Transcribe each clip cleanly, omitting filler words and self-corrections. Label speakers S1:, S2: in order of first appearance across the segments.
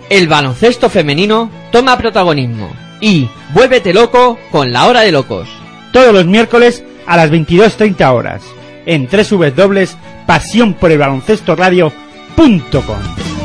S1: El baloncesto femenino toma protagonismo y vuélvete loco con la Hora de Locos.
S2: Todos los miércoles a las 22:30 horas en www.pasionporelbaloncestoradio.com.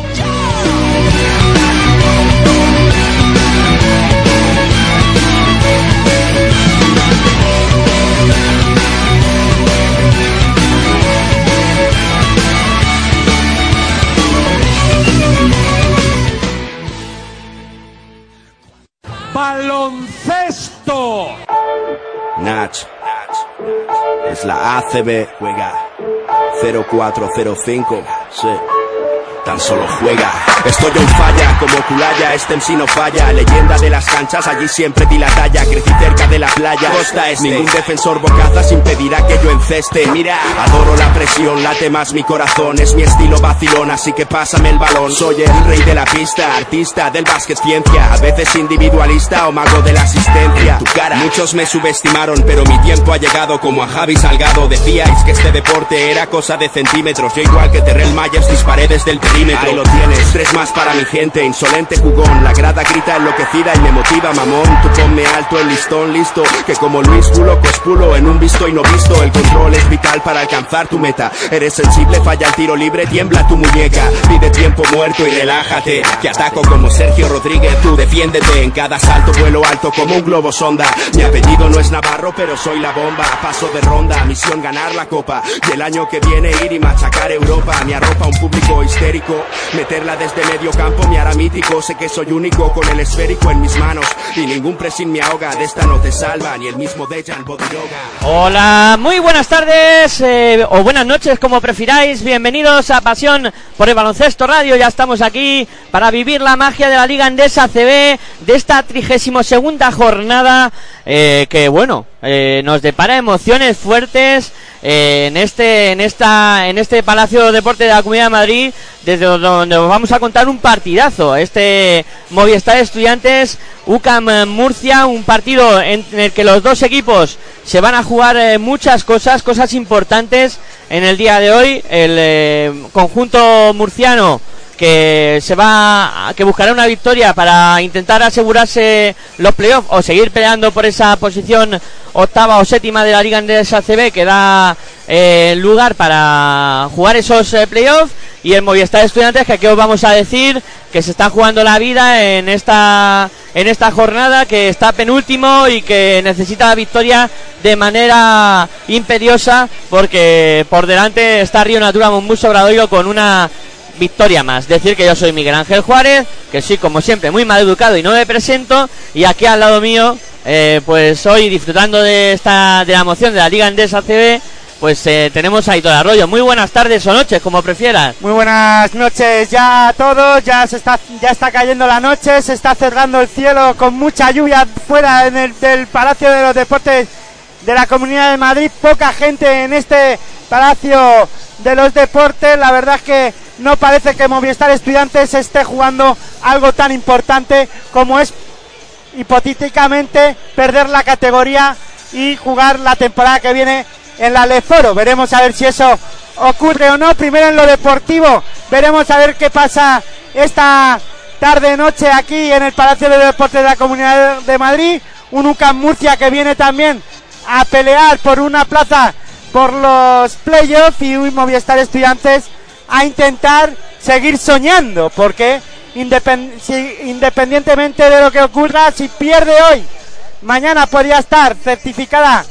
S3: ¡Baloncesto!
S4: Nach, es la ACB, juega 0405, sí. Tan solo juega. Estoy en falla, como Culaya, este MC no falla. Leyenda de las canchas, allí siempre di la talla. Crecí cerca de la playa, costa este. Ningún defensor bocazas impedirá que yo enceste. Mira, adoro la presión, late más mi corazón. Es mi estilo vacilón, así que pásame el balón. Soy el rey de la pista, artista del básquet ciencia. A veces individualista o mago de la asistencia. Tu cara, muchos me subestimaron, pero mi tiempo ha llegado como a Javi Salgado. Decíais que este deporte era cosa de centímetros. Yo igual que Terrell Myers disparé desde el perímetro. Ahí lo tienes, 3 más para mi gente, insolente jugón. La grada grita enloquecida y me motiva, mamón. Tú ponme alto el listón, listo. Que como Luis Pulo, cospulo en un visto y no visto. El control es vital para alcanzar tu meta. Eres sensible, falla el tiro libre, tiembla tu muñeca. Pide tiempo muerto y relájate. Que ataco como Sergio Rodríguez, tú defiéndete. En cada salto vuelo alto como un globo sonda. Mi apellido no es Navarro, pero soy la bomba. Paso de ronda, misión ganar la copa. Y el año que viene ir y machacar Europa. Me arropa un público histérico. Meterla desde medio campo me hará mítico. Sé que soy único con el esférico en mis manos. Y ningún pressing me ahoga. De esta no te salva ni el mismo Dejan Bodiroga.
S1: Hola, muy buenas tardes o buenas noches, como prefiráis. Bienvenidos a Pasión por el Baloncesto Radio. Ya estamos aquí para vivir la magia de la Liga Endesa CB, de esta 32ª jornada que bueno, nos depara emociones fuertes en este Palacio de Deportes de la Comunidad de Madrid, desde donde os vamos a contar un partidazo. Este Movistar Estudiantes UCAM Murcia, un partido en el que los dos equipos se van a jugar muchas cosas importantes en el día de hoy. El conjunto murciano que buscará una victoria para intentar asegurarse los playoffs o seguir peleando por esa posición octava o séptima de la Liga Endesa CB, que da lugar para jugar esos playoffs. Y el Movistar Estudiantes, que aquí os vamos a decir que se está jugando la vida en esta jornada, que está penúltimo y que necesita la victoria de manera imperiosa, porque por delante está Río Natura Monbus Obradoiro con una victoria más. Decir que yo soy Miguel Ángel Juárez, que soy como siempre muy mal educado y no me presento, y aquí al lado mío pues hoy disfrutando de la emoción de la Liga Endesa CB, pues tenemos a Aitor Arroyo. Muy buenas tardes o noches, como prefieras.
S5: Muy buenas noches ya a todos. Ya está cayendo la noche, se está cerrando el cielo con mucha lluvia fuera del Palacio de los Deportes de la Comunidad de Madrid. Poca gente en este Palacio de los Deportes. La verdad es que no parece que Movistar Estudiantes esté jugando algo tan importante como es hipotéticamente perder la categoría y jugar la temporada que viene en la Leforo. Veremos a ver si eso ocurre o no. Primero en lo deportivo, veremos a ver qué pasa esta tarde-noche aquí en el Palacio de Deportes de la Comunidad de Madrid. Un UCAM Murcia que viene también a pelear por una plaza por los playoffs, y un Movistar Estudiantes a intentar seguir soñando, porque independientemente de lo que ocurra, si pierde hoy, mañana podría estar certificada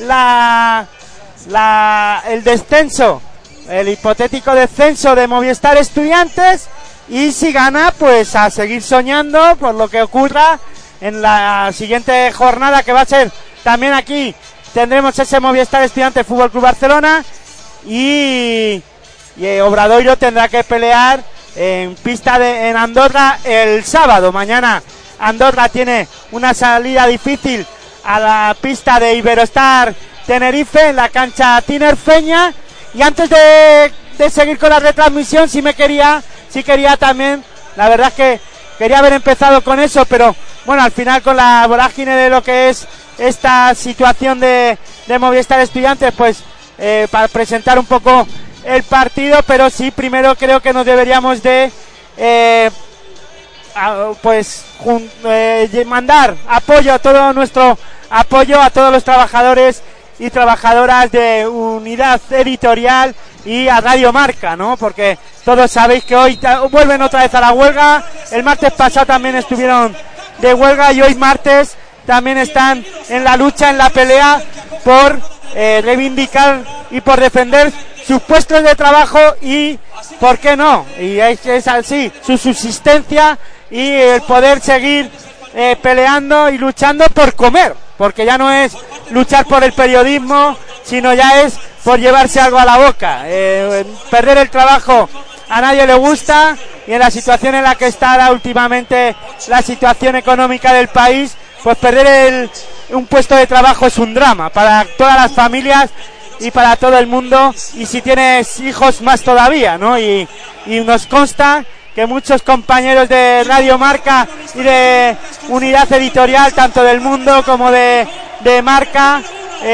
S5: el descenso, el hipotético descenso de Movistar Estudiantes, y si gana, pues a seguir soñando por lo que ocurra en la siguiente jornada, que va a ser también aquí. Tendremos ese Movistar Estudiantes Fútbol Club Barcelona, y Obradoiro tendrá que pelear en pista en Andorra el sábado. Mañana Andorra tiene una salida difícil a la pista de Iberostar Tenerife, en la cancha tinerfeña. Y antes de seguir con la retransmisión, sí quería también, la verdad es que quería haber empezado con eso, pero bueno, al final con la vorágine de lo que es esta situación de Movistar Estudiantes, pues para presentar un poco el partido. Pero sí, primero creo que nos deberíamos de mandar apoyo, todo nuestro apoyo a todos los trabajadores y trabajadoras de Unidad Editorial y a Radio Marca, ¿no? Porque todos sabéis que hoy vuelven otra vez a la huelga. El martes pasado también estuvieron de huelga y hoy martes también están en la lucha, en la pelea por reivindicar y por defender sus puestos de trabajo y, ¿por qué no? Y es así, su subsistencia y el poder seguir peleando y luchando por comer, porque ya no es luchar por el periodismo, sino ya es por llevarse algo a la boca. Perder el trabajo a nadie le gusta, y en la situación en la que está ahora últimamente la situación económica del país, pues perder un puesto de trabajo es un drama para todas las familias y para todo el mundo, y si tienes hijos más todavía, ¿no? Y nos consta que muchos compañeros de Radio Marca y de Unidad Editorial, tanto del Mundo como de Marca,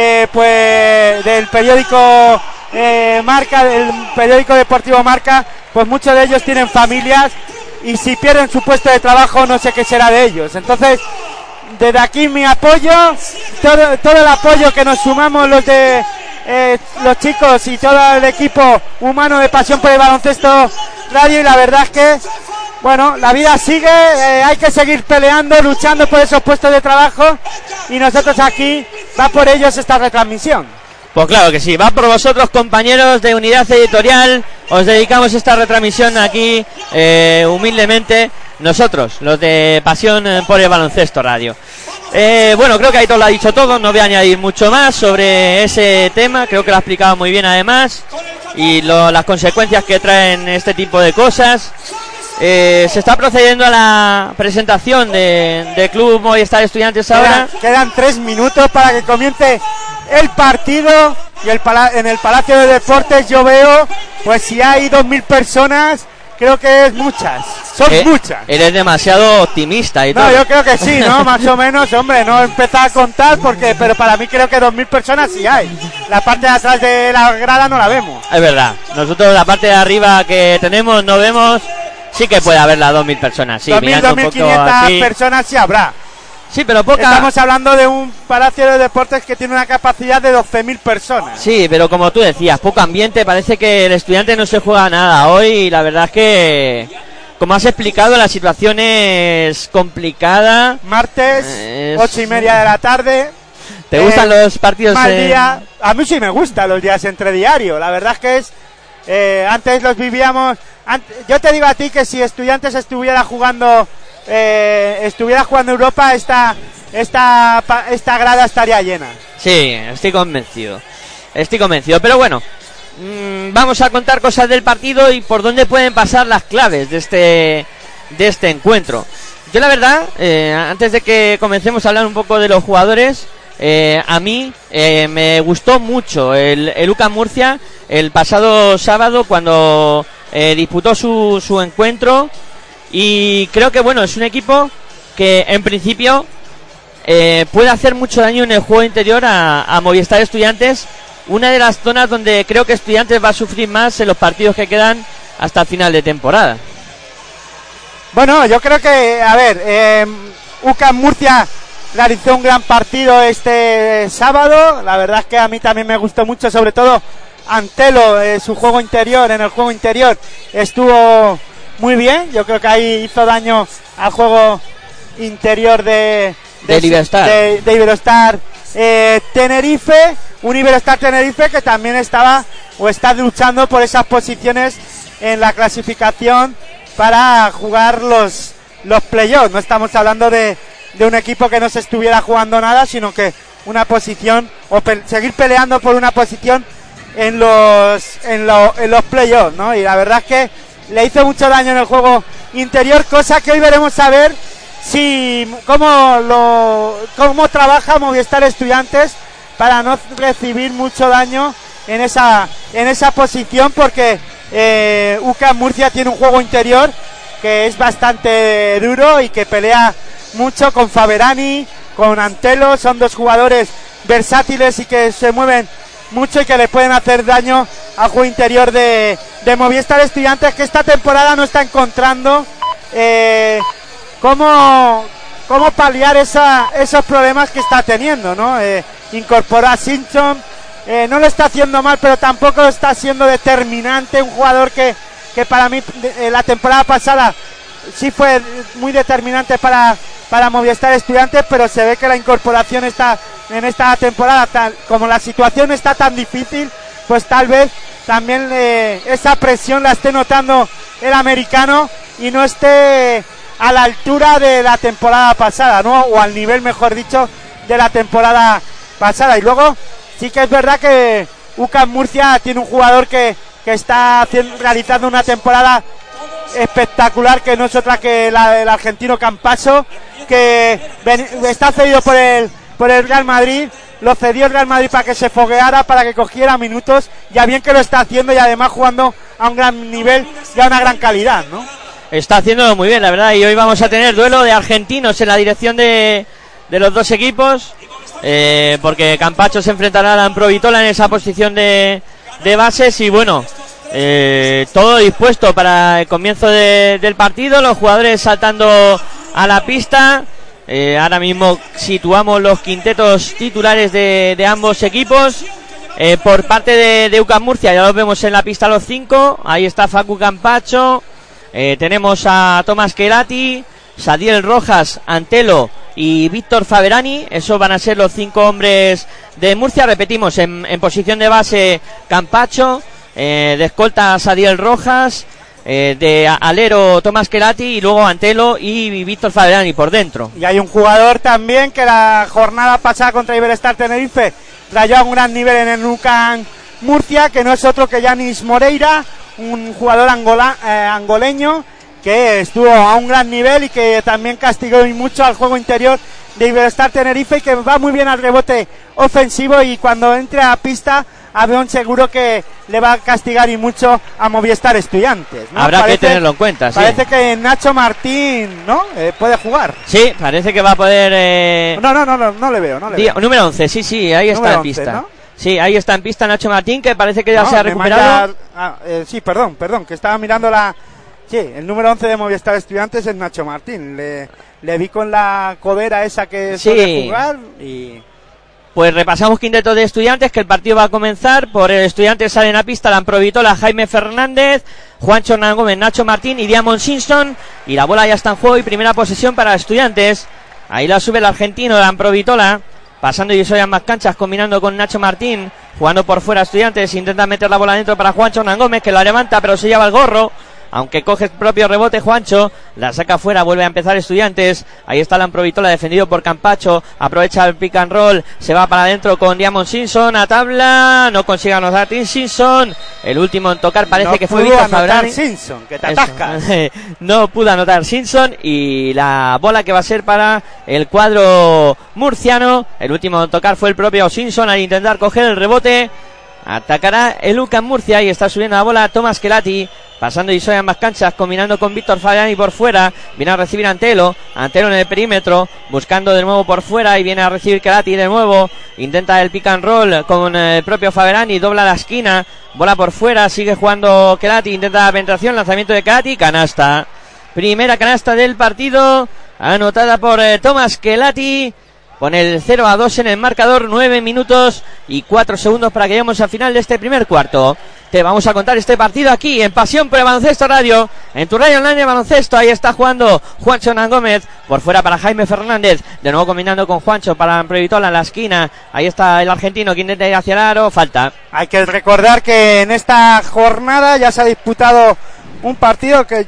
S5: pues del periódico Marca, del periódico deportivo Marca, pues muchos de ellos tienen familias, y si pierden su puesto de trabajo no sé qué será de ellos. Entonces, desde aquí mi apoyo, todo el apoyo que nos sumamos los chicos y todo el equipo humano de Pasión por el Baloncesto Radio, y la verdad es que, bueno, la vida sigue, hay que seguir peleando, luchando por esos puestos de trabajo, y nosotros aquí va por ellos esta retransmisión.
S1: Pues claro que sí, va por vosotros, compañeros de Unidad Editorial. Os dedicamos esta retransmisión aquí humildemente nosotros, los de Pasión por el Baloncesto Radio. Bueno, creo que Aitor lo ha dicho todo, no voy a añadir mucho más sobre ese tema, creo que lo ha explicado muy bien además, y las consecuencias que traen este tipo de cosas. Se está procediendo a la presentación de Club Movistar Estudiantes ahora.
S5: Quedan 3 minutos para que comience el partido, y en el Palacio de Deportes yo veo, pues si hay 2.000 personas, creo que es muchas, son muchas.
S1: Eres demasiado optimista y
S5: no,
S1: todo.
S5: Yo creo que sí, ¿no? Más o menos, hombre, no empezar a contar, pero para mí creo que 2.000 personas sí hay. La parte de atrás de la grada no la vemos.
S1: Es verdad, nosotros la parte de arriba que tenemos no vemos, sí que puede haber las 2.000 personas. Sí,
S5: 2.500 personas sí habrá.
S1: Sí, pero poca.
S5: Estamos hablando de un palacio de deportes que tiene una capacidad de 12.000 personas.
S1: Sí, pero como tú decías, poco ambiente, parece que el Estudiante no se juega nada hoy, y la verdad es que, como has explicado, la situación es complicada.
S5: Martes, 8:30 de la tarde.
S1: ¿Te gustan los partidos?
S5: Mal día. A mí sí me gustan los días entre diario. La verdad es que antes los vivíamos. Yo te digo a ti que si Estudiantes estuviera jugando Europa, esta grada estaría llena.
S1: Sí, estoy convencido, pero bueno, vamos a contar cosas del partido y por dónde pueden pasar las claves de este encuentro. Yo la verdad, antes de que comencemos a hablar un poco de los jugadores, a mí me gustó mucho el UCAM Murcia el pasado sábado cuando disputó su encuentro. Y creo que bueno, es un equipo que en principio puede hacer mucho daño en el juego interior a Movistar Estudiantes, una de las zonas donde creo que Estudiantes va a sufrir más en los partidos que quedan hasta el final de temporada.
S5: Bueno, yo creo que, a ver, UCAM Murcia realizó un gran partido este sábado. La verdad es que a mí también me gustó mucho, sobre todo Antelo, su juego interior, en el juego interior estuvo muy bien. Yo creo que ahí hizo daño al juego interior de Iberostar Tenerife, un Iberostar Tenerife que también está luchando por esas posiciones en la clasificación para jugar los playoffs. No estamos hablando de un equipo que no se estuviera jugando nada, sino que una posición, o seguir peleando por una posición en los playoffs, ¿no? Y la verdad es que le hizo mucho daño en el juego interior, cosa que hoy veremos a ver cómo trabaja Movistar Estudiantes para no recibir mucho daño en esa posición, porque UCAM Murcia tiene un juego interior que es bastante duro y que pelea mucho con Faberani, con Antelo. Son dos jugadores versátiles y que se mueven mucho y que le pueden hacer daño al juego interior de Movistar Estudiantes, que esta temporada no está encontrando cómo paliar esos problemas que está teniendo, ¿no? Incorporar a Simpson, no lo está haciendo mal, pero tampoco está siendo determinante, un jugador que para mí la temporada pasada sí fue muy determinante para Movistar Estudiantes, pero se ve que la incorporación está en esta temporada, como la situación está tan difícil, pues tal vez también esa presión la esté notando el americano y no esté a la altura de la temporada pasada, ¿no? O al nivel, mejor dicho, de la temporada pasada. Y luego sí que es verdad que UCAM Murcia tiene un jugador que está realizando una temporada espectacular, que no es otra que la del argentino Campacho, que está cedido por el Real Madrid. Lo cedió el Real Madrid para que se fogueara, para que cogiera minutos, ya bien que lo está haciendo, y además jugando a un gran nivel y a una gran calidad, ¿no?
S1: Está haciéndolo muy bien, la verdad, y hoy vamos a tener duelo de argentinos en la dirección de los dos equipos, porque Campacho se enfrentará a Lamprovitola en esa posición de bases, y bueno, todo dispuesto para el comienzo del partido, los jugadores saltando a la pista. Ahora mismo situamos los quintetos titulares de ambos equipos. Por parte de UCAM Murcia ya los vemos en la pista los 5. Ahí está Facu Campacho, tenemos a Tomás Kelati, Sadiel Rojas, Antelo y Víctor Faverani. Esos van a ser los 5 hombres de Murcia. Repetimos, en posición de base Campacho, de escolta Sadiel Rojas, de alero Tomás Kelati, y luego Antelo y Víctor Faverani por dentro.
S5: Y hay un jugador también que la jornada pasada contra Iberestar Tenerife trayó a un gran nivel en el UCAM Murcia, que no es otro que Yanis Moreira, un jugador angoleño que estuvo a un gran nivel y que también castigó mucho al juego interior de Iberestar Tenerife, y que va muy bien al rebote ofensivo, y cuando entre a pista Avión seguro que le va a castigar y mucho a Movistar Estudiantes, ¿no?
S1: Habrá que tenerlo en cuenta, sí.
S5: Parece que Nacho Martín, ¿no? Puede jugar.
S1: Sí, parece que va a poder...
S5: No le veo.
S1: Número 11, sí, ahí está en pista. 11, ¿no? Sí, ahí está en pista Nacho Martín, que parece que ya se ha recuperado.
S5: Sí, perdón, que estaba mirando la... Sí, el número 11 de Movistar Estudiantes es Nacho Martín. Le vi con la codera esa que suele jugar y...
S1: Pues repasamos quinteto de Estudiantes, que el partido va a comenzar. Por el Estudiantes salen a pista Lamprovitola, Jaime Fernández, Juancho Hernán Gómez, Nacho Martín y Diamond Simpson. Y la bola ya está en juego y primera posesión para Estudiantes. Ahí la sube el argentino Lamprovitola, pasando y soy ambas canchas, combinando con Nacho Martín, jugando por fuera Estudiantes. Intenta meter la bola dentro para Juancho Hernán Gómez, que la levanta pero se lleva el gorro. Aunque coge el propio rebote Juancho, la saca fuera, vuelve a empezar Estudiantes. Ahí está Lamprovitola, defendido por Campacho, aprovecha el pick and roll, se va para adentro con Diamond Simpson, a tabla, no consigue anotar Simpson. El último en tocar parece que fue Víctor Faverani.
S5: Simpson, que te atascas.
S1: No pudo anotar Simpson, y la bola que va a ser para el cuadro murciano. El último en tocar fue el propio Simpson al intentar coger el rebote. Atacará el UCAM Murcia y está subiendo la bola Tomás Kelati, pasando y soy ambas canchas, combinando con Víctor Faverani por fuera. Viene a recibir Antelo en el perímetro, buscando de nuevo por fuera, y viene a recibir Kelati de nuevo. Intenta el pick and roll con el propio Faverani, dobla la esquina, bola por fuera, sigue jugando Kelati, intenta la penetración, lanzamiento de Kelati, canasta. Primera canasta del partido, anotada por Tomás Kelati. Pone el 0-2 en el marcador, 9 minutos y 4 segundos para que lleguemos al final de este primer cuarto. Te vamos a contar este partido aquí en Pasión por el Baloncesto Radio, en tu radio online de baloncesto. Ahí está jugando Juancho Hernán Gómez, por fuera para Jaime Fernández, de nuevo combinando con Juancho para Lamprovitola en la esquina. Ahí está el argentino que intenta ir hacia el aro, falta.
S5: Hay que recordar que en esta jornada ya se ha disputado un partido que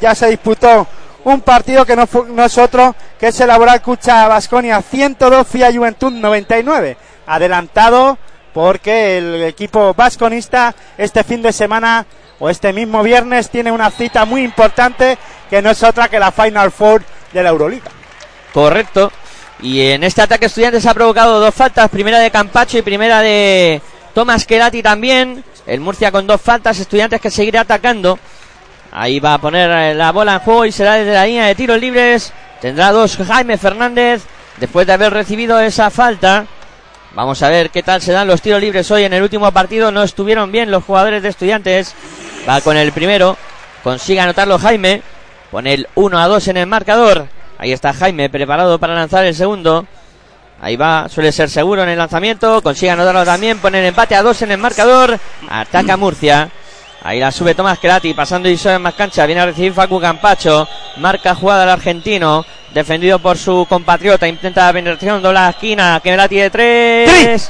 S5: no es otro que es el Laboral Cucha Baskonia 102, FIA Juventud 99, adelantado porque el equipo vasconista este fin de semana o este mismo viernes tiene una cita muy importante, que no es otra que la Final Four de la Euroliga.
S1: Correcto. Y en este ataque Estudiantes ha provocado 2 faltas, primera de Campacho y primera de Tomás Kelati también. El Murcia con 2 faltas, Estudiantes que seguirá atacando. Ahí va a poner la bola en juego y será desde la línea de tiros libres. Tendrá 2 Jaime Fernández después de haber recibido esa falta. Vamos a ver qué tal se dan los tiros libres hoy. En el último partido no estuvieron bien los jugadores de Estudiantes. Va con el primero, consigue anotarlo Jaime. Pone el 1-2 en el marcador. Ahí está Jaime preparado para lanzar el segundo. Ahí va, suele ser seguro en el lanzamiento. Consigue anotarlo también, poner empate a 2 en el marcador. Ataca Murcia. Ahí la sube Tomás Kelati, pasando y sobre más cancha. Viene a recibir Facu Campacho. Marca jugada al argentino. Defendido por su compatriota. Intenta la penetración, dobla la esquina. Kelati de 3.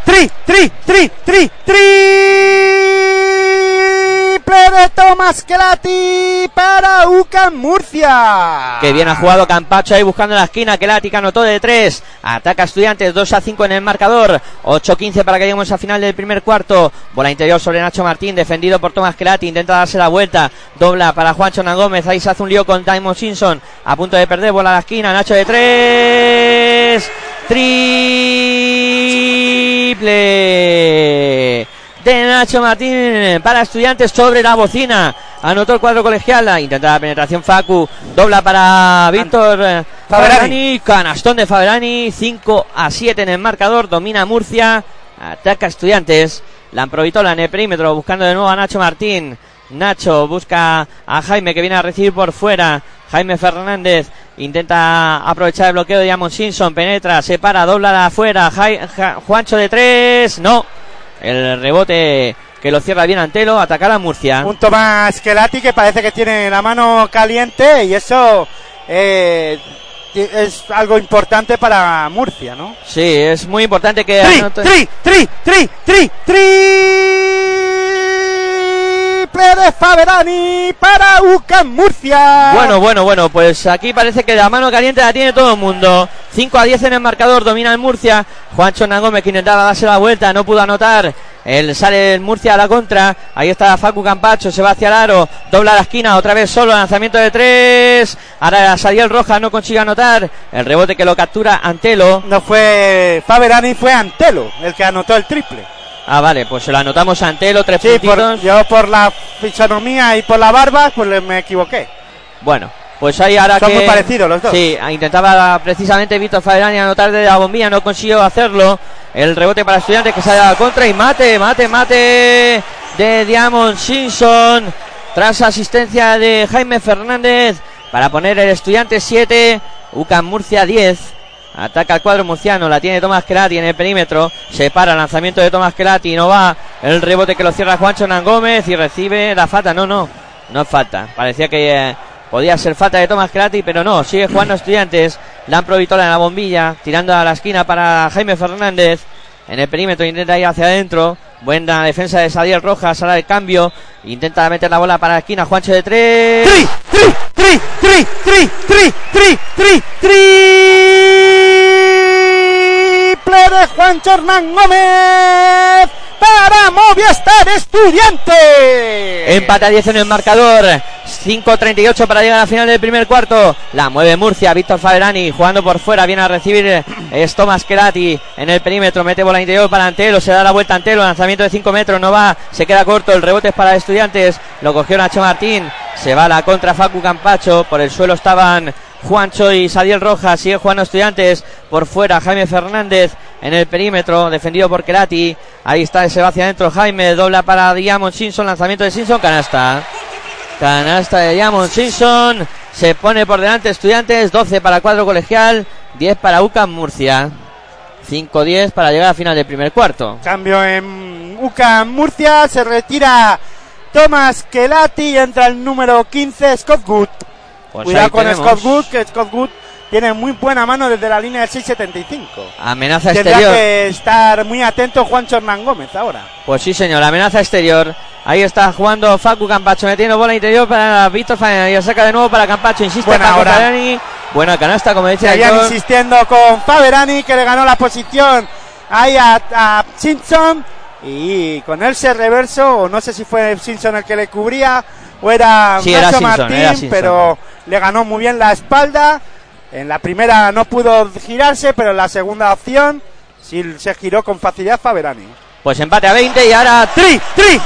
S5: Triple de Tomás Kelati para UCAM Murcia.
S1: Que bien ha jugado Campacho ahí buscando la esquina. Kelati que anotó de 3. Ataca Estudiantes, 2-5 en el marcador. 8-15 para que lleguemos al final del primer cuarto. Bola interior sobre Nacho Martín, defendido por Tomás Kelati. Intenta darse la vuelta. Dobla para Juancho Nangómez. Ahí se hace un lío con Diamond Simpson. A punto de perder, bola a la esquina. Nacho de 3. Triple de Nacho Martín para Estudiantes sobre la bocina. Anotó el cuadro colegial. Intenta la penetración Facu. Dobla para Víctor Faberani. Canastón de Faberani. 5-7 en el marcador. Domina Murcia. Ataca Estudiantes. Lamprovitola en el perímetro buscando de nuevo a Nacho Martín. Nacho busca a Jaime que viene a recibir por fuera. Jaime Fernández intenta aprovechar el bloqueo de Diamond Simpson. Penetra, se para, dobla de afuera. Juancho de 3. No. El rebote que lo cierra bien Antelo. Atacar a Murcia.
S5: Un Tomás Kelati que parece que tiene la mano caliente y eso es algo importante para Murcia, ¿no?
S1: Sí, es muy importante que
S5: de Faberani para UCAM Murcia.
S1: Bueno, pues aquí parece que la mano caliente la tiene todo el mundo. 5-10 en el marcador, domina el Murcia. Juancho Nangómez que intentaba darse la vuelta, no pudo anotar. Sale el Murcia a la contra. Ahí está Facu Campacho, se va hacia el aro, dobla la esquina, otra vez solo, lanzamiento de 3. Ahora Sadiel Rojas no consigue anotar. El rebote que lo captura Antelo.
S5: No fue Faberani, fue Antelo el que anotó el triple.
S1: Ah, vale, pues se lo anotamos a Antelo, 3
S5: sí,
S1: puntitos.
S5: Yo por la fisonomía y por la barba, pues me equivoqué.
S1: Bueno, pues ahí ahora
S5: son
S1: que...
S5: muy parecidos los dos.
S1: Sí, intentaba precisamente Víctor Faberani anotar de la bombilla, no consiguió hacerlo. El rebote para Estudiantes que sale a la contra y mate de Diamond Simpson. Tras asistencia de Jaime Fernández para poner el Estudiantes 7, UCAM Murcia 10. Ataca el cuadro murciano, la tiene Tomás Kelati en el perímetro. Se para el lanzamiento de Tomás Kelati, no va. El rebote que lo cierra Juancho Nangómez y recibe la falta. No es falta. Parecía que podía ser falta de Tomás Kelati, pero no. Sigue jugando Estudiantes. Lamprovitola en la bombilla, tirando a la esquina para Jaime Fernández. En el perímetro intenta ir hacia adentro. Buena defensa de Sadiel Rojas. Ahora el cambio. Intenta meter la bola para la esquina. Juancho de 3.
S5: Triple de Juancho Hernán Gómez para Movistar Estudiantes.
S1: Empate a 10 en el marcador. 5:38 para llegar a la final del primer cuarto. La mueve Murcia. Víctor Faberani jugando por fuera. Viene a recibir es Tomás Kelati en el perímetro. Mete bola interior para Antelo. Se da la vuelta a Antelo. Lanzamiento de 5 metros. No va. Se queda corto. El rebote es para Estudiantes. Lo cogió Nacho Martín. Se va a la contra Facu Campacho. Por el suelo estaban Juancho y Sadiel Rojas. Sigue jugando Estudiantes. Por fuera Jaime Fernández en el perímetro. Defendido por Kelati. Ahí está. Se va hacia adentro Jaime. Dobla para Diamond Simpson. Lanzamiento de Simpson. Canasta de Diamond Simpson. Se pone por delante Estudiantes. 12 para el cuadro colegial. 10 para UCAM Murcia. 5-10 para llegar a final del primer cuarto.
S5: Cambio en UCAM Murcia. Se retira Tomás Kelati y entra el número 15 Scott Good.
S1: Pues
S5: cuidado con Scott Good, que Scott Good tiene muy buena mano desde la línea del 6.75.
S1: Amenaza
S5: Tendrá
S1: exterior.
S5: que estar muy atento Juancho Hernán Gómez ahora.
S1: Pues sí, señor, amenaza exterior. Ahí está jugando Facu Campacho, metiendo bola interior para Víctor Faberani. Y saca de nuevo para Campacho. Insiste Facu Faberani. Buena canasta, como decía.
S5: Seguían insistiendo con Faberani, que le ganó la posición ahí a Simpson. Y con ese reverso, o no sé si fue Simpson el que le cubría o era Nacho Martín, pero le ganó muy bien la espalda. En la primera no pudo girarse, pero en la segunda opción sí se giró con facilidad Faberani.
S1: Pues empate a 20 y ahora
S5: triple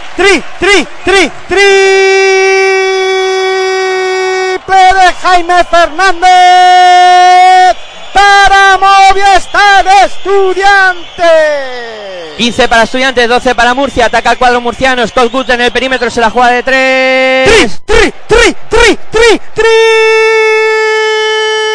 S5: de Jaime Fernández para Movistar Estudiantes.
S1: 15 para Estudiantes, 12 para Murcia. Ataca el cuadro murciano. Scott Good en el perímetro, se la juega de 3.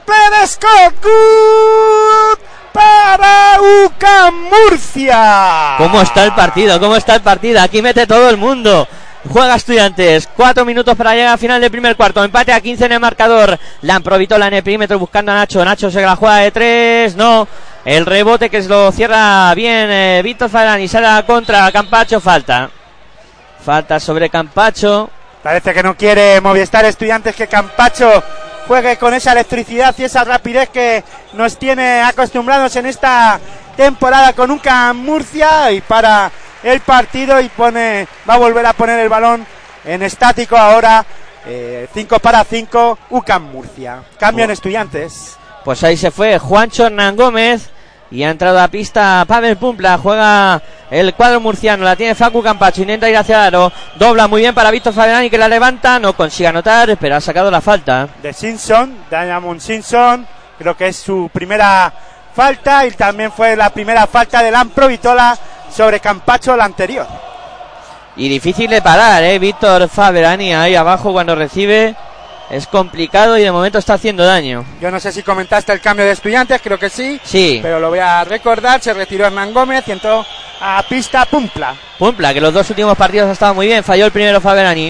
S5: triple de Scott Good para UCAM Murcia.
S1: ¿Cómo está el partido? ¿Cómo está el partido? Aquí mete todo el mundo. Juega Estudiantes, 4 minutos para llegar al final del primer cuarto. Empate a 15 en el marcador. Lamprovitola en el perímetro buscando a Nacho. Nacho se la juega de 3. No. El rebote que se lo cierra bien Víctor Faverani. Sale a la contra. Campacho, falta. Falta sobre Campacho.
S5: Parece que no quiere Movistar Estudiantes que Campacho juegue con esa electricidad y esa rapidez que nos tiene acostumbrados en esta temporada con UCAM Murcia. Y para el partido y va a volver a poner el balón en estático ahora. 5 para 5 UCAM Murcia. Cambio en Estudiantes.
S1: Pues ahí se fue Juancho Hernán Gómez y ha entrado a pista Pavel Pumpla. Juega el cuadro murciano, la tiene Facu Campacho, intenta ir hacia el aro, dobla muy bien para Víctor Faverani que la levanta, no consigue anotar, pero ha sacado la falta
S5: de Simpson, Diamond Simpson. Creo que es su primera falta y también fue la primera falta de Lamprovitola sobre Campacho, la anterior.
S1: Y difícil de parar, Víctor Faverani ahí abajo cuando recibe. Es complicado y de momento está haciendo daño.
S5: Yo no sé si comentaste el cambio de Estudiantes, creo que sí.
S1: Sí.
S5: Pero lo voy a recordar, se retiró Hernán Gómez y entró a pista Pumpla.
S1: Pumpla, que los dos últimos partidos ha estado muy bien. Falló el primero Faverani.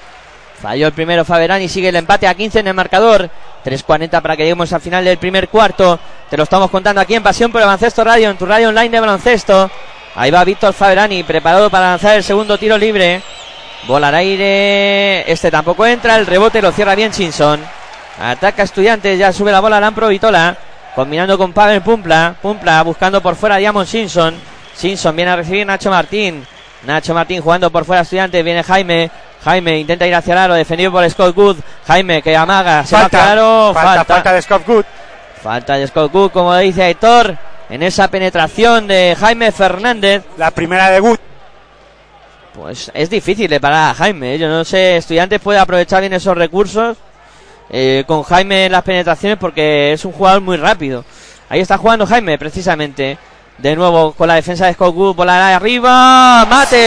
S1: Sigue el empate a 15 en el marcador. 3:40 para que lleguemos al final del primer cuarto. Te lo estamos contando aquí en Pasión por el Baloncesto Radio, en tu radio online de baloncesto. Ahí va Víctor Faverani, preparado para lanzar el segundo tiro libre. Bola al aire, este tampoco entra, el rebote lo cierra bien Simpson. Ataca Estudiantes, ya sube la bola Lamprovitola, combinando con Pavel Pumpla buscando por fuera a Diamond Simpson. Simpson viene a recibir Nacho Martín jugando por fuera Estudiantes, viene Jaime intenta ir hacia el aro, defendido por Scott Good. Jaime que amaga, se va claro,
S5: falta de Scott Good.
S1: Falta de Scott Good, como dice Aitor, en esa penetración de Jaime Fernández.
S5: La primera de Good.
S1: Pues es difícil de parar a Jaime, yo no sé, Estudiantes puede aprovechar bien esos recursos con Jaime en las penetraciones porque es un jugador muy rápido. Ahí está jugando Jaime precisamente, de nuevo con la defensa de Scott Good, bola arriba, mate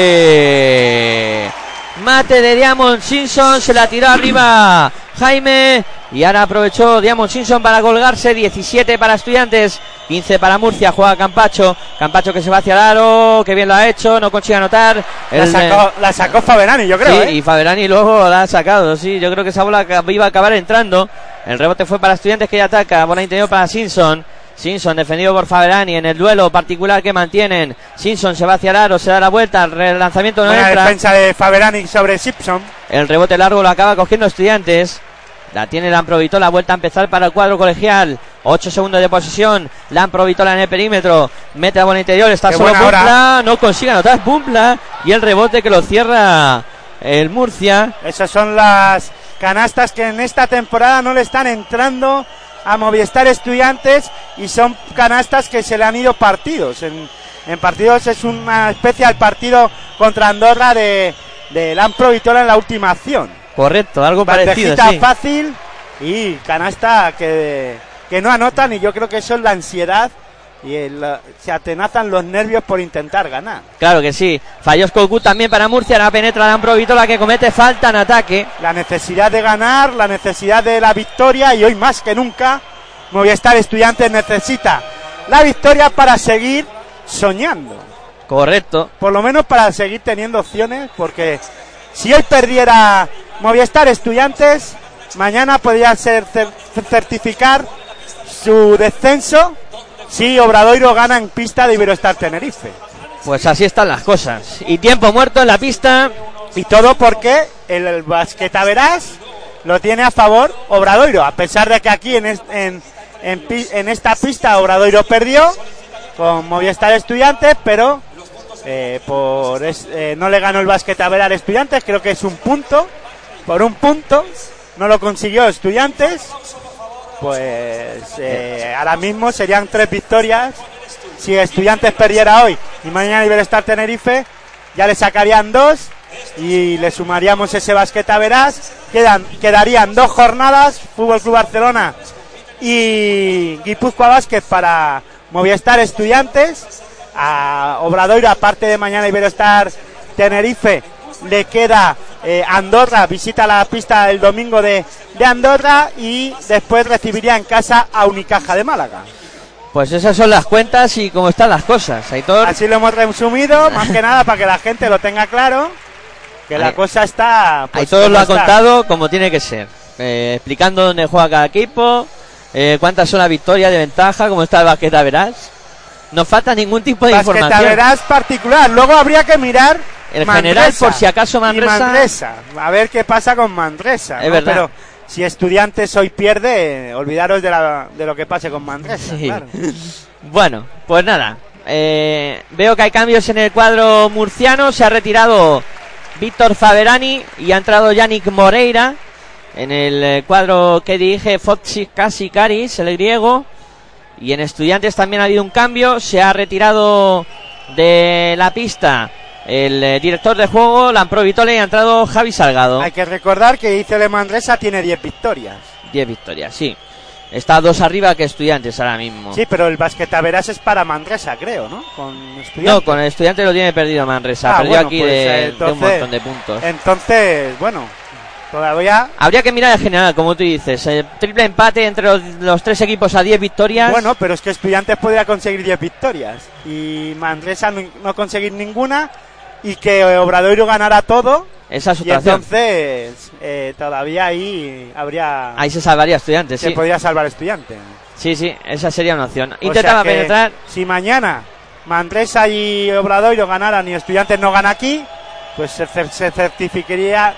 S1: de Diamond Simpson, se la tiró arriba Jaime y ahora aprovechó Diamond Simpson para colgarse. 17 para Estudiantes, 15 para Murcia. Juega Campacho que se va hacia el aro, que bien lo ha hecho, no consigue anotar.
S5: La sacó Faverani, yo creo.
S1: Sí, y Faverani luego la ha sacado, sí, yo creo que esa bola iba a acabar entrando. El rebote fue para Estudiantes que ya ataca, bola interior para Simpson defendido por Faverani en el duelo particular que mantienen. Simpson se va hacia el aro, se da la vuelta, el lanzamiento no entra.
S5: La defensa de Faverani sobre Simpson.
S1: El rebote largo lo acaba cogiendo Estudiantes. La tiene Lamprovitola, vuelta a empezar para el cuadro colegial. 8 segundos de posesión. Lamprovitola en el perímetro, mete la bola interior, está solo Pumpla, no consigue anotar Pumpla y el rebote que lo cierra el Murcia.
S5: Esas son las canastas que en esta temporada no le están entrando a Movistar Estudiantes y son canastas que se le han ido partidos. En partidos es una especie al partido contra Andorra de Lamprovitola en la última acción.
S1: Correcto, algo parecido,
S5: sí. Fácil y canasta que no anotan, y yo creo que eso es la ansiedad y se atenazan los nervios por intentar ganar.
S1: Claro que sí. Falló Scott también para Murcia, la penetra Lamprovitola que comete falta en ataque.
S5: La necesidad de ganar, la necesidad de la victoria, y hoy más que nunca Movistar Estudiantes necesita la victoria para seguir soñando.
S1: Correcto.
S5: Por lo menos para seguir teniendo opciones, porque si hoy perdiera Movistar Estudiantes, mañana podría certificar su descenso si Obradoiro gana en pista de Iberostar Tenerife.
S1: Pues así están las cosas. Y tiempo muerto en la pista.
S5: Y todo porque el basquetaveras lo tiene a favor Obradoiro, a pesar de que aquí en esta pista Obradoiro perdió con Movistar Estudiantes, pero no le ganó el basquetaveras Estudiantes. Creo que es un punto, por un punto no lo consiguió Estudiantes. Pues ahora mismo serían 3 victorias. Si Estudiantes perdiera hoy y mañana Iberostar Tenerife, ya le sacarían 2 y le sumaríamos ese basquetaveras. Quedarían 2 jornadas, Fútbol Club Barcelona y Guipúzcoa Basket para Movistar Estudiantes. A Obradoiro, aparte de mañana Iberostar Tenerife, le queda Andorra visita la pista el domingo de Andorra y después recibiría en casa a Unicaja de Málaga.
S1: Pues esas son las cuentas y cómo están las cosas, Aitor.
S5: Así lo hemos resumido, más que nada para que la gente lo tenga claro, que la cosa está...
S1: Pues, Aitor lo ha contado como tiene que ser, explicando dónde juega cada equipo, cuántas son las victorias de ventaja, cómo está el Basquetaveras. No falta ningún tipo de información.
S5: Basquetaveras particular, luego habría que mirar
S1: el general, por si acaso
S5: Manresa. A ver qué pasa con Manresa.
S1: Es verdad.
S5: Pero si Estudiantes hoy pierde, olvidaros de lo que pase con Manresa. Sí. Claro.
S1: Bueno, pues nada. Veo que hay cambios en el cuadro murciano. Se ha retirado Víctor Faberani y ha entrado Yannick Moreira. En el cuadro que dirige Foxy Kasikaris, el griego. Y en Estudiantes también ha habido un cambio. Se ha retirado de la pista el director de juego, Lampro Vitole, y ha entrado Javi Salgado.
S5: Hay que recordar que Icele Manresa tiene 10 victorias.
S1: 10 victorias, sí. Está 2 arriba que Estudiantes ahora mismo.
S5: Sí, pero el Basquetaveras es para Manresa, creo, ¿no? Con Estudiantes.
S1: No, con Estudiantes lo tiene perdido Manresa. Perdió aquí pues, de un montón de puntos.
S5: Entonces, bueno, todavía...
S1: Habría que mirar en general, como tú dices. Triple empate entre los 3 equipos a 10 victorias.
S5: Bueno, pero es que Estudiantes podría conseguir 10 victorias. Y Manresa no conseguir ninguna. Y que Obradoiro ganara todo.
S1: Esa es
S5: y entonces todavía ahí habría...
S1: Ahí se salvaría Estudiantes,
S5: se podría salvar Estudiantes.
S1: Sí, esa sería una opción. Intentaba penetrar.
S5: Si mañana Manresa y Obradoiro ganaran y Estudiantes no gana aquí, pues se certificaría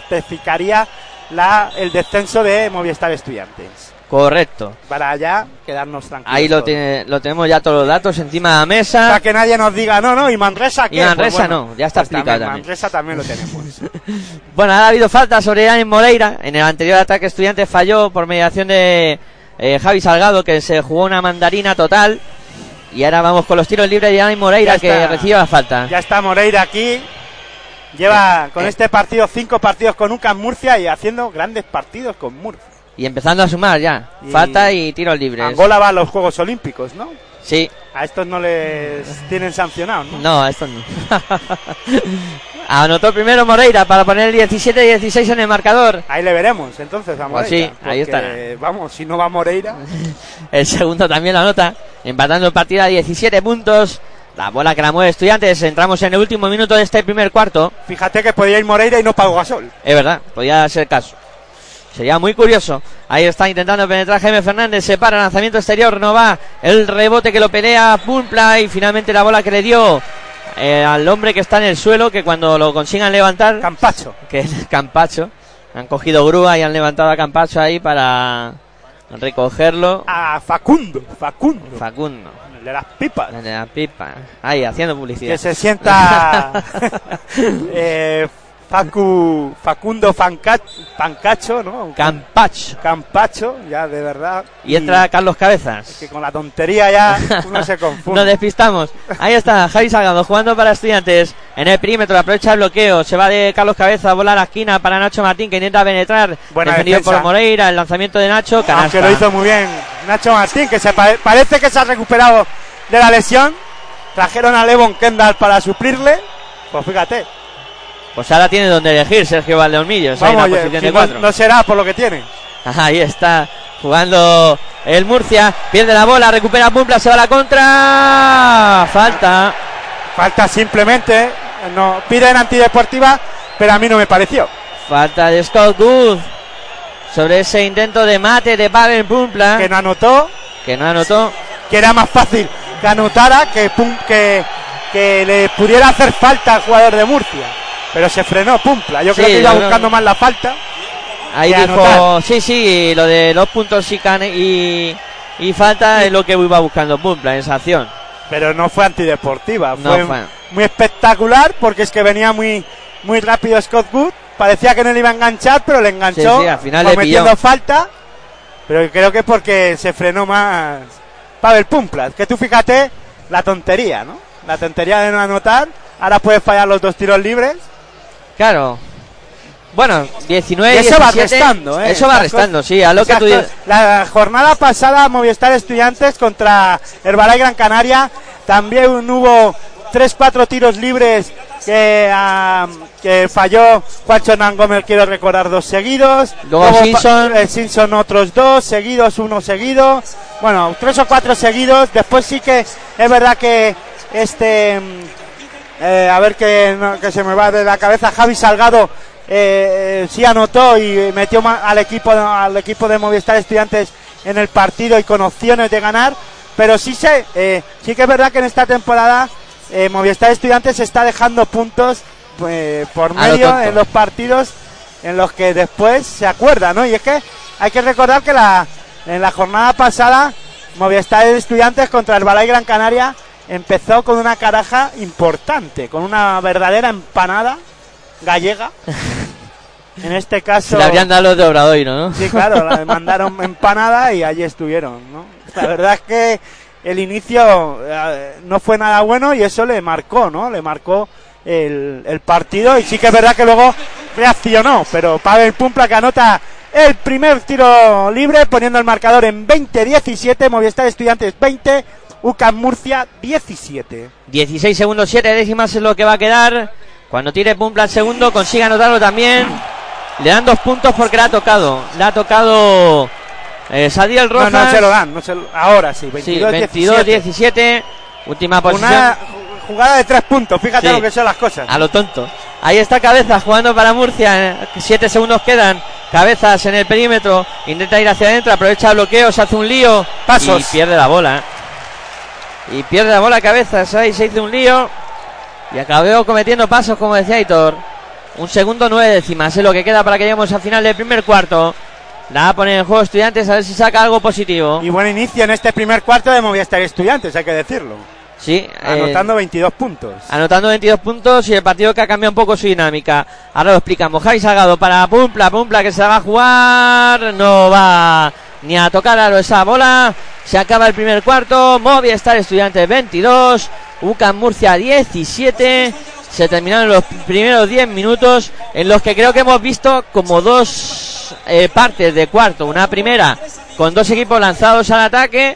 S5: el descenso de Movistar Estudiantes.
S1: Correcto.
S5: Para ya quedarnos tranquilos.
S1: Ahí lo tenemos ya todos los datos encima de la mesa.
S5: Para que nadie nos diga, no, y Manresa, ¿qué?
S1: Y Manresa pues bueno, no, ya está explicado también.
S5: Manresa también lo tenemos.
S1: Bueno, ha habido falta sobre Yannick Moreira. En el anterior ataque Estudiantes falló por mediación de Javi Salgado, que se jugó una mandarina total. Y ahora vamos con los tiros libres de Yannick Moreira, que recibe la falta.
S5: Ya está Moreira aquí. Lleva con este partido 5 partidos con UCAM Murcia y haciendo grandes partidos con Murcia.
S1: Y empezando a sumar ya. Falta y tiros libres.
S5: Angola va a los Juegos Olímpicos, ¿no?
S1: Sí.
S5: A estos no les tienen sancionados, ¿no?
S1: No, a estos no. Anotó primero Moreira para poner el 17-16 en el marcador.
S5: Ahí le veremos entonces a Moreira.
S1: Pues sí, ahí estará.
S5: Vamos, si no va Moreira.
S1: El segundo también la anota. Empatando el partido a 17 puntos. La bola que la mueve Estudiantes. Entramos en el último minuto de este primer cuarto.
S5: Fíjate que podía ir Moreira y no Pau Gasol.
S1: Es verdad, podía ser caso. Sería muy curioso. Ahí está intentando penetrar Jaime Fernández. Se para, lanzamiento exterior. No va. El rebote que lo pelea Pumpla. Y finalmente la bola que le dio al hombre que está en el suelo. Que cuando lo consigan levantar.
S5: Campacho.
S1: Que es Campacho. Han cogido grúa y han levantado a Campacho ahí para recogerlo.
S5: A Facundo. El de las pipas.
S1: El de las pipas. Ahí, haciendo publicidad.
S5: Que se sienta. Facundo Pancacho, ¿no? Campacho, ya de verdad.
S1: Y entra Carlos Cabezas.
S5: Es que con la tontería ya uno se confunde.
S1: Nos despistamos. Ahí está Javi Salgado jugando para Estudiantes. En el perímetro, aprovecha el bloqueo. Se va de Carlos Cabezas, bola a la esquina para Nacho Martín, que intenta penetrar.
S5: Buena
S1: defendido
S5: defensa
S1: por Moreira. El lanzamiento de Nacho. Canasta.
S5: Aunque lo hizo muy bien Nacho Martín, que parece que se ha recuperado de la lesión. Trajeron a Levon Kendall para suplirle. Pues fíjate.
S1: Pues ahora tiene donde elegir Sergio Valdeolmillos.
S5: Vamos,
S1: en la posición de 4.
S5: No será por lo que tiene.
S1: Ahí está jugando el Murcia. Pierde la bola, recupera Pumpla, se va a la contra. Falta
S5: simplemente. No piden antideportiva, pero a mí no me pareció.
S1: Falta de Scott Good sobre ese intento de mate de Pavel Pumpla.
S5: Que no anotó. Que era más fácil que anotara que le pudiera hacer falta al jugador de Murcia. Pero se frenó Pumpla. Yo creo que iba buscando más la falta.
S1: Ahí dijo, sí, lo de los puntos y falta es lo que iba buscando Pumpla en esa acción.
S5: Pero no fue antideportiva. Fue muy espectacular porque es que venía muy, muy rápido Scott Good. Parecía que no le iba a enganchar, pero le enganchó.
S1: Sí, al final
S5: cometiendo falta. Pero creo que porque se frenó más Pavel Pumpla. Que tú fíjate la tontería, ¿no? La tontería de no anotar. Ahora puedes fallar los 2 tiros libres.
S1: Claro. Bueno, 19
S5: y eso
S1: 17,
S5: va restando,
S1: Eso va restando, sí, a lo que tú dices.
S5: La jornada pasada Movistar Estudiantes contra Herbalife Gran Canaria también hubo 3-4 tiros libres que falló Juancho Hernán Gómez, quiero recordar 2 seguidos.
S1: Luego
S5: Simpson otros 2 seguidos, 1 seguido. Bueno, 3 o 4 seguidos. Después sí que es verdad que a ver que se me va de la cabeza, Javi Salgado sí anotó y metió al equipo de Movistar Estudiantes en el partido y con opciones de ganar. Pero sí que es verdad que en esta temporada Movistar Estudiantes está dejando puntos por medio en los partidos en los que después se acuerda, ¿no? Y es que hay que recordar que en la jornada pasada Movistar Estudiantes contra el Balay Gran Canaria empezó con una caraja importante, con una verdadera empanada gallega. En este caso...
S1: Se le habrían dado los de Obradoiro, ¿no?
S5: Sí, claro, le mandaron empanada y allí estuvieron, ¿no? La verdad es que el inicio no fue nada bueno y eso le marcó, ¿no? Le marcó el partido y sí que es verdad que luego reaccionó, pero Pavel Pumpla que anota el primer tiro libre poniendo el marcador en 20-17, Movistar Estudiantes 20, UCAM Murcia 17.
S1: 16 segundos, 7 décimas es lo que va a quedar. Cuando tire Pumpla el segundo, consigue anotarlo también. Le dan 2 puntos porque le ha tocado. Sadiel Rojas.
S5: No se lo dan, ahora sí.
S1: 22-17. Última posición.
S5: Una jugada de 3 puntos, fíjate lo que son las cosas.
S1: A lo tonto. Ahí está Cabezas jugando para Murcia. 7 segundos quedan. Cabezas en el perímetro. Intenta ir hacia adentro, aprovecha el bloqueo, se hace un lío.
S5: Pasos.
S1: Y pierde la bola. Cabezas. Ahí se hizo un lío. Y acabó cometiendo pasos, como decía Aitor. 1 segundo 9 décimas es lo que queda para que lleguemos al final del primer cuarto. La va a poner en juego Estudiantes a ver si saca algo positivo.
S5: Y buen inicio en este primer cuarto de Movistar Estudiantes, hay que decirlo.
S1: Sí.
S5: Anotando 22 puntos.
S1: Anotando 22 puntos y el partido que ha cambiado un poco su dinámica. Ahora lo explicamos. Javi Salgado para Pumpla que se la va a jugar. No va ni a tocar a esa bola. Se acaba el primer cuarto. Movistar Estudiantes 22. UCAM Murcia 17. Se terminaron los primeros 10 minutos en los que creo que hemos visto como 2 partes de cuarto. Una primera con 2 equipos lanzados al ataque,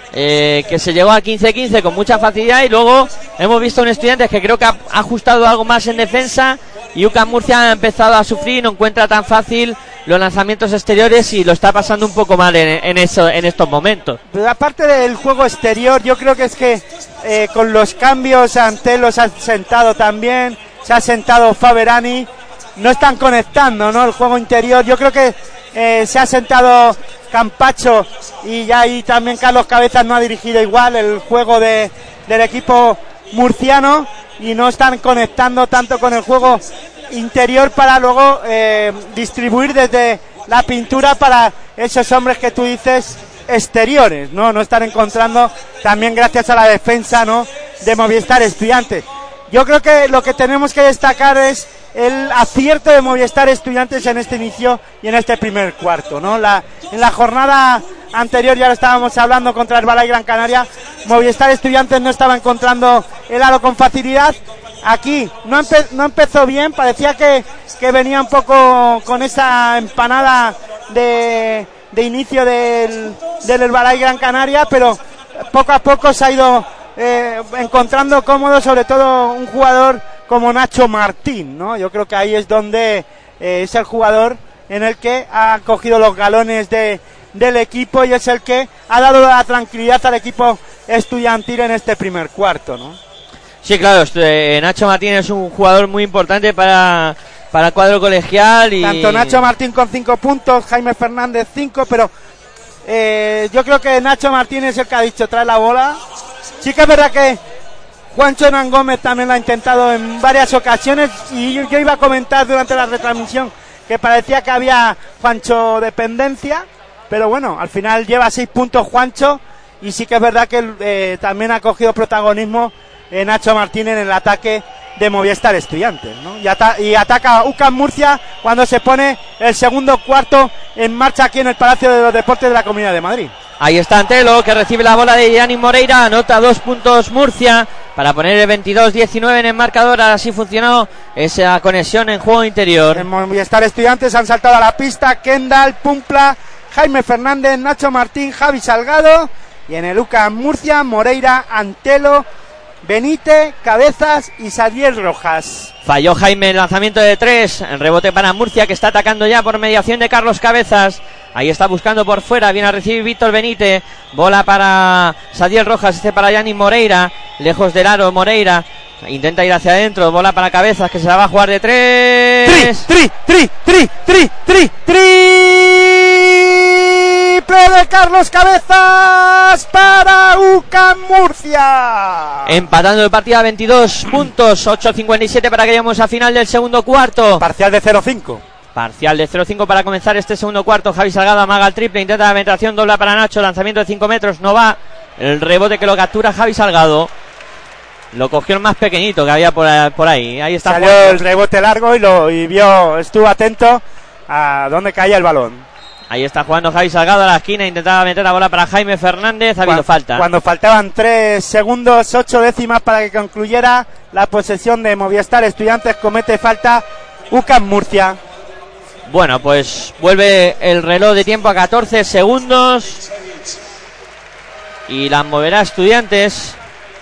S1: que se llegó a 15-15 con mucha facilidad, y luego hemos visto un Estudiantes que creo que ha ajustado algo más en defensa, y UCAM Murcia ha empezado a sufrir, no encuentra tan fácil los lanzamientos exteriores y lo está pasando un poco mal en estos momentos.
S5: Pero aparte del juego exterior, yo creo que es que con los cambios Antelo se ha sentado también, se ha sentado Faberani, no están conectando, ¿no? El juego interior, yo creo que se ha sentado Campacho y ya ahí también Carlos Cabezas no ha dirigido igual el juego del equipo murciano y no están conectando tanto con el juego interior para luego distribuir desde la pintura para esos hombres que tú dices exteriores, no están encontrando, también gracias a la defensa, ¿no?, de Movistar Estudiantes. Yo creo que lo que tenemos que destacar es el acierto de Movistar Estudiantes en este inicio y en este primer cuarto, ¿no? En la jornada anterior, ya lo estábamos hablando, contra el Balay Gran Canaria, Movistar Estudiantes no estaba encontrando el aro con facilidad. Aquí no empezó bien, parecía que venía un poco con esa empanada de inicio del Balay Gran Canaria, pero poco a poco se ha ido encontrando cómodo, sobre todo un jugador como Nacho Martín, ¿no? Yo creo que ahí es donde es el jugador en el que ha cogido los galones del equipo y es el que ha dado la tranquilidad al equipo estudiantil en este primer cuarto, ¿no?
S1: Sí, claro, Nacho Martín es un jugador muy importante para el cuadro colegial. Y
S5: tanto Nacho Martín con 5 puntos, Jaime Fernández 5, pero yo creo que Nacho Martín es el que ha dicho trae la bola. Sí que es verdad que Juancho Hernán Gómez también lo ha intentado en varias ocasiones y yo iba a comentar durante la retransmisión que parecía que había Juancho dependencia, pero bueno, al final lleva 6 puntos Juancho y sí que es verdad que también ha cogido protagonismo Nacho Martín en el ataque de Movistar Estudiantes, ¿no? Y ataca UCAM Murcia cuando se pone el segundo cuarto en marcha aquí en el Palacio de los Deportes de la Comunidad de Madrid.
S1: Ahí está Antelo, que recibe la bola de Gianni Moreira, anota 2 puntos Murcia para poner el 22-19 en el marcador. Así funcionó esa conexión en juego interior.
S5: En Movistar Estudiantes han saltado a la pista Kendall, Pumpla, Jaime Fernández, Nacho Martín, Javi Salgado, y en el UCAM Murcia, Moreira, Antelo, Benítez, Cabezas y Sadiel Rojas.
S1: Falló Jaime el lanzamiento de 3. El rebote para Murcia, que está atacando ya por mediación de Carlos Cabezas. Ahí está buscando por fuera. Viene a recibir Víctor Benítez. Bola para Sadiel Rojas. Este para Yanni Moreira. Lejos del aro Moreira. Intenta ir hacia adentro. Bola para Cabezas, que se la va a jugar de 3.
S5: Triple de Carlos Cabezas para UCAM Murcia.
S1: Empatando el partido a 22 puntos. 8:57 para que lleguemos a final del segundo cuarto.
S5: Parcial de 0-5.
S1: Parcial de 0-5 para comenzar este segundo cuarto. Javi Salgado amaga el triple, intenta la penetración, dobla para Nacho, lanzamiento de 5 metros, no va. El rebote que lo captura Javi Salgado. Lo cogió el más pequeñito que había por ahí. Ahí está.
S5: Salió jugando el rebote largo estuvo atento a dónde caía el balón.
S1: Ahí está jugando Javi Salgado a la esquina, intentaba meter la bola para Jaime Fernández, ha habido falta.
S5: Cuando faltaban 3 segundos, 8 décimas para que concluyera la posesión de Movistar Estudiantes, comete falta UCAM Murcia.
S1: Bueno, pues vuelve el reloj de tiempo a 14 segundos y la moverá Estudiantes.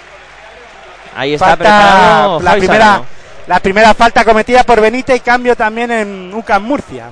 S1: Ahí está preparado
S5: la primera falta cometida por Benítez y cambio también en UCAM Murcia.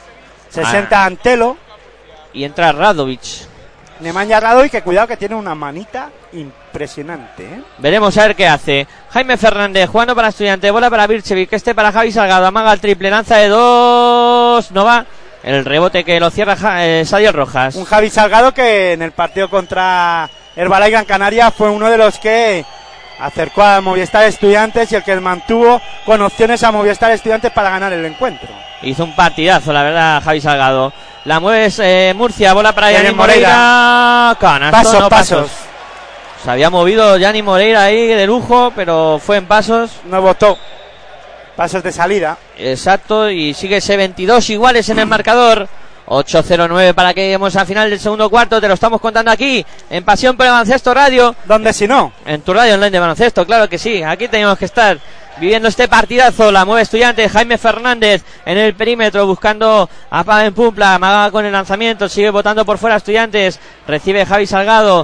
S5: 60 Antelo.
S1: Y entra Radovic.
S5: Nemanja Radovic, que cuidado que tiene una manita impresionante, ¿eh?
S1: Veremos a ver qué hace. Jaime Fernández jugando para Estudiantes, bola para Birchevic, para Javi Salgado, amaga el triple, lanza de 2, no va. El rebote que lo cierra Sadiel Rojas.
S5: Un Javi Salgado que en el partido contra Herbalife Gran Canaria fue uno de los que acercó a Movistar Estudiantes y el que mantuvo con opciones a Movistar Estudiantes para ganar el encuentro.
S1: Hizo un partidazo, la verdad, Javi Salgado. La mueve Murcia, bola para Yanni Moreira. Canasto, pasos. Se había movido Yanni Moreira ahí de lujo, pero fue en pasos.
S5: No votó. Pasos de salida.
S1: Exacto, y sigue ese 22 iguales en el marcador. 8:09 para que lleguemos al final del segundo cuarto. Te lo estamos contando aquí en Pasión por el Baloncesto Radio.
S5: ¿Dónde si no?
S1: En tu radio online de baloncesto, claro que sí. Aquí tenemos que estar viviendo este partidazo. La mueve Estudiantes, Jaime Fernández en el perímetro buscando a Paven Pumpla, amaga con el lanzamiento, sigue botando por fuera Estudiantes, recibe Javi Salgado,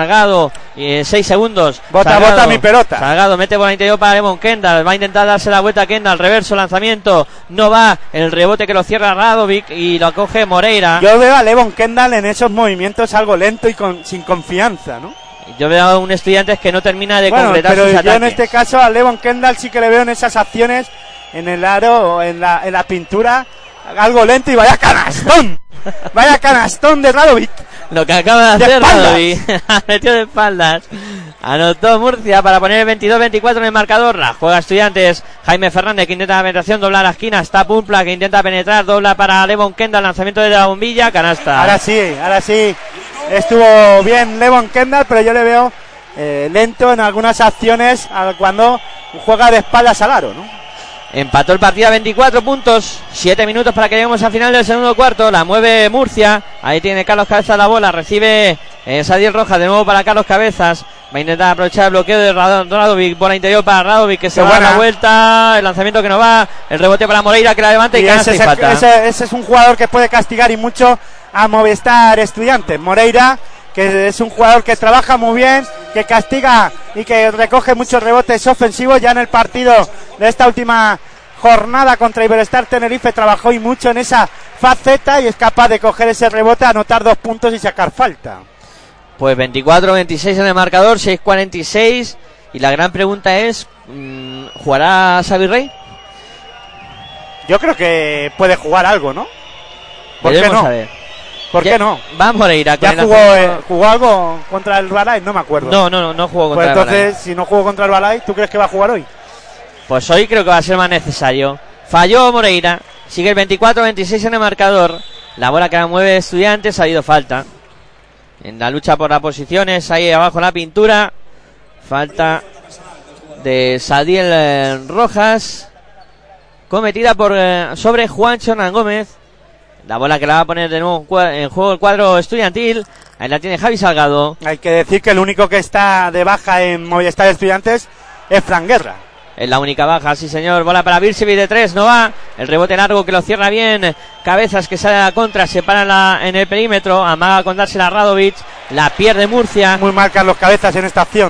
S1: 6 segundos.
S5: Bota mi pelota.
S1: Salgado mete por el interior para Lemon Kendall, va a intentar darse la vuelta a Kendall, reverso, lanzamiento, no va, el rebote que lo cierra Radovic y lo coge Moreira.
S5: Yo veo a Lemon Kendall en esos movimientos algo lento y sin confianza, ¿no?
S1: Yo veo a un Estudiantes que no termina de completar sus ataques.
S5: Pero yo en este caso a Levon Kendall sí que le veo en esas acciones, en el aro, en la pintura, algo lento y vaya canastón. Vaya canastón de Radovic.
S1: Lo que acaba de hacer Radovic, metió de espaldas. Anotó Murcia para poner el 22-24 en el marcador. La juega Estudiantes. Jaime Fernández que intenta la penetración, dobla a la esquina. Está Pumpla que intenta penetrar, dobla para Levon Kendall, lanzamiento de la bombilla, canasta.
S5: Ahora sí. Estuvo bien Levon Kendall, pero yo le veo lento en algunas acciones cuando juega de espaldas al aro, ¿no?
S1: Empató el partido a 24 puntos. 7 minutos para que lleguemos al final del segundo cuarto. La mueve Murcia. Ahí tiene Carlos Cabezas la bola. Recibe Sadiel Rojas de nuevo para Carlos Cabezas. Va a intentar aprovechar el bloqueo de Radovic. Bola interior para Radovic que se va a la vuelta. El lanzamiento que no va. El rebote para Moreira que la levanta y canasta y falta.
S5: Ese es un jugador que puede castigar y mucho a Movistar Estudiantes. Moreira, que es un jugador que trabaja muy bien, que castiga y que recoge muchos rebotes ofensivos. Ya en el partido de esta última jornada contra Iberostar Tenerife trabajó y mucho en esa faceta y es capaz de coger ese rebote, anotar 2 puntos y sacar falta.
S1: Pues 24-26 en el marcador, 6:46 y la gran pregunta es, ¿jugará Xavi Rey?
S5: Yo creo que puede jugar algo, ¿no? ¿Por qué no? ¿Por qué no?
S1: Va Moreira.
S5: ¿Ya jugó algo contra el Herbalife? No me acuerdo.
S1: No jugó contra el Herbalife.
S5: Pues entonces, si no jugó contra el Herbalife, ¿tú crees que va a jugar hoy?
S1: Pues hoy creo que va a ser más necesario. Falló Moreira. Sigue el 24-26 en el marcador. La bola que la mueve Estudiantes, ha habido falta. En la lucha por las posiciones, ahí abajo la pintura. Falta de Sadiel Rojas. Cometida sobre Juancho Hernán Gómez. La bola que la va a poner de nuevo en juego el cuadro estudiantil. Ahí la tiene Javi Salgado.
S5: Hay que decir que el único que está de baja en Movistar Estudiantes es Fran Guerra.
S1: Es la única baja, sí señor. Bola para Birchevic de 3, no va. El rebote largo que lo cierra bien. Cabezas que sale a la contra, se para en el perímetro. Amaga con dársela a Radovic. La pierde Murcia.
S5: Muy mal Carlos Cabezas en esta acción.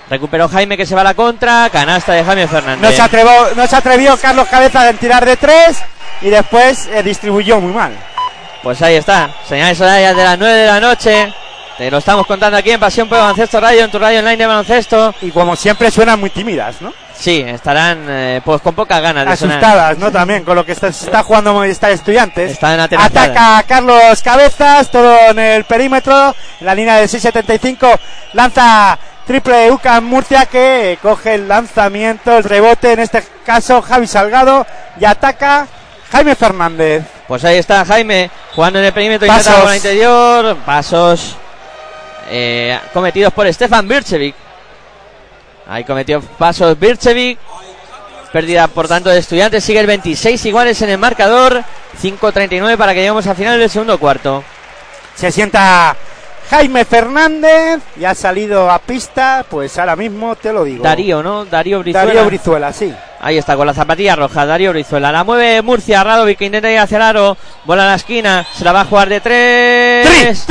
S1: Recuperó Jaime, que se va a la contra. Canasta de Jaime Fernández.
S5: No se atrevió Carlos Cabeza en tirar de 3 y después distribuyó muy mal.
S1: Pues ahí está, señales horarias de las 9 de la noche. Te lo estamos contando aquí en Pasión por el Baloncesto Radio, en tu radio online de baloncesto.
S5: Y como siempre suenan muy tímidas, ¿no?
S1: Sí, estarán pues con pocas ganas de
S5: asustadas,
S1: sonar.
S5: ¿no? También con lo que está jugando Movistar Estudiantes.
S1: Están atenazadas.
S5: Ataca a Carlos Cabezas, todo en el perímetro, en la línea de 6.75. Lanza triple UCAM Murcia, que coge el lanzamiento, el rebote, en este caso Javi Salgado, y ataca Jaime Fernández.
S1: Pues ahí está Jaime jugando en el perímetro, intentando con el interior. Pasos cometidos por Stefan Bircevic. Ahí cometió pasos Bircevic. Pérdida por tanto de Estudiantes. Sigue el 26 iguales en el marcador. 5:39 para que lleguemos al final del segundo cuarto.
S5: Se sienta Jaime Fernández y ha salido a pista, pues ahora mismo te lo digo.
S1: Darío, ¿no? Darío Brizuela.
S5: Darío Brizuela, sí.
S1: Ahí está, con la zapatilla roja, Darío Brizuela. La mueve Murcia, Radovic, que intenta ir hacia el aro. Bola a la esquina, se la va a jugar de 3.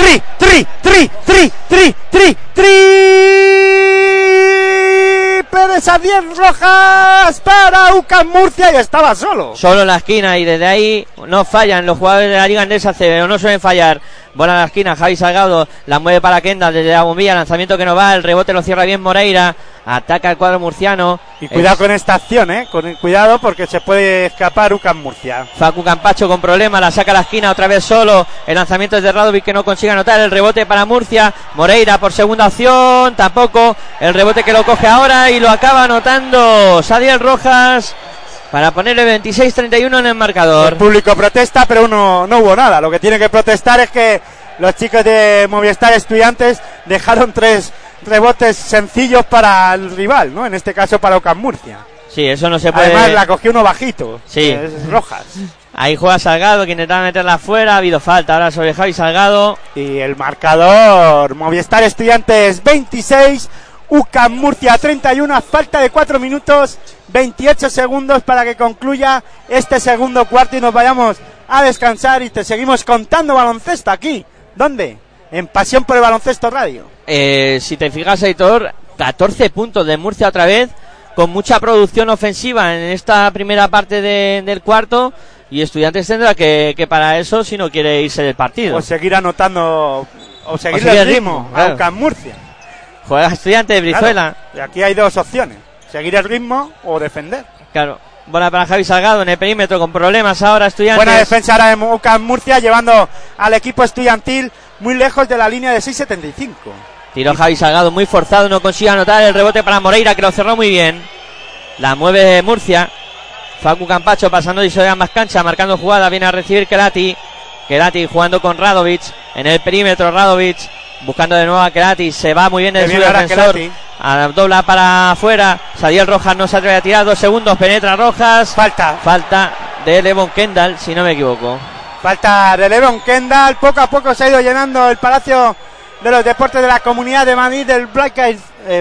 S5: Triple de Xavier Rojas para UCAM Murcia, y estaba solo.
S1: Solo en la esquina, y desde ahí no fallan los jugadores de la Liga Andesa CB, o no suelen fallar. Bola a la esquina, Javi Salgado la mueve para Kendall desde la bombilla, lanzamiento que no va, el rebote lo cierra bien Moreira, ataca el cuadro murciano.
S5: Y cuidado con esta acción, cuidado porque se puede escapar UCAM Murcia.
S1: Facu Campacho con problemas, la saca a la esquina otra vez solo, el lanzamiento es de Radovic, que no consigue anotar, el rebote para Murcia, Moreira por segunda opción, tampoco, el rebote que lo coge ahora y lo acaba anotando Xavier Rojas para ponerle 26-31 en el marcador.
S5: El público protesta, pero no hubo nada. Lo que tiene que protestar es que los chicos de Movistar Estudiantes dejaron 3 rebotes sencillos para el rival, ¿no? En este caso para UCAM Murcia.
S1: Sí, eso no se puede.
S5: Además la cogió uno bajito.
S1: Sí.
S5: Es Rojas.
S1: Ahí juega Salgado, que intentaba meterla afuera. Ha habido falta ahora sobre Javi Salgado.
S5: Y el marcador: Movistar Estudiantes 26, UCAM Murcia 31, a falta de 4 minutos 28 segundos para que concluya este segundo cuarto y nos vayamos a descansar, y te seguimos contando baloncesto aquí. ¿Dónde? En Pasión por el Baloncesto Radio.
S1: Si te fijas, Aitor, 14 puntos de Murcia otra vez, con mucha producción ofensiva en esta primera parte del cuarto, y Estudiantes tendrá que para eso, si no quiere irse del partido.
S5: O seguir anotando, o seguir el ritmo,
S1: claro.
S5: A UCAM Murcia.
S1: Juega Estudiantes, Brizuela.
S5: Claro. Y aquí hay 2 opciones: seguir el ritmo o defender.
S1: Claro. Bola para Javi Salgado en el perímetro, con problemas ahora Estudiantes.
S5: Buena defensa ahora de UCAM Murcia, llevando al equipo estudiantil muy lejos de la línea de 6.75.
S1: Tiró Javi Salgado muy forzado, no consigue anotar, el rebote para Moreira, que lo cerró muy bien. La mueve Murcia. Facu Campacho pasando y se da más cancha, marcando jugada, viene a recibir Kelati jugando con Radovic en el perímetro. Radovic buscando de nuevo a Kelati, se va muy bien de su defensor, dobla para afuera. Xavier Rojas no se atreve a tirar, 2 segundos, penetra Rojas. Falta de Levon Kendall, si no me equivoco.
S5: Falta de Levon Kendall. Poco a poco se ha ido llenando el Palacio de los Deportes de la Comunidad de Madrid del Barclays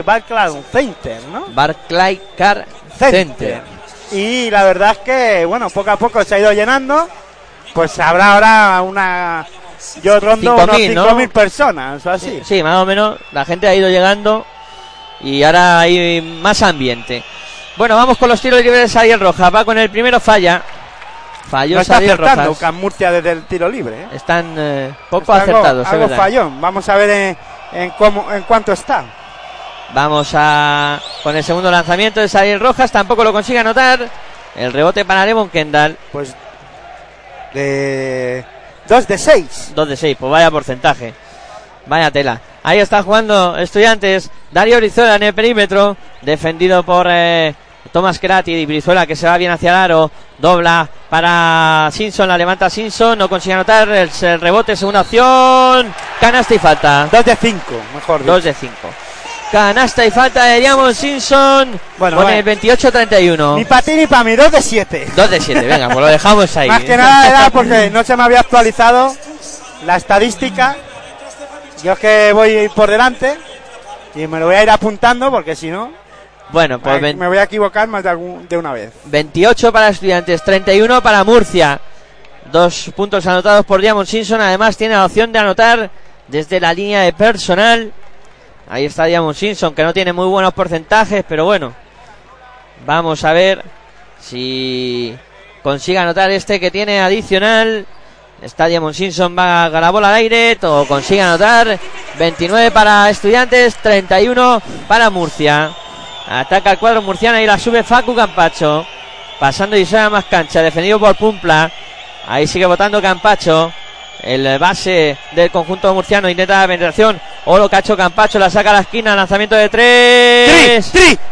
S5: Center, ¿no?
S1: Barclays Center.
S5: Y la verdad es que, bueno, poco a poco se ha ido llenando. Pues habrá ahora yo rondo
S1: 5.000,
S5: unos 5.000 personas o así.
S1: Sí, más o menos. La gente ha ido llegando y ahora hay más ambiente. Bueno, vamos con los tiros libres de Xavier Rojas. Va con el primero, falla. Falló
S5: no
S1: Xavier Rojas.
S5: UCAM Murcia desde el tiro libre.
S1: Están poco acertados.
S5: Algo fallón. Vamos a ver en cuánto está.
S1: Vamos con el segundo lanzamiento de Xavier Rojas. Tampoco lo consigue anotar. El rebote para Levon Kendall.
S5: Pues 2 de 6.
S1: 2 de 6, pues vaya porcentaje. Vaya tela. Ahí está jugando Estudiantes. Darío Brizuela en el perímetro, defendido por Tomás Kelati, y Brizuela, que se va bien hacia el aro. Dobla para Simpson, la levanta Simpson, no consigue anotar. El rebote, segunda opción. Canasta y falta.
S5: 2 de 5, mejor dicho.
S1: 2 de 5. Canasta y falta de Diamond Simpson.
S5: Bueno,
S1: con el 28-31.
S5: Ni para ti ni para mí, 2 de 7.
S1: 2 de 7, venga, pues lo dejamos ahí.
S5: Más que nada era porque no se me había actualizado la estadística. Yo es que voy por delante y me lo voy a ir apuntando, porque si no,
S1: bueno, pues
S5: me voy a equivocar más de una vez.
S1: 28 para Estudiantes, 31 para Murcia. 2 puntos anotados por Diamond Simpson. Además tiene la opción de anotar desde la línea de personal Ahí está Diamond Simpson, que no tiene muy buenos porcentajes, pero bueno. Vamos a ver si consigue anotar este que tiene adicional. Está Diamond Simpson, va a la bola al aire, todo consigue anotar. 29 para Estudiantes, 31 para Murcia. Ataca el cuadro murciano y la sube Facu Campacho. Pasando y a más cancha, defendido por Pumpla. Ahí sigue votando Campacho. El base del conjunto murciano intenta la penetración. Oro Cacho Campacho, la saca a la esquina, lanzamiento de 3.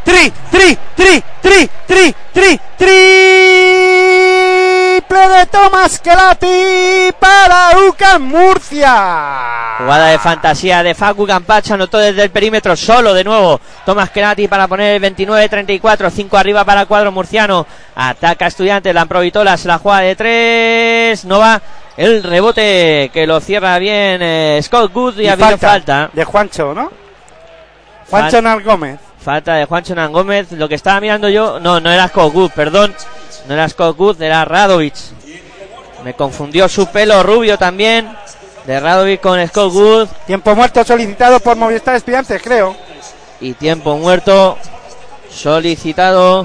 S5: Triple de Tomás Kelati para UCAM Murcia.
S1: Jugada de fantasía de Facu Campacho, anotó desde el perímetro solo de nuevo Tomás Kelati para poner el 29-34, 5 arriba para el cuadro murciano. Ataca Estudiantes, la Provitola, se la juega de 3, no va. El rebote que lo cierra bien Scott Good y ha habido falta
S5: de Juancho, ¿no? Juancho Hernán Gómez.
S1: Falta de Juancho Hernán Gómez. Lo que estaba mirando yo, no era Scott Good, perdón. No era Scott Good, era Radovic. Me confundió su pelo rubio también. De Radovic con Scott Good.
S5: Tiempo muerto solicitado por Movistar Estudiantes, creo.
S1: Y tiempo muerto solicitado,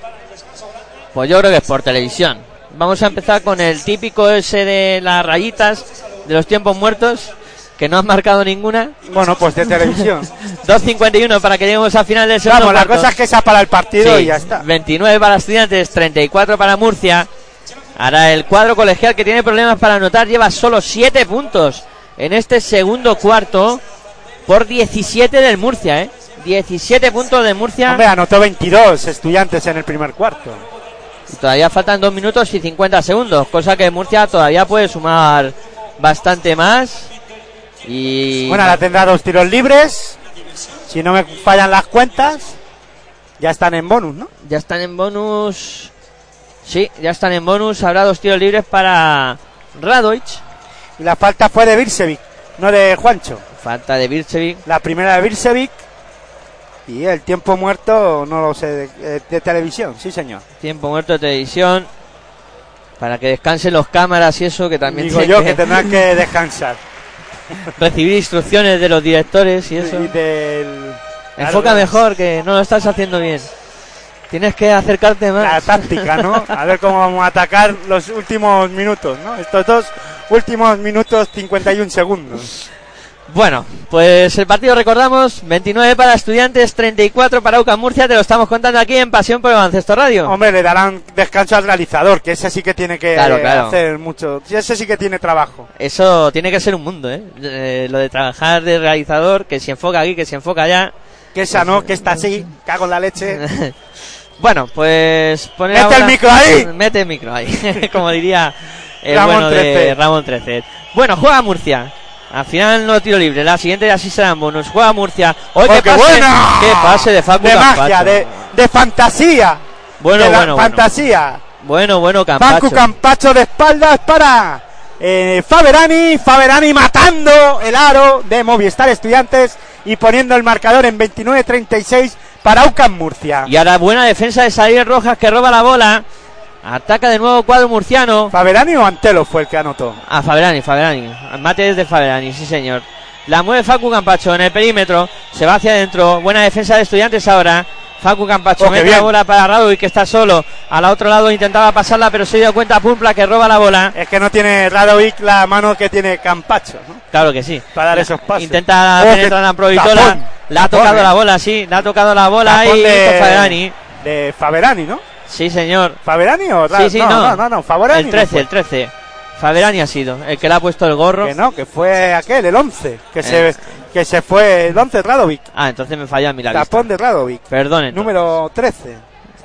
S1: pues yo creo que es por televisión. Vamos a empezar con el típico ese de las rayitas de los tiempos muertos, que no han marcado ninguna.
S5: Bueno, pues de televisión.
S1: 2:51 para que lleguemos al final del segundo
S5: cuarto.
S1: La
S5: cosa es que sea para el partido, sí, y ya está.
S1: 29 para Estudiantes, 34 para Murcia. Ahora el cuadro colegial, que tiene problemas para anotar, lleva solo 7 puntos en este segundo cuarto por 17 del Murcia, 17 puntos de Murcia.
S5: Hombre, anotó 22 Estudiantes en el primer cuarto.
S1: Y todavía faltan 2 minutos y 50 segundos, cosa que Murcia todavía puede sumar bastante más. Y
S5: bueno, ahora tendrá 2 tiros libres. Si no me fallan las cuentas, ya están en bonus, ¿no?
S1: Ya están en bonus. Sí, ya están en bonus. Habrá 2 tiros libres para Radovic.
S5: Y la falta fue de Birsevic, no de Juancho.
S1: Falta de Birsevic.
S5: La primera de Birsevic. Y el tiempo muerto, no lo sé, de televisión, sí señor.
S1: Tiempo muerto de televisión. Para que descansen los cámaras y eso, que también
S5: digo yo que tendrán que descansar.
S1: Recibir instrucciones de los directores y eso.
S5: Y del...
S1: Enfoca mejor, que no lo estás haciendo bien. Tienes que acercarte más.
S5: La táctica, ¿no? A ver cómo vamos a atacar los últimos minutos, ¿no? Estos 2 últimos minutos, 51 segundos.
S1: Bueno, pues el partido, recordamos, 29 para Estudiantes, 34 para UCAM Murcia. Te lo estamos contando aquí en Pasión por el Baloncesto Radio.
S5: Hombre, le darán descanso al realizador, que ese sí que tiene que hacer mucho. Ese sí que tiene trabajo.
S1: Eso tiene que ser un mundo, lo de trabajar de realizador, que si enfoca aquí, que si enfoca allá.
S5: Que esa no, que está así, cago en la leche.
S1: Bueno, pues...
S5: ¡Mete el micro ahí!
S1: Mete el micro ahí, como diría el
S5: Ramón
S1: bueno
S5: 13.
S1: de Ramón 13. Bueno, juega Murcia. Al final no tiro libre, la siguiente ya sí será en bonus. Juega Murcia. ¡Oh, qué pase!
S5: Buena!
S1: ¡Qué pase de Facu
S5: de
S1: Campacho!
S5: Magia, de fantasía.
S1: Bueno.
S5: Fantasía.
S1: Bueno, Campacho.
S5: Facu Campacho de espaldas para Faberani. Faberani matando el aro de Movistar Estudiantes y poniendo el marcador en 29-36 para UCAM Murcia.
S1: Y ahora buena defensa de Xavier Rojas, que roba la bola. Ataca de nuevo cuadro murciano.
S5: ¿Faberani o Antelo fue el que anotó?
S1: Faberani. Mate desde Faberani, sí señor. La mueve Facu Campacho en el perímetro. Se va hacia adentro. Buena defensa de Estudiantes ahora. Facu Campacho mete la bola para Radovic, que está solo. Al otro lado intentaba pasarla, pero se dio cuenta Pumpla, que roba la bola.
S5: Es que no tiene Radovic la mano que tiene Campacho, ¿no?
S1: Claro que sí.
S5: Para dar esos pasos.
S1: Intenta penetrar la Provitola. Le ha tocado la bola, sí. Le ha tocado la bola y
S5: Faberani. De Faberani, ¿no?
S1: Sí, señor.
S5: ¿Faberani o
S1: Radovic? Sí,
S5: no. Faberani.
S1: El 13. Faberani ha sido el que le ha puesto el gorro.
S5: Que no, que fue aquel, el 11. Que se fue el 11, Radovic.
S1: Ah, entonces me falla a mí la
S5: tapón
S1: lista.
S5: De Radovic.
S1: Perdón.
S5: Número 13.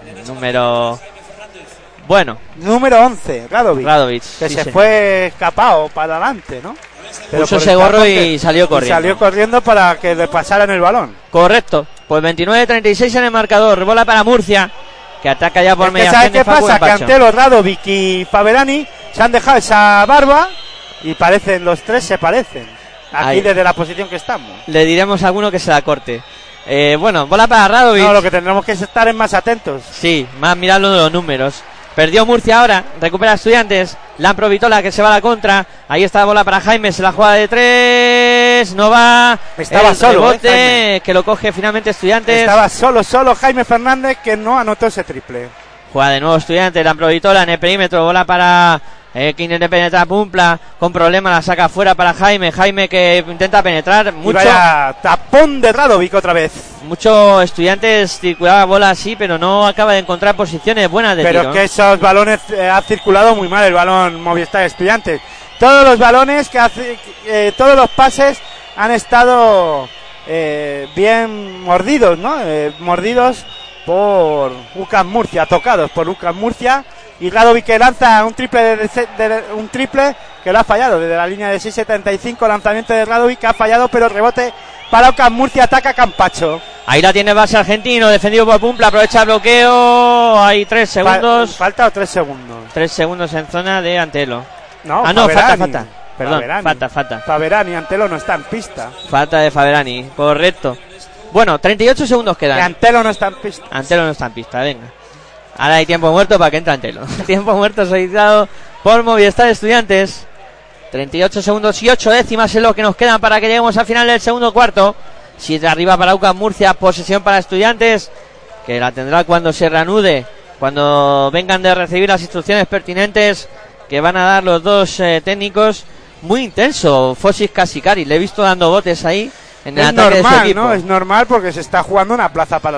S1: Bueno.
S5: Número 11, Radovic. Que
S1: sí,
S5: se fue escapado para adelante, ¿no?
S1: Pero puso ese gorro y salió corriendo.
S5: Salió corriendo para que le pasaran el balón.
S1: Correcto. Pues 29-36 en el marcador. Bola para Murcia, que ataca ya por mediación.
S5: ¿Sabes qué pasa? Que Antelo, Radovic y Faberani se han dejado esa barba y los tres se parecen. Aquí ahí, desde la posición que estamos.
S1: Le diremos a alguno que se la corte. Bueno, bola para Radovic.
S5: No, lo que tendremos que estar es más atentos.
S1: Sí, más mirando los números. Perdió Murcia ahora, recupera Estudiantes. La Provitola, que se va a la contra. Ahí está la bola para Jaime, se la juega de 3. Estudiantes, no va.
S5: Estaba
S1: el
S5: solo,
S1: rebote, que lo coge finalmente Estudiantes.
S5: Estaba solo Jaime Fernández, que no anotó ese triple.
S1: Juega de nuevo Estudiantes, la Provitola en el perímetro, bola para que intenta penetrar Pumpla, con problemas la saca fuera para Jaime que intenta penetrar mucho.
S5: Y vaya tapón de Radovic otra vez.
S1: Muchos Estudiantes circulaba bola así, pero no acaba de encontrar posiciones buenas de tiro.
S5: Pero que esos balones ha circulado muy mal el balón Movistar Estudiantes. Todos los balones que hace, todos los pases han estado bien mordidos, ¿no? Mordidos por UCAM Murcia, tocados por UCAM Murcia, y Radovic que lanza un triple un triple que lo ha fallado desde la línea de 6.75, lanzamiento de Radovic que ha fallado, pero rebote para UCAM Murcia, ataca Campacho.
S1: Ahí la tiene el base argentino, defendido por Pumpla, aprovecha el bloqueo, hay 3 segundos.
S5: Falta 3 segundos.
S1: 3 segundos en zona de Antelo.
S5: No,
S1: no,
S5: Faverani.
S1: falta. Perdón, falta.
S5: Faverani, Antelo no está en pista.
S1: Falta de Faverani, correcto. Bueno, 38 segundos quedan.
S5: Que Antelo no está en pista.
S1: Antelo no está en pista, venga. Ahora hay tiempo muerto para que entre Antelo. Tiempo muerto solicitado por Movistar Estudiantes. 38 segundos y 8 décimas es lo que nos quedan para que lleguemos al final del segundo cuarto. 7 arriba para UCAM Murcia, posesión para Estudiantes, que la tendrá cuando se reanude, cuando vengan de recibir las instrucciones pertinentes que van a dar los dos técnicos. Muy intenso Fosis Casicari, le he visto dando botes ahí en el ataque de su equipo.
S5: ¿No? Es normal porque se está jugando una plaza para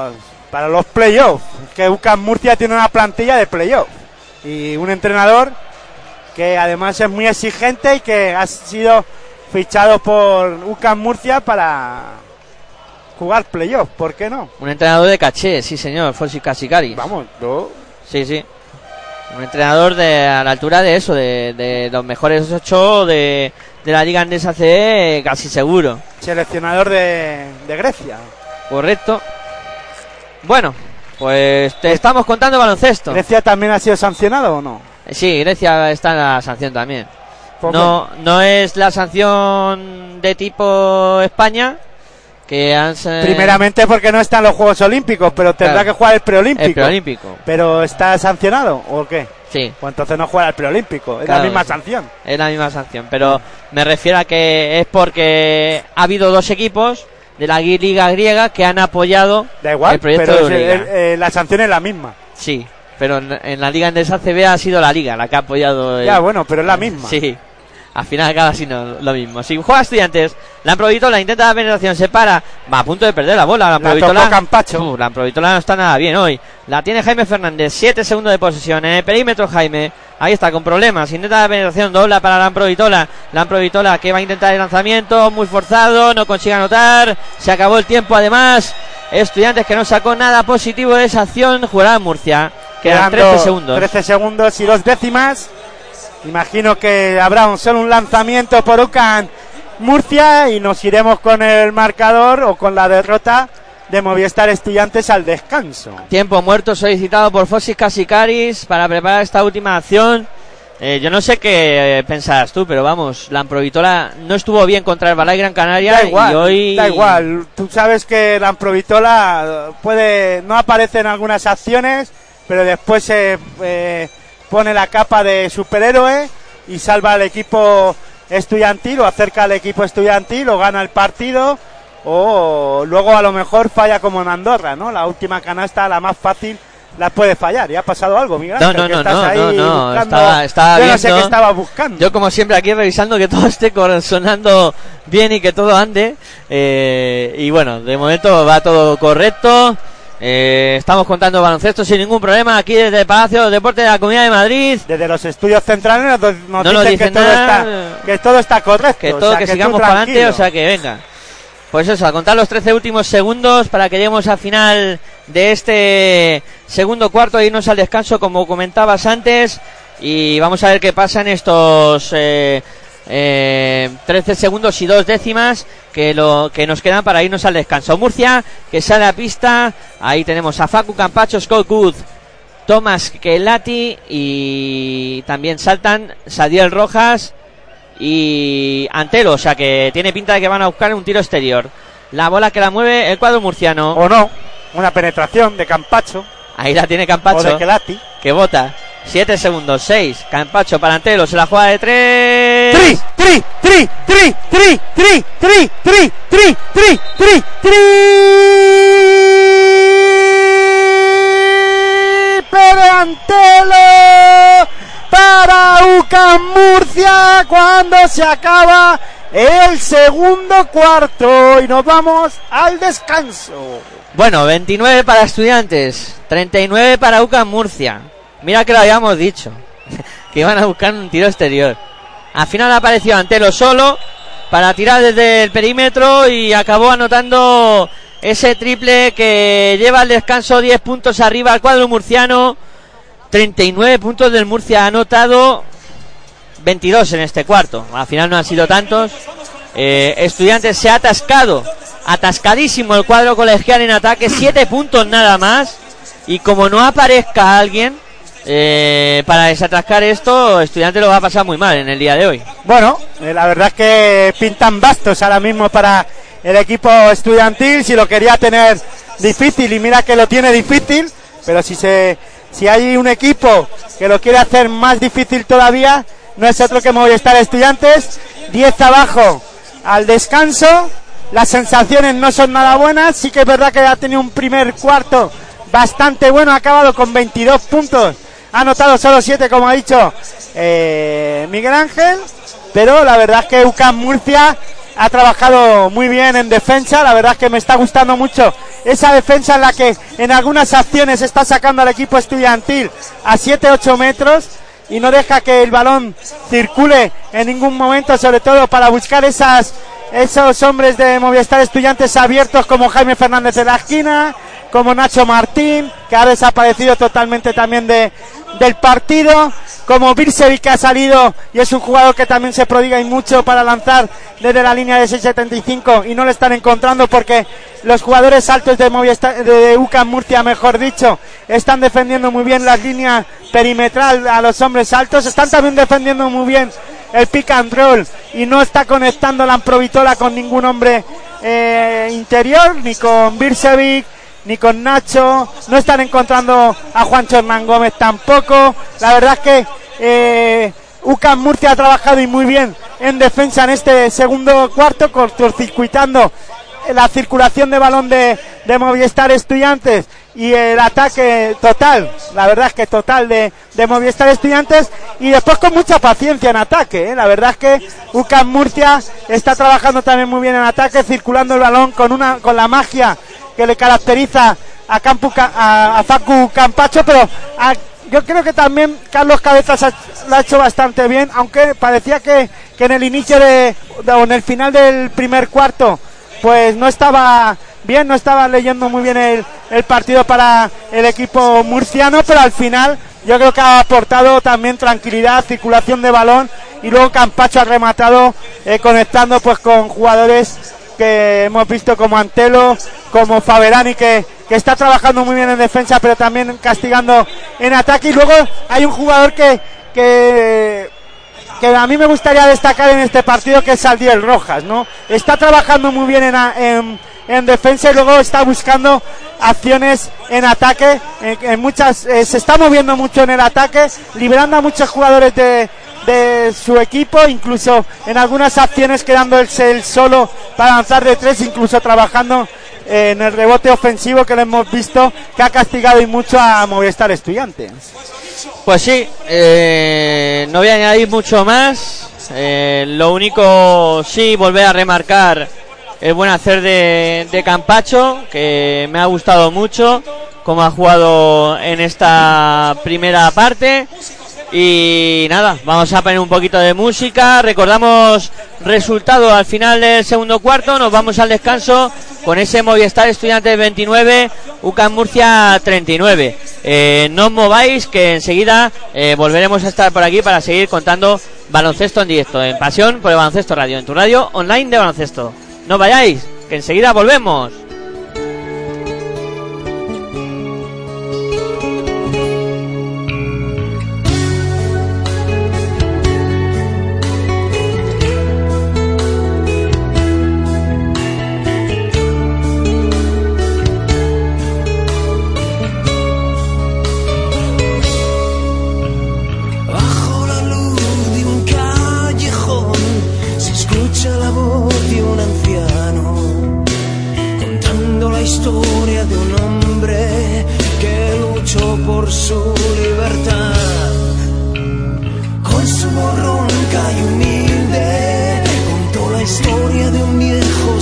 S5: los playoffs, que UCAM Murcia tiene una plantilla de playoffs y un entrenador que además es muy exigente y que ha sido fichado por UCAM Murcia para jugar playoff, ¿por qué no?
S1: Un entrenador de caché, sí señor, Fosis Casicari.
S5: Vamos, ¿no?
S1: Sí. Un entrenador a la altura de eso, de los mejores 8 de la Liga Andesa CE, casi seguro.
S5: Seleccionador de Grecia.
S1: Correcto. Bueno, pues te estamos contando baloncesto.
S5: ¿Grecia también ha sido sancionado o no?
S1: Sí, Grecia está en la sanción también. No es la sanción de tipo España, que han...
S5: Primeramente porque no está en los Juegos Olímpicos, pero tendrá que jugar el preolímpico.
S1: El preolímpico.
S5: ¿Pero está sancionado o qué?
S1: Sí.
S5: Pues entonces no juega el preolímpico, es
S1: claro,
S5: la misma sanción.
S1: Es la misma sanción, pero me refiero a que es porque ha habido 2 equipos de la Liga griega que han apoyado el proyecto de Euroliga.
S5: La sanción es la misma.
S1: Sí, pero en la Liga Andesa CB ha sido la Liga la que ha apoyado.
S5: Ya, bueno, pero es la misma.
S1: Sí. Al final acaba siendo lo mismo. Si juega Estudiantes, la Provitola intenta la penetración, se para, va a punto de perder la bola. La Provitola,
S5: Campacho.
S1: La Provitola no está nada bien hoy. La tiene Jaime Fernández, 7 segundos de posesión en el perímetro. Jaime, ahí está con problemas, intenta la penetración, dobla para la Provitola que va a intentar el lanzamiento, muy forzado, no consigue anotar, se acabó el tiempo. Además, Estudiantes que no sacó nada positivo de esa acción, jugará en Murcia. Quedan 13 segundos.
S5: 13 segundos y 2 décimas. Imagino que habrá solo un lanzamiento por UCAM Murcia y nos iremos con el marcador o con la derrota de Movistar Estudiantes al descanso.
S1: Tiempo muerto solicitado por Fosis Casicaris para preparar esta última acción. Yo no sé qué pensarás tú, pero vamos, la Amprovitola no estuvo bien contra el Balay Gran Canaria.
S5: Da igual, tú sabes que la Amprovitola no aparece en algunas acciones, pero después se pone la capa de superhéroe y salva al equipo estudiantil o acerca al equipo estudiantil o gana el partido, o luego a lo mejor falla como en Andorra, ¿no? La última canasta, la más fácil, la puede fallar. ¿Y ha pasado algo, Miguel?
S1: No, estaba
S5: yo
S1: viendo,
S5: no sé qué estaba buscando.
S1: Yo como siempre aquí revisando que todo esté sonando bien y que todo ande, y bueno, de momento va todo correcto. Estamos contando baloncesto sin ningún problema aquí desde el Palacio de Deportes de la Comunidad de Madrid.
S5: Desde los estudios centrales nos dicen que todo está correcto.
S1: Que todo, que sigamos para adelante, o sea que venga. Pues eso, a contar los 13 últimos segundos para que lleguemos al final de este segundo cuarto e irnos al descanso, como comentabas antes. Y vamos a ver qué pasa en estos 13 segundos y 2 décimas que nos quedan para irnos al descanso. Murcia, que sale a pista. Ahí tenemos a Facu Campacho, Scott Good, Tomás Kelati, y también saltan Sadiel Rojas y Antelo, o sea que tiene pinta de que van a buscar un tiro exterior. La bola que la mueve el cuadro murciano.
S5: O no, una penetración de Campacho.
S1: Ahí la tiene Campacho.
S5: O de Kelati.
S1: Que bota. 7 segundos, 6. Campacho para Antelo, se la juega de 3. estudiantes.
S5: Pero Antelo para UCAM Murcia cuando se acaba el segundo cuarto y nos vamos al descanso.
S1: Bueno, 29 para Estudiantes, 39 para UCAM Murcia. Mira que lo habíamos dicho, que iban a buscar un tiro exterior. Al final apareció Antelo solo para tirar desde el perímetro y acabó anotando ese triple que lleva al descanso 10 puntos arriba al cuadro murciano. 39 puntos del Murcia, ha anotado 22 en este cuarto. Al final no han sido tantos. Estudiantes se ha atascadísimo el cuadro colegial en ataque, 7 puntos nada más. Y como no aparezca alguien para desatascar esto, Estudiantes lo va a pasar muy mal en el día de hoy.
S5: Bueno, la verdad es que pintan bastos ahora mismo para el equipo estudiantil. Si lo quería tener difícil, y mira que lo tiene difícil, pero si hay un equipo que lo quiere hacer más difícil todavía, no es otro que Movistar Estudiantes. 10 abajo al descanso, las sensaciones no son nada buenas. Sí que es verdad que ha tenido un primer cuarto bastante bueno, ha acabado con 22 puntos, ha anotado solo 7 como ha dicho Miguel Ángel, pero la verdad es que UCAM Murcia ha trabajado muy bien en defensa. La verdad es que me está gustando mucho esa defensa en la que en algunas acciones está sacando al equipo estudiantil a 7-8 metros y no deja que el balón circule en ningún momento, sobre todo para buscar esos hombres de Movistar Estudiantes abiertos como Jaime Fernández de la esquina, como Nacho Martín, que ha desaparecido totalmente también del partido, como Birsevic, que ha salido y es un jugador que también se prodiga y mucho para lanzar desde la línea de 6.75 y no le están encontrando porque los jugadores altos de Movistar, de UCAM Murcia, mejor dicho, están defendiendo muy bien la línea perimetral a los hombres altos, están también defendiendo muy bien el pick and roll y no está conectando la Amprovitola con ningún hombre interior, ni con Birsevic ni con Nacho, no están encontrando a Juancho Hernán Gómez tampoco. La verdad es que UCAM Murcia ha trabajado y muy bien en defensa en este segundo cuarto, cortocircuitando la circulación de balón de Movistar Estudiantes y el ataque total, la verdad es que total de Movistar Estudiantes, y después con mucha paciencia en ataque, La verdad es que UCAM Murcia está trabajando también muy bien en ataque, circulando el balón con la magia que le caracteriza a Facu Campacho, pero yo creo que también Carlos Cabezas lo ha hecho bastante bien, aunque parecía que en el inicio o en el final del primer cuarto pues no estaba bien, no estaba leyendo muy bien el partido para el equipo murciano, pero al final yo creo que ha aportado también tranquilidad, circulación de balón, y luego Campacho ha rematado conectando pues con jugadores que hemos visto como Antelo, como Faberani, que está trabajando muy bien en defensa pero también castigando en ataque. Y luego hay un jugador que a mí me gustaría destacar en este partido, que es Saldiel Rojas, ¿no? Está trabajando muy bien en defensa y luego está buscando acciones en ataque, en muchas, se está moviendo mucho en el ataque, liberando a muchos jugadores de su equipo, incluso en algunas acciones quedándose él solo para lanzar de 3, incluso trabajando en el rebote ofensivo, que lo hemos visto que ha castigado y mucho a Movistar Estudiantes.
S1: Pues sí, no voy a añadir mucho más, lo único sí volver a remarcar el buen hacer de Campacho, que me ha gustado mucho cómo ha jugado en esta primera parte. Y nada, vamos a poner un poquito de música. Recordamos resultado al final del segundo cuarto. Nos vamos al descanso con ese Movistar Estudiantes 29, UCAM Murcia 39. No os mováis, que enseguida volveremos a estar por aquí para seguir contando baloncesto en directo, en Pasión por el Baloncesto Radio, en tu radio online de baloncesto. No vayáis, que enseguida volvemos.
S6: Bajo la luz de un callejón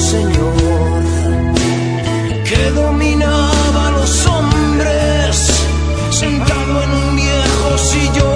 S6: señor que dominaba a los hombres, sentado en un viejo sillón.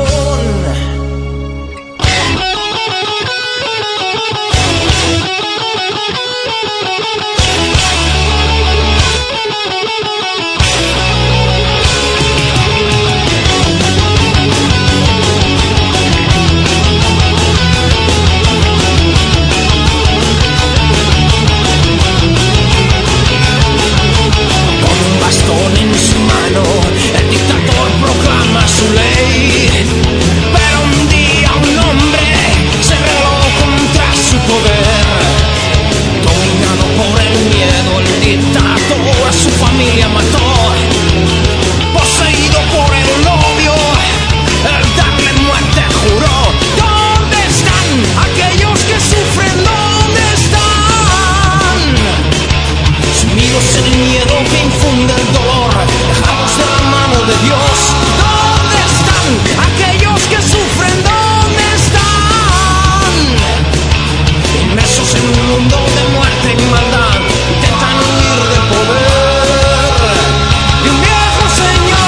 S6: En su mano, el dictador proclama su ley. Pero un día un hombre se rebeló contra su poder. Dominado por el miedo, el dictador a su familia mató. Poseído por el odio, el darle muerte juró. ¿Dónde están aquellos que sufren? ¿Dónde están? Sumidos en el miedo que infunde el dolor, dejados de la mano de Dios. ¿Dónde están aquellos que sufren? ¿Dónde están? Inmersos en un mundo de muerte y maldad, intentan huir del poder de un viejo señor.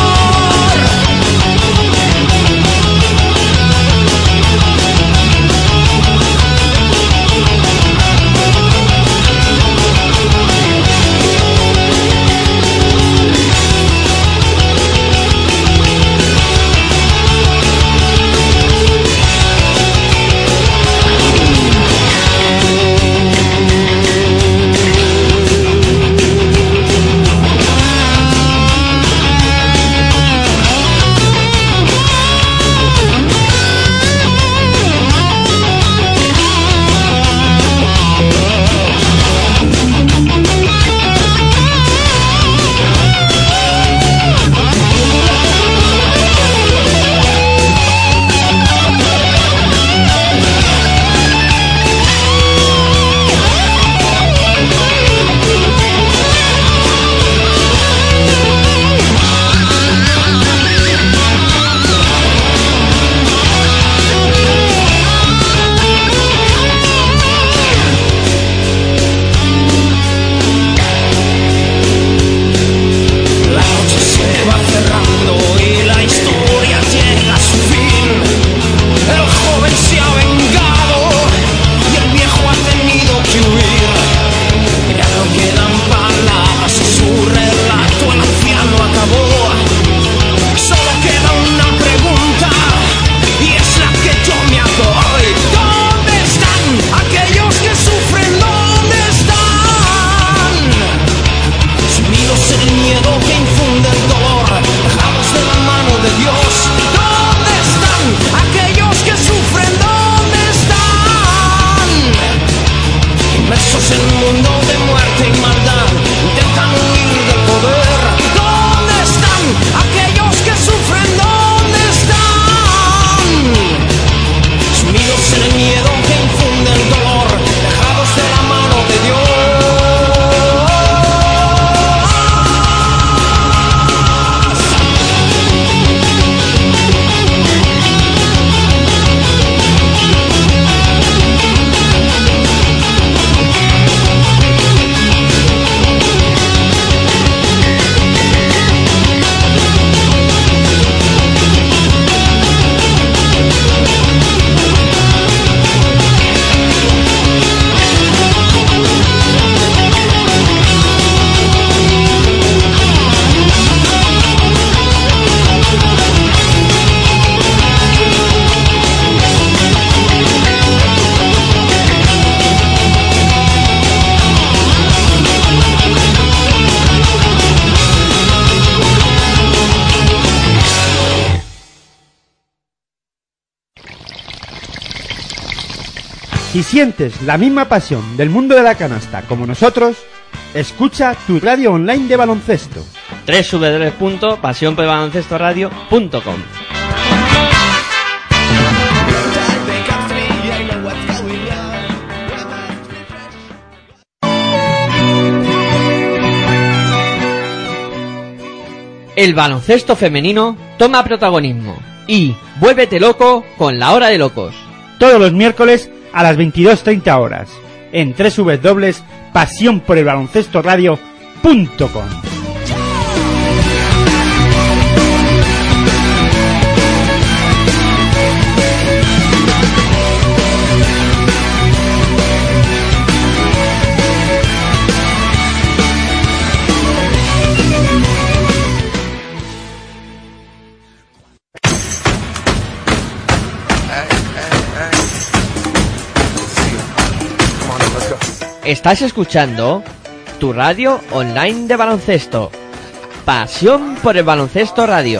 S2: Si sientes la misma pasión del mundo de la canasta como nosotros, escucha tu radio online de baloncesto.
S1: www.pasionporbaloncestoradio.com. El baloncesto femenino toma protagonismo y vuélvete loco con la Hora de Locos.
S2: Todos los miércoles a las 22:30 horas en pasionporelbaloncestoradio.com.
S1: Estás escuchando tu radio online de baloncesto. Pasión por el baloncesto radio.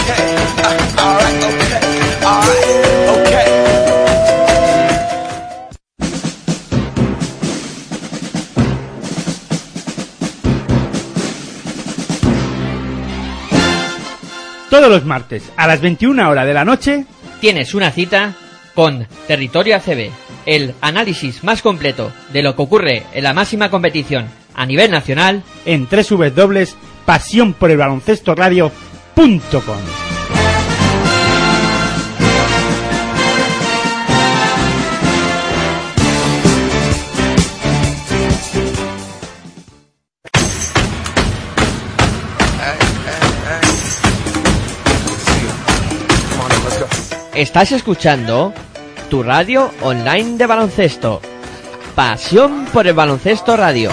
S2: Todos los martes a las 21 horas de la noche
S1: Tienes una cita con Territorio ACB, el análisis más completo de lo que ocurre en la máxima competición a nivel nacional
S2: en www.pasionporelbaloncestoradio.com.
S1: Estás escuchando tu radio online de baloncesto. Pasión por el baloncesto radio.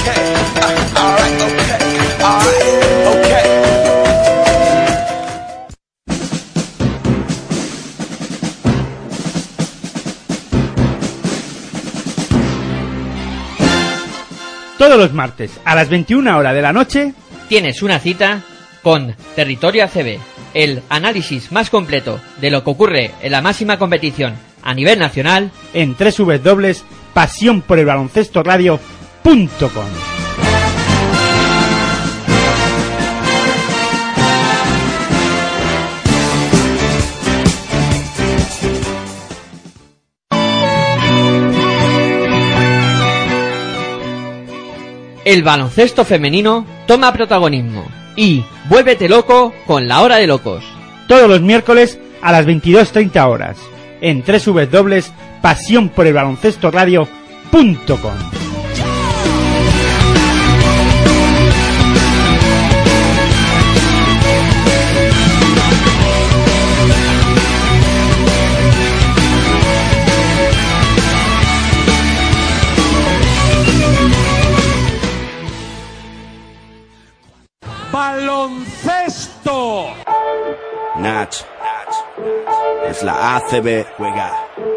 S2: Todos los martes a las 21 horas de la noche
S1: Tienes una cita con Territorio ACB, el análisis más completo de lo que ocurre en la máxima competición a nivel nacional
S2: en www.pasionporelbaloncestoradio.com.
S1: El baloncesto femenino toma protagonismo y vuélvete loco con la Hora de Locos.
S2: Todos los miércoles a las 22:30 horas en www.pasionporelbaloncestoradio.com.
S3: Baloncesto.
S4: Nach. Es la ACB. Juega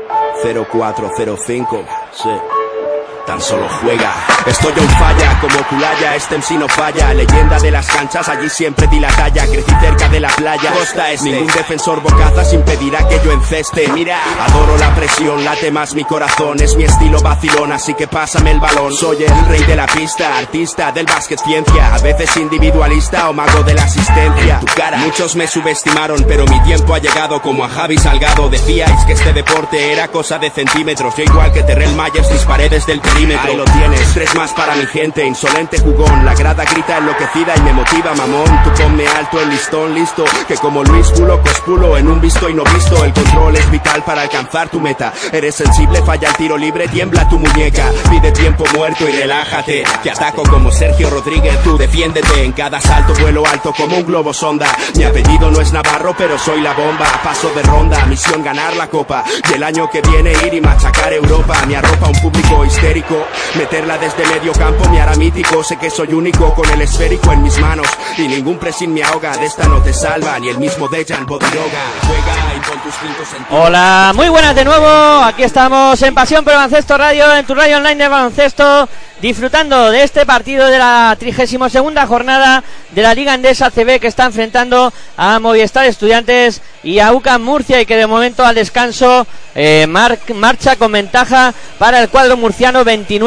S4: 0405. Sí. Tan solo juega. Estoy on falla, como Culaya, este MC no falla. Leyenda de las canchas, allí siempre di la talla. Crecí cerca de la playa, costa este. Ningún defensor bocazas impedirá que yo enceste. Mira, adoro la presión, late más mi corazón. Es mi estilo vacilón, así que pásame el balón. Soy el rey de la pista, artista del básquet ciencia. A veces individualista o mago de la asistencia. Tu cara. Muchos me subestimaron, pero mi tiempo ha llegado. Como a Javi Salgado, decíais que este deporte era cosa de centímetros. Yo igual que Terrell Myers disparé desde el perímetro. Ahí lo tienes, 3 más para mi gente, insolente jugón. La grada grita enloquecida y me motiva, mamón. Tú ponme alto el listón, listo. Que como Luis Pulo, cospulo en un visto y no visto. El control es vital para alcanzar tu meta. Eres sensible, falla el tiro libre, tiembla tu muñeca. Pide tiempo muerto y relájate. Te ataco como Sergio Rodríguez, tú defiéndete. En cada salto vuelo alto como un globo sonda. Mi apellido no es Navarro, pero soy la bomba. Paso de ronda, misión ganar la copa. Y el año que viene ir y machacar Europa. Me arropa un público histérico. Meterla desde medio campo me hará mítico. Sé que soy único con el esférico en mis manos. Y ningún pressing me ahoga. De esta no te salva ni el mismo Dejan Bodiroga. Juega y pon tus 5 centímetros.
S1: Hola, muy buenas de nuevo. Aquí estamos en Pasión por el Baloncesto Radio, en tu radio online de baloncesto, disfrutando de este partido de la 32ª jornada de la Liga Endesa ACB, que está enfrentando a Movistar Estudiantes y a UCAM Murcia, y que de momento al descanso marcha con ventaja para el cuadro murciano,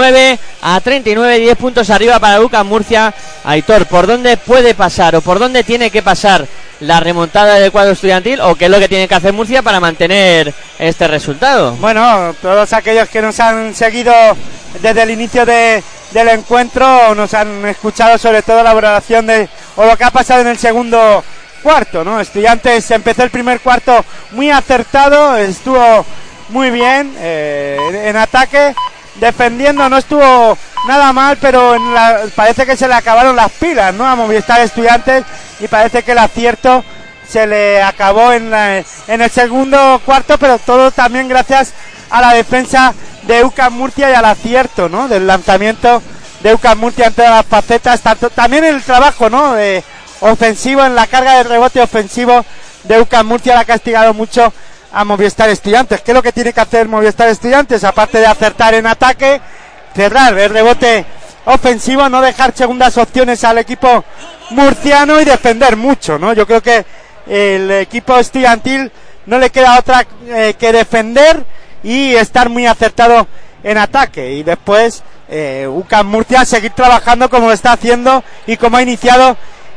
S1: 29-39, 10 puntos arriba para UCAM Murcia. Aitor, ¿por dónde puede pasar o por dónde tiene que pasar la remontada del cuadro estudiantil, o qué es lo que tiene que hacer Murcia para mantener este resultado?
S5: Bueno, todos aquellos que nos han seguido desde el inicio del encuentro nos han escuchado sobre todo la valoración o lo que ha pasado en el segundo cuarto, ¿no? Estudiantes empezó el primer cuarto muy acertado, estuvo muy bien en ataque, defendiendo, no estuvo nada mal, pero parece que se le acabaron las pilas, ¿no? A Movistar Estudiantes, y parece que el acierto se le acabó en el segundo cuarto, pero todo también gracias a la defensa de UCAM Murcia y al acierto, ¿no? Del lanzamiento de UCAM Murcia en todas las facetas, también el trabajo, ¿no? Ofensivo, en la carga de rebote ofensivo de UCAM Murcia le ha castigado mucho a Movistar Estudiantes. ¿Qué es lo que tiene que hacer Movistar Estudiantes? Aparte de acertar en ataque, cerrar el rebote ofensivo, no dejar segundas opciones al equipo murciano y defender mucho, ¿no? Yo creo que el equipo estudiantil no le queda otra que defender y estar muy acertado en ataque, y después UCAM Murcia seguir trabajando como lo está haciendo y como ha iniciado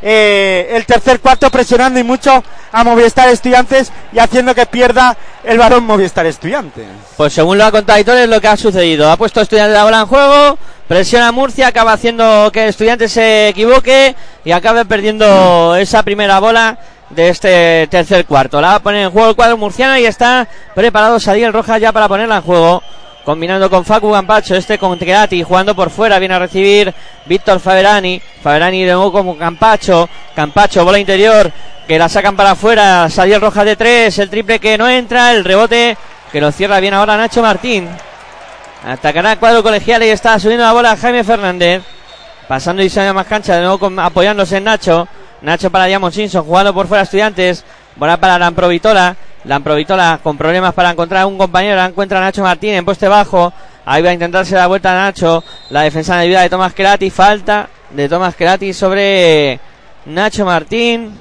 S5: el tercer cuarto, presionando y mucho a Movistar Estudiantes y haciendo que pierda el balón Movistar Estudiantes.
S1: Pues según lo ha contado Aitor, es lo que ha sucedido. Ha puesto Estudiantes la bola en juego, presiona a Murcia, acaba haciendo que Estudiantes se equivoque y acabe perdiendo esa primera bola de este tercer cuarto. La va a poner en juego el cuadro murciano y está preparado Sadiel Rojas ya para ponerla en juego, combinando con Facu Campacho, con Tequerati, jugando por fuera, viene a recibir Víctor Faverani de nuevo con Campacho, bola interior, que la sacan para afuera, Sadiel Rojas de 3, el triple que no entra, el rebote que lo cierra bien ahora Nacho Martín. Atacará el cuadro colegial y está subiendo la bola Jaime Fernández, pasando y sale a más cancha, de nuevo apoyándose en Nacho para Diamond Simpson, jugando por fuera Estudiantes, bola para Lamprovitola con problemas para encontrar a un compañero, la encuentra Nacho Martín en poste bajo, ahí va a intentarse dar vuelta a Nacho, la defensa de vida de Tomás Kerati, falta de Tomás Kerati sobre Nacho Martín,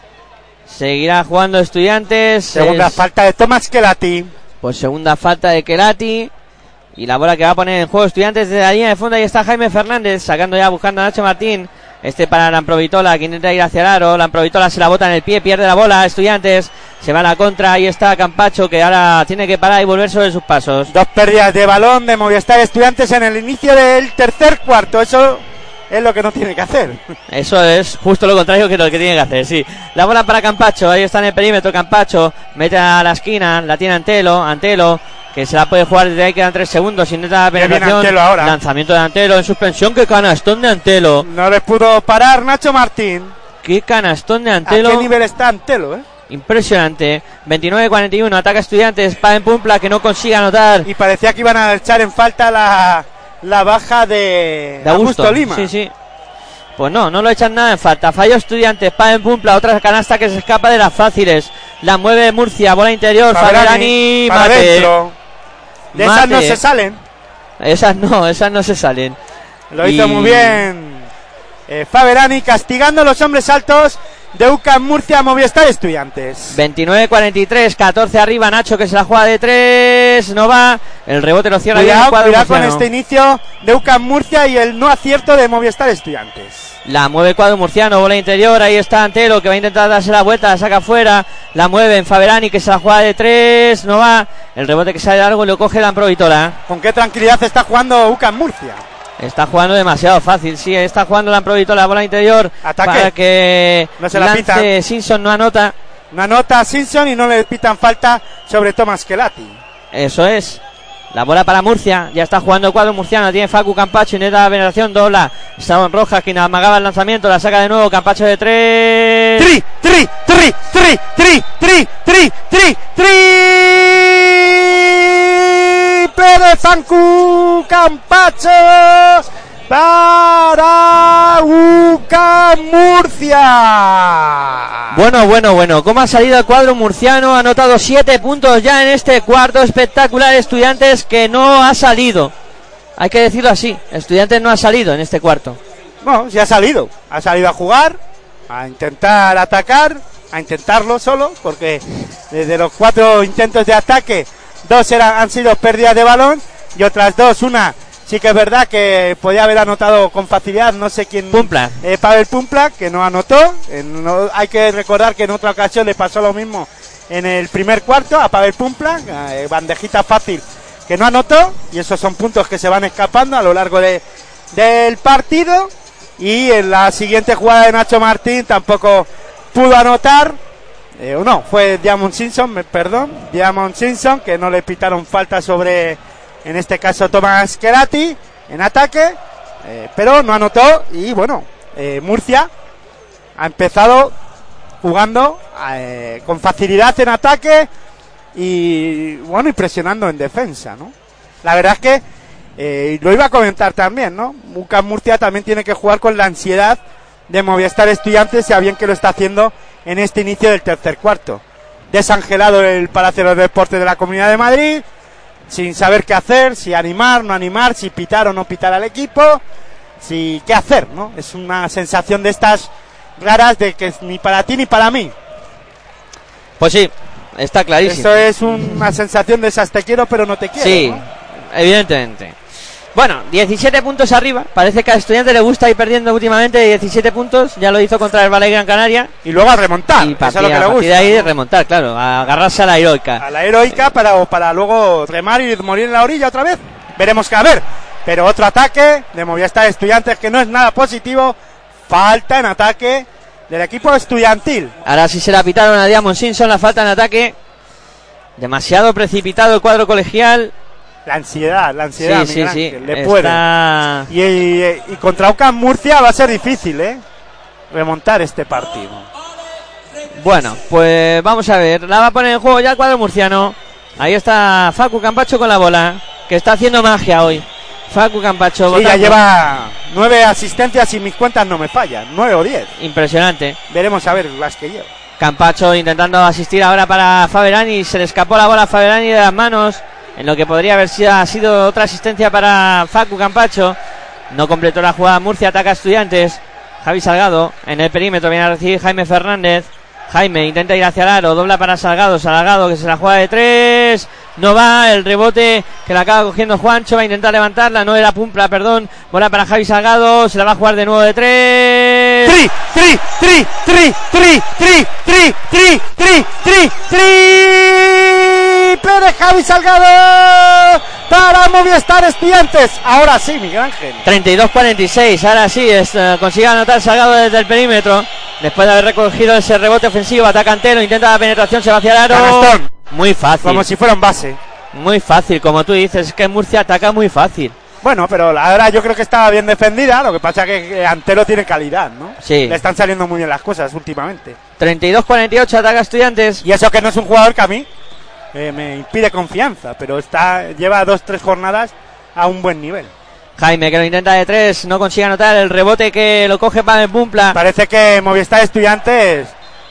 S1: seguirá jugando Estudiantes.
S5: Segunda falta de Tomás Kerati.
S1: Pues segunda falta de Kerati, y la bola que va a poner en juego Estudiantes desde la línea de fondo, ahí está Jaime Fernández, sacando ya, buscando a Nacho Martín, para Lamprovitola, que intenta ir hacia el aro, Lamprovitola se la bota en el pie, pierde la bola, Estudiantes se va a la contra, ahí está Campacho, que ahora tiene que parar y volver sobre sus pasos.
S5: Dos pérdidas de balón de Movistar Estudiantes en el inicio del tercer cuarto, eso es lo que no tiene que hacer.
S1: Eso es justo lo contrario que lo que tiene que hacer, sí. La bola para Campacho, ahí está en el perímetro Campacho, mete a la esquina, la tiene Antelo, que se la puede jugar desde ahí, quedan 3 segundos, intenta la penetración, lanzamiento de Antelo en suspensión, qué canastón de Antelo.
S5: No le pudo parar Nacho Martín.
S1: Qué canastón de Antelo.
S5: ¿A qué nivel está Antelo,
S1: Impresionante. 29-41, ataca Estudiantes, Paven Pumpla, que no consigue anotar.
S5: Y parecía que iban a echar en falta la baja de Augusto Lima.
S1: Sí. Pues no lo echan nada en falta. Fallo Estudiantes, Paven Pumpla, otra canasta que se escapa de las fáciles. La mueve Murcia, bola interior, Faverani,
S5: para
S1: mate.
S5: adentro. De esas no se salen.
S1: Esas no se salen.
S5: Lo hizo muy bien Faverani, castigando a los hombres altos de UCAM Murcia, Movistar Estudiantes.
S1: 29-43, 14 arriba, Nacho, que se la juega de 3, no va, el rebote lo cierra bien el cuadro
S5: murciano. Con este inicio de UCAM Murcia y el no acierto de Movistar Estudiantes.
S1: La mueve el cuadro murciano, bola interior, ahí está Antelo, que va a intentar darse la vuelta, la saca afuera, la mueve en Faverani, que se la juega de 3, no va, el rebote que sale largo y lo coge Lamprovitola.
S5: ¿Con qué tranquilidad está jugando UCAM Murcia?
S1: Está jugando demasiado fácil, sí, está jugando Lamprovitola, bola interior,
S5: ataque,
S1: para que
S5: no se la
S1: lance
S5: pitan.
S1: Simpson, no anota.
S5: No anota Simpson y no le pitan falta sobre Tomás Kerati.
S1: Eso es. La bola para Murcia, ya está jugando el cuadro murciano, tiene Facu Campacho, intenta la penetración, dobla Estaban Rojas, quien amagaba el lanzamiento, la saca de nuevo, Campacho de 3.
S5: De Facu Campacho para UCAM Murcia.
S1: Bueno, ¿cómo ha salido el cuadro murciano? Ha anotado 7 puntos ya en este cuarto espectacular. Estudiantes que no ha salido, hay que decirlo así, Estudiantes no ha salido en este cuarto.
S5: No, sí ha salido a jugar, a intentar atacar, a intentarlo solo, porque desde los 4 intentos de ataque, 2 han sido pérdidas de balón y otras 2, una sí que es verdad que podía haber anotado con facilidad, no sé quién.
S1: Pumpla.
S5: Pavel Pumpla, que no anotó. Hay que recordar que en otra ocasión le pasó lo mismo en el primer cuarto a Pavel Pumpla, bandejita fácil que no anotó, y esos son puntos que se van escapando a lo largo del partido. Y en la siguiente jugada de Nacho Martín tampoco pudo anotar. Fue Diamond Simpson, que no le pitaron falta sobre en este caso Tomás Kerati en ataque, pero no anotó. Y bueno, Murcia ha empezado jugando con facilidad en ataque y bueno, y presionando en defensa, ¿no? La verdad es que lo iba a comentar también, ¿no? UCAM Murcia también tiene que jugar con la ansiedad de Movistar Estudiantes, ya bien que lo está haciendo en este inicio del tercer cuarto. Desangelado el Palacio de los Deportes de la Comunidad de Madrid, sin saber qué hacer, si animar, no animar, si pitar o no pitar al equipo, si qué hacer, ¿no? Es una sensación de estas raras de que es ni para ti ni para mí.
S1: Pues sí, está clarísimo.
S5: Eso es una sensación de esas te quiero pero no te quiero.
S1: Sí,
S5: ¿no?
S1: Evidentemente. Bueno, 17 puntos arriba. Parece que a Estudiantes le gusta ir perdiendo últimamente 17 puntos. Ya lo hizo contra el Valle Gran Canaria.
S5: Y luego a remontar.
S1: Y
S5: eso es lo que le gusta,
S1: de ahí
S5: ¿no?
S1: remontar, claro. A agarrarse a la heroica.
S5: A la heroica para luego remar y morir en la orilla otra vez. Veremos qué a ver. Pero otro ataque de Movistar Estudiantes que no es nada positivo. Falta en ataque del equipo estudiantil.
S1: Ahora sí se la pitaron a Diamond Simpson. La falta en ataque. Demasiado precipitado el cuadro colegial.
S5: La ansiedad,
S1: sí,
S5: Miguel
S1: sí,
S5: Ángel, le puede. Y contra UCAM Murcia va a ser difícil, remontar este partido.
S1: Bueno, pues vamos a ver. La va a poner en juego ya el cuadro murciano. Ahí está Facu Campacho con la bola, que está haciendo magia hoy. Facu Campacho.
S5: Sí, ya lleva 9 asistencias y mis cuentas no me fallan, 9 o 10.
S1: Impresionante.
S5: Veremos a ver las que lleva.
S1: Campacho intentando asistir ahora para Faberani. Se le escapó la bola a Faberani de las manos, en lo que podría haber sido otra asistencia para Facu Campacho. No completó la jugada Murcia, ataca a Estudiantes. Javi Salgado en el perímetro, viene a recibir Jaime Fernández. Jaime intenta ir hacia el aro, dobla para Salgado. Salgado que se la juega de 3. No va, el rebote que la acaba cogiendo Juancho. Va a intentar levantarla, no era Pumpla, perdón. Bola para Javi Salgado, se la va a jugar de nuevo de 3.
S5: Triple de Javi Salgado para Movistar Estudiantes. Ahora sí, Miguel Ángel.
S1: 32-46, ahora sí consigue anotar Salgado desde el perímetro. Después de haber recogido ese rebote ofensivo, ataca Antelo, intenta la penetración, se va hacia el aro.
S5: Canastón.
S1: Muy fácil.
S5: Como si fuera un base.
S1: Muy fácil, como tú dices, es que Murcia ataca muy fácil.
S5: Bueno, pero la verdad yo creo que estaba bien defendida, lo que pasa es que Antelo tiene calidad, ¿no?
S1: Sí.
S5: Le están saliendo muy bien las cosas últimamente.
S1: 32-48, ataca Estudiantes.
S5: Y eso que no es un jugador que a mí me inspire confianza, pero lleva 2-3 jornadas a un buen nivel.
S1: Jaime que lo intenta de 3, no consigue anotar el rebote que lo coge Pavel Pumpla.
S5: Parece que Movistar Estudiantes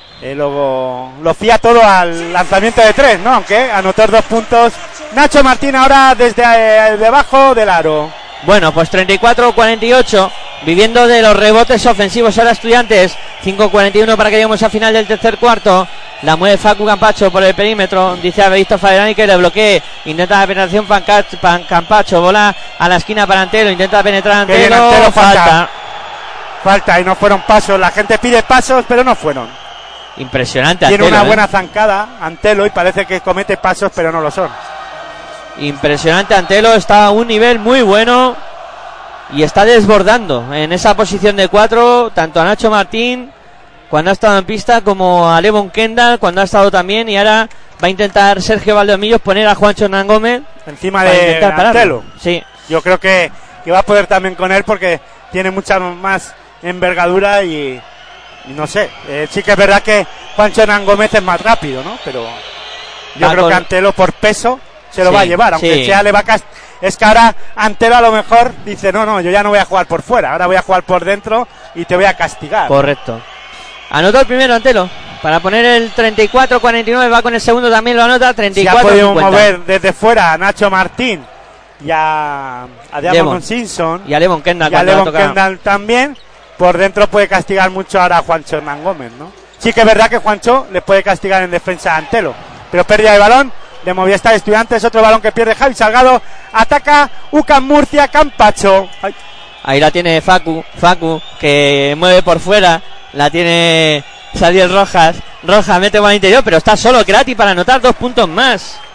S5: lo fía todo al lanzamiento de 3, ¿no? Aunque anotó 2 puntos Nacho Martín ahora desde debajo del aro.
S1: Bueno, pues 34-48, viviendo de los rebotes ofensivos ahora Estudiantes. 5-41 para que lleguemos al final del tercer cuarto. La mueve Facu Campacho por el perímetro. Dice a Víctor Faberani que le bloquee. Intenta la penetración Campacho. Bola a la esquina para Antelo. Intenta penetrar Antelo.
S5: Antelo falta y no fueron pasos. La gente pide pasos, pero no fueron.
S1: Impresionante
S5: Tiene
S1: Antelo,
S5: una buena zancada Antelo y parece que comete pasos, pero no lo son.
S1: Impresionante Antelo. Está a un nivel muy bueno y está desbordando en esa posición de 4 tanto a Nacho Martín cuando ha estado en pista como a Levon Kendall cuando ha estado también, y ahora va a intentar Sergio Valdomillos poner a Juancho Hernán Gómez
S5: encima de Antelo.
S1: Sí.
S5: Yo creo que va a poder también con él porque tiene mucha más envergadura y no sé, sí que es verdad que Juancho Hernán Gómez es más rápido, ¿no? Pero yo creo que Antelo por peso se lo va a llevar, aunque sea le va a es que ahora Antelo a lo mejor dice no, yo ya no voy a jugar por fuera, ahora voy a jugar por dentro y te voy a castigar.
S1: Correcto. Anotó el primero Antelo para poner el 34-49, va con el segundo también, lo anota 34-50.
S5: Se ha podido mover desde fuera a Nacho Martín y a Diamond Simpson
S1: y a Levon Kendall,
S5: y a Levon Kendall también. Por dentro puede castigar mucho ahora a Juancho Hernán Gómez, ¿no? Sí que es verdad que Juancho le puede castigar en defensa a Antelo, pero pérdida de balón de Movistar Estudiantes, otro balón que pierde Javi Salgado, ataca UCAM Murcia, Campacho. Ay.
S1: Ahí la tiene Facu que mueve por fuera, la tiene Sadiel Rojas mete por el interior, pero está solo Kerati para anotar 2 puntos más.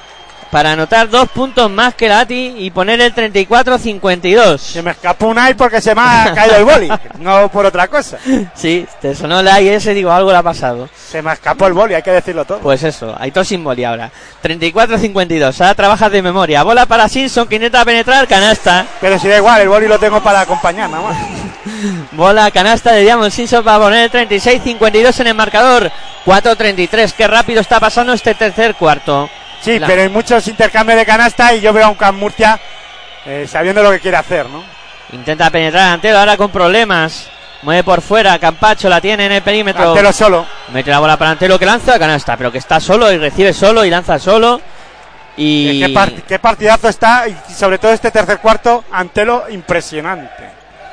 S1: para anotar 2 puntos más que Lati y poner el 34-52.
S5: Se me escapó un ay porque se me ha caído el boli, no por otra cosa.
S1: Sí, te sonó el ay ese, digo, algo le ha pasado.
S5: Se me escapó el boli, hay que decirlo todo.
S1: Pues eso, Aitor sin boli ahora. 34-52, ahora trabajas de memoria. Bola para Simpson que intenta penetrar, canasta.
S5: Pero si da igual, el boli lo tengo para acompañar nada más.
S1: Bola, canasta de Diamond Simpson para poner el 36-52 en el marcador. 4-33, qué rápido está pasando este tercer cuarto.
S5: Sí, pero hay muchos intercambios de canasta y yo veo a un Can Murcia sabiendo lo que quiere hacer, ¿no?
S1: Intenta penetrar Antelo ahora con problemas. Mueve por fuera, Campacho la tiene en el perímetro.
S5: Antelo solo.
S1: Mete la bola para Antelo que lanza, canasta, pero que está solo y recibe solo y lanza solo. Y
S5: qué partidazo está, y sobre todo este tercer cuarto, Antelo impresionante.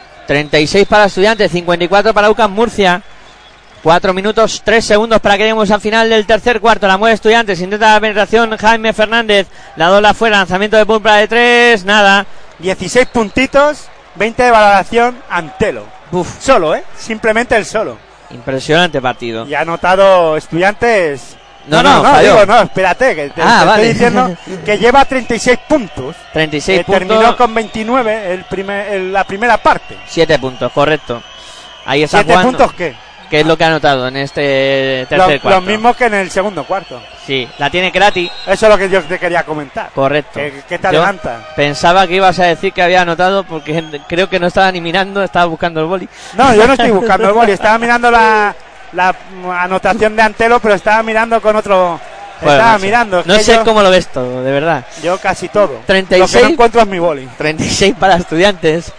S1: 36 para Estudiantes, 54 para UCAM Murcia. 4 minutos, 3 segundos para que lleguemos al final del tercer cuarto. La mueve Estudiantes, intenta la penetración Jaime Fernández, la dobla fuera, lanzamiento de pulpa de 3, nada.
S5: 16 puntitos, 20 de valoración, Antelo.
S1: Uf.
S5: Solo, simplemente el solo.
S1: Impresionante partido.
S5: Y ha anotado Estudiantes.
S1: No,
S5: espérate, que te
S1: vale.
S5: estoy diciendo que lleva 36 puntos.
S1: 36 puntos.
S5: Terminó con 29 la primera parte.
S1: 7 puntos, correcto. Ahí está
S5: 7
S1: jugando.
S5: puntos, ¿qué?
S1: ¿Qué es lo que ha anotado en este tercer cuarto?
S5: Lo mismo que en el segundo cuarto.
S1: Sí, la tiene Krati.
S5: Eso es lo que yo te quería comentar.
S1: Correcto.
S5: ¿Qué te adelanta?
S1: Pensaba que ibas a decir que había anotado porque creo que no estaba ni mirando, estaba buscando el boli.
S5: No, yo no estoy buscando el boli, estaba mirando la anotación de Antelo, pero estaba mirando con otro.
S1: Bueno,
S5: estaba mirando.
S1: No sé cómo lo ves todo, de verdad.
S5: Yo casi todo.
S1: 36,
S5: lo que no encuentro es mi boli.
S1: 36 para Estudiantes,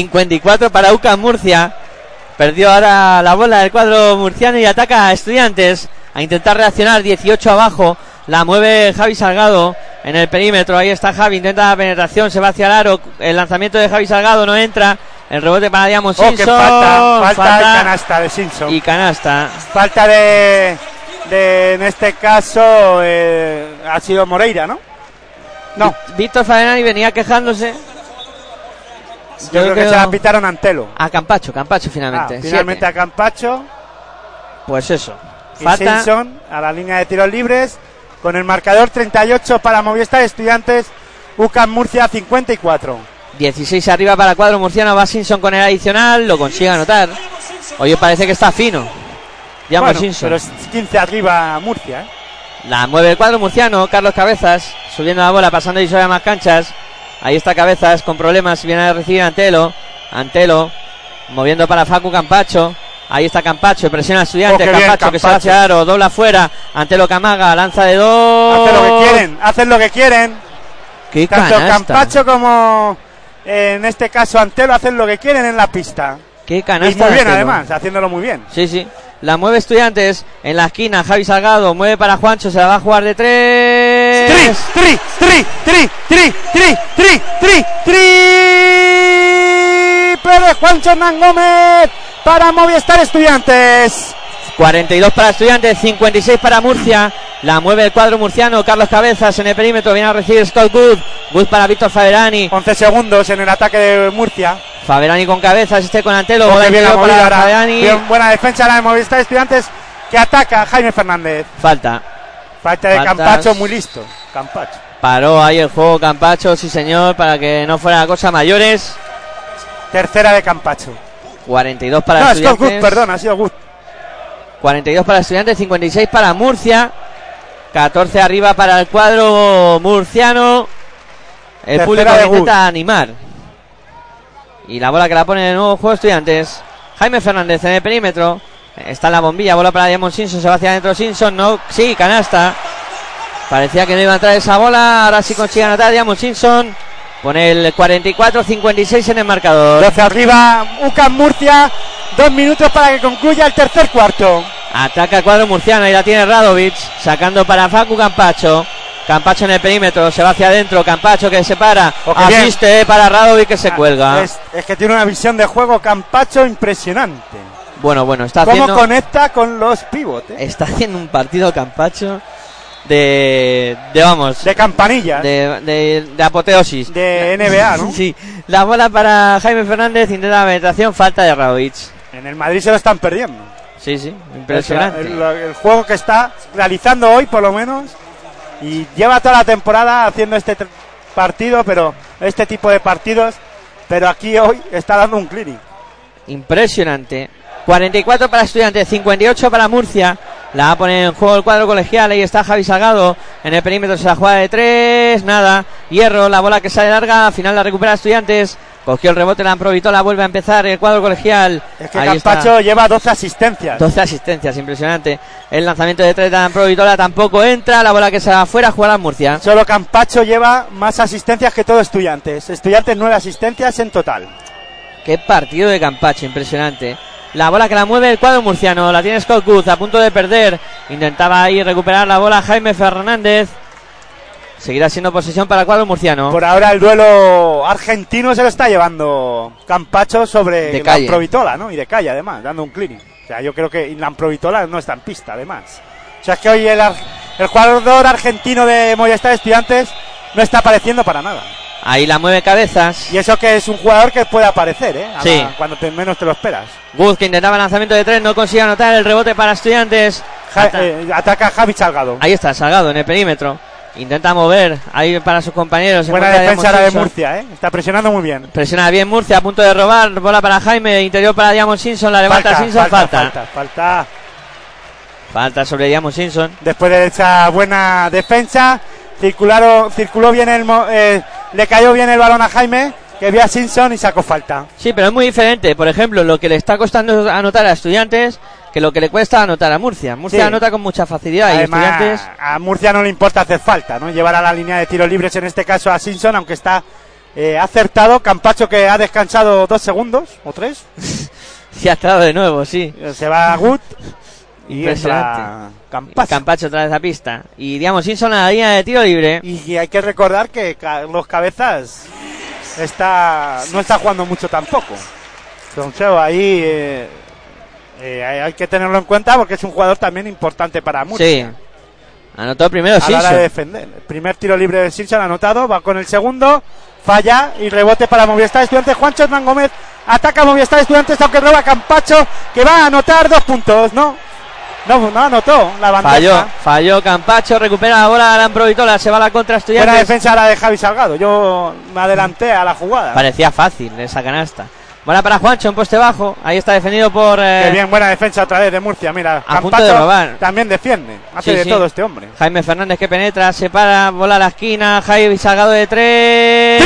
S1: 54 para UCAM Murcia. Perdió ahora la bola del cuadro murciano y ataca a Estudiantes a intentar reaccionar. 18 abajo, la mueve Javi Salgado en el perímetro. Ahí está Javi, intenta la penetración, se va hacia el aro. El lanzamiento de Javi Salgado no entra. El rebote para Diamond Simpson.
S5: Que falta y canasta de Simpson.
S1: Y canasta.
S5: Falta de en este caso ha sido Moreira, ¿no? No.
S1: Víctor Fadenani venía quejándose.
S5: Yo creo que se la pitaron a Antelo.
S1: A Campacho finalmente.
S5: Finalmente 7. A Campacho.
S1: Pues eso.
S5: Y Simpson a la línea de tiros libres con el marcador 38 para Movistar Estudiantes, UCAM Murcia 54.
S1: 16 arriba para el cuadro murciano, va Simpson con el adicional, lo consigue anotar. Oye, parece que está fino. Simpson.
S5: Pero es 15 arriba Murcia,
S1: La mueve el cuadro murciano, Carlos Cabezas, subiendo la bola, pasando y sobre más canchas. Ahí está Cabezas con problemas, viene a recibir Antelo, moviendo para Facu Campacho. Ahí está Campacho, presiona a Estudiantes, Campacho que se va hacia Aro, dobla afuera, Antelo Camaga, lanza de 2.
S5: Hacen lo que quieren.
S1: Qué
S5: Tanto
S1: canasta.
S5: Campacho como en este caso Antelo hacen lo que quieren en la pista.
S1: Qué canasta.
S5: Y muy bien además, haciéndolo muy bien.
S1: Sí. La mueve Estudiantes en la esquina, Javi Salgado mueve para Juancho, se la va a jugar de 3.
S5: Triple de Juancho Hernán Gómez para Movistar Estudiantes.
S1: 42 para Estudiantes, 56 para Murcia. La mueve el cuadro murciano, Carlos Cabezas en el perímetro, viene a recibir Scott Good para Víctor Faverani.
S5: 11 segundos en el ataque de Murcia.
S1: Faverani con Cabezas, con Antelo.
S5: Bien
S1: para Faverani.
S5: Bien, buena defensa la de Movistar Estudiantes que ataca a Jaime Fernández.
S1: Falta
S5: de Campacho, muy listo. Campacho.
S1: Paró ahí el juego Campacho, sí señor, para que no fuera cosa mayores.
S5: Tercera de Campacho.
S1: 42 para Estudiantes.
S5: Scott Good, perdón, ha sido Good.
S1: 42 para Estudiantes, 56 para Murcia. 14 arriba para el cuadro murciano. El
S5: Tercera
S1: público
S5: de
S1: intenta animar. Y la bola que la pone de nuevo juego Estudiantes. Jaime Fernández en el perímetro. Está en la bombilla, bola para Diamond Simpson. Se va hacia adentro Simpson. No, sí, canasta. Parecía que no iba a entrar esa bola. Ahora sí consigue anotar Diamond Simpson. Pone el 44-56 en el marcador.
S5: 12 arriba, UCAM Murcia. 2 minutos para que concluya el tercer cuarto.
S1: Ataca el cuadro murciano y la tiene Radovic. Sacando para Facu Campacho. Campacho en el perímetro, se va hacia adentro. Campacho que se para. Asiste para Radovic que se cuelga.
S5: Es que tiene una visión de juego Campacho impresionante.
S1: Bueno, está
S5: ¿Cómo
S1: haciendo...
S5: conecta con los pivotes?
S1: Está haciendo un partido Campacho de
S5: campanilla.
S1: De apoteosis.
S5: De NBA, ¿no?
S1: Sí. La bola para Jaime Fernández, intenta la penetración, falta de Radovic.
S5: En el Madrid se lo están perdiendo.
S1: Sí, impresionante.
S5: El juego que está realizando hoy, por lo menos, Y lleva toda la temporada haciendo este partido, pero este tipo de partidos, pero aquí hoy está dando un clearing.
S1: Impresionante. 44 para Estudiantes, 58 para Murcia. La va a poner en juego el cuadro colegial. Ahí está Javi Salgado en el perímetro. Se la juega de 3, nada. Hierro, la bola que sale larga. Al final la recupera Estudiantes. Cogió el rebote la Amprovitola. Vuelve a empezar el cuadro colegial.
S5: Es que Campacho lleva 12 asistencias.
S1: 12 asistencias, impresionante. El lanzamiento de 3 de la Amprovitola tampoco entra. La bola que se va afuera, jugará Murcia.
S5: Solo Campacho lleva más asistencias que todo Estudiantes. Estudiantes 9 asistencias en total.
S1: Qué partido de Campacho, impresionante. La bola que la mueve el cuadro murciano. La tiene Scott Good a punto de perder. Intentaba ahí recuperar la bola Jaime Fernández. Seguirá siendo posesión para el cuadro murciano.
S5: Por ahora el duelo argentino se lo está llevando Campacho sobre la Amprovitola, ¿no? Y de calle además, dando un clearing. O sea, yo creo que la Amprovitola no está en pista además. O sea, es que hoy el jugador argentino de Movistar Estudiantes no está apareciendo para nada.
S1: Ahí la mueve Cabezas.
S5: Y eso que es un jugador que puede aparecer,
S1: Sí.
S5: Cuando menos te lo esperas.
S1: Good, que intentaba el lanzamiento de 3, no consigue anotar. El rebote para Estudiantes.
S5: Ataca a Javi Salgado.
S1: Ahí está Salgado en el perímetro. Intenta mover ahí para sus compañeros.
S5: Buena defensa la de Murcia, Está presionando muy bien.
S1: Presiona bien Murcia, a punto de robar. Bola para Jaime, interior para Diamond Simpson. La levanta Simpson, falta sobre Diamond Simpson.
S5: Después de esa buena defensa, circuló bien le cayó bien el balón a Jaime, que vio a Simpson y sacó falta.
S1: Sí, pero es muy diferente. Por ejemplo, lo que le está costando anotar a Estudiantes que lo que le cuesta anotar a Murcia. Murcia anota con mucha facilidad. Además, y Estudiantes...
S5: a Murcia no le importa hacer falta, ¿no? Llevar a la línea de tiros libres, en este caso a Simpson, aunque está acertado. Campacho, que ha descansado 2 segundos o 3.
S1: Se ha estado de nuevo, sí.
S5: Se va a Good.
S1: Y entra Campacho otra vez a pista. Y digamos, Simpson a la línea de tiro libre.
S5: Y hay que recordar que los Cabezas no está jugando mucho tampoco. Entonces ahí hay que tenerlo en cuenta porque es un jugador también importante para Murcia.
S1: Sí. Anotó primero Simpson.
S5: A la hora de defender. El primer tiro libre de Simpson anotado. Va con el segundo. Falla. Y rebote para Movistar Estudiantes. Juancho Hernán Gómez ataca a Movistar Estudiantes, aunque roba Campacho, que va a anotar 2 puntos. No anotó la bandeja.
S1: Falló Campacho, recupera la bola de la Amprovitola, se va a la contra Estudiantes.
S5: Buena defensa la de Javi Salgado. Yo me adelanté a la jugada.
S1: Parecía fácil esa canasta. Bola para Juancho en poste bajo. Ahí está defendido por...
S5: Qué bien, buena defensa otra vez de Murcia. Mira,
S1: a punto de robar.
S5: También defiende. Hace de todo este hombre.
S1: Jaime Fernández que penetra, se para, bola a la esquina. Jaime Salgado de 3.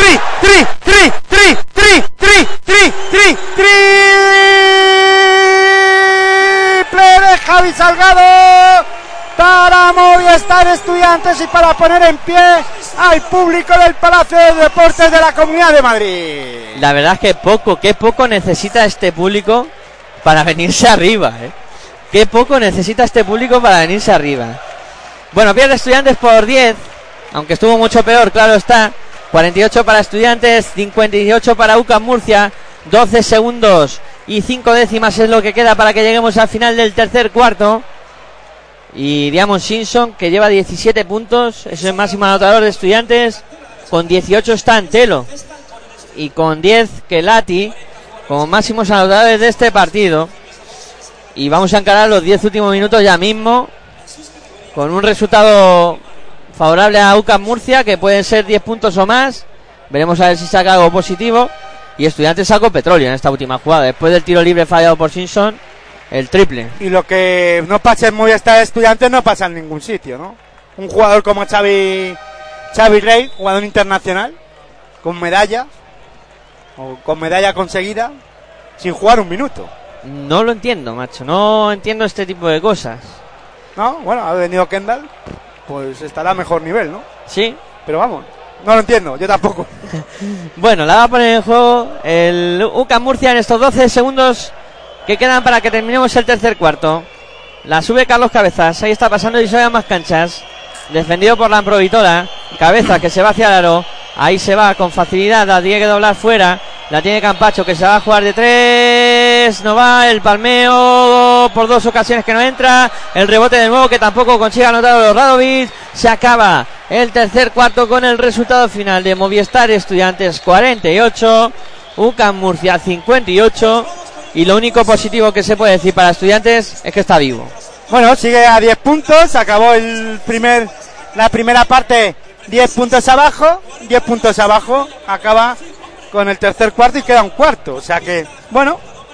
S5: Triple de Javi Salgado para Movistar Estudiantes y para poner en pie al público del Palacio de Deportes de la Comunidad de Madrid.
S1: La verdad es que qué poco necesita este público para venirse arriba, Qué poco necesita este público para venirse arriba. Bueno, pierde Estudiantes por 10, aunque estuvo mucho peor, claro está. 48 para Estudiantes, 58 para UCAM Murcia. 12 segundos y 5 décimas es lo que queda para que lleguemos al final del tercer cuarto. Y Diamond Simpson, que lleva 17 puntos, es el máximo anotador de Estudiantes. Con 18 está Antelo y con 10 Kelati como máximos anotadores de este partido. Y vamos a encarar los 10 últimos minutos ya mismo, con un resultado favorable a UCAM Murcia, que pueden ser 10 puntos o más. Veremos a ver si saca algo positivo. Y Estudiantes sacó petróleo en esta última jugada. Después del tiro libre fallado por Simpson, el triple.
S5: Y lo que no pasa en Movistar Estudiantes no pasa en ningún sitio, ¿no? Un jugador como Xavi Rey, jugador internacional, con medalla conseguida, sin jugar un minuto.
S1: No lo entiendo, macho. No entiendo este tipo de cosas.
S5: No, bueno, ha venido Kendall, pues estará a mejor nivel, ¿no?
S1: Sí.
S5: Pero vamos, no lo entiendo, yo tampoco.
S1: Bueno, la va a poner en juego el UCAM Murcia en estos 12 segundos que quedan para que terminemos el tercer cuarto. La sube Carlos Cabezas, ahí está pasando y se ve más canchas. Defendido por la Amprovitola. Cabezas que se va hacia el aro. Ahí se va con facilidad, la tiene que doblar fuera. La tiene Campacho, que se va a jugar de 3. No va, el palmeo por 2 ocasiones que no entra. El rebote de nuevo que tampoco consigue anotar a los Radovic. Se acaba el tercer cuarto con el resultado final de Movistar Estudiantes 48, UCAM Murcia 58. Y lo único positivo que se puede decir para Estudiantes es que está vivo.
S5: Bueno, sigue a 10 puntos. Acabó el primer la primera parte 10 puntos abajo, acaba con el tercer cuarto y queda un cuarto. O sea que, bueno,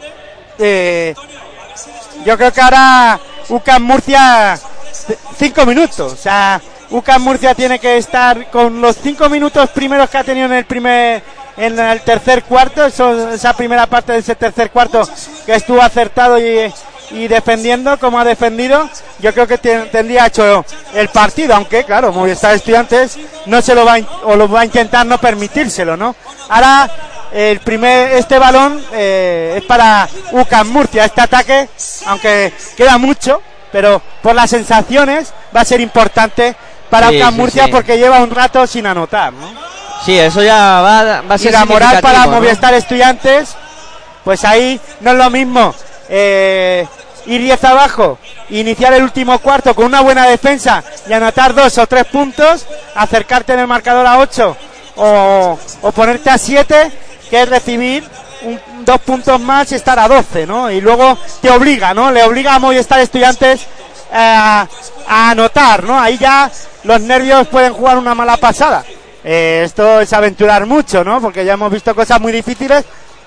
S5: yo creo que ahora UCAM Murcia 5 minutos. O sea, UCAM Murcia tiene que estar con los 5 minutos primeros que ha tenido en el tercer cuarto, esa primera parte de ese tercer cuarto que estuvo acertado y defendiendo como ha defendido. Yo creo que tendría hecho el partido, aunque claro, Movistar Estudiantes no se lo va a intentar no permitírselo, ¿no? Ahora este balón es para UCAM Murcia. Este ataque, aunque queda mucho, pero por las sensaciones va a ser importante para UCAM Murcia, porque lleva un rato sin anotar, ¿no?
S1: Sí, eso ya va a ser.
S5: Y la moral para
S1: ¿no?
S5: Movistar Estudiantes, pues ahí no es lo mismo ir 10 abajo, iniciar el último cuarto con una buena defensa y anotar 2 o 3 puntos, acercarte en el marcador a 8 o ponerte a 7, que es recibir 2 puntos más y estar a 12, ¿no? Y luego te obliga, ¿no? Le obliga a Movistar Estudiantes a anotar, ¿no? Ahí ya los nervios pueden jugar una mala pasada. Esto es aventurar mucho, ¿no? Porque ya hemos visto cosas muy difíciles,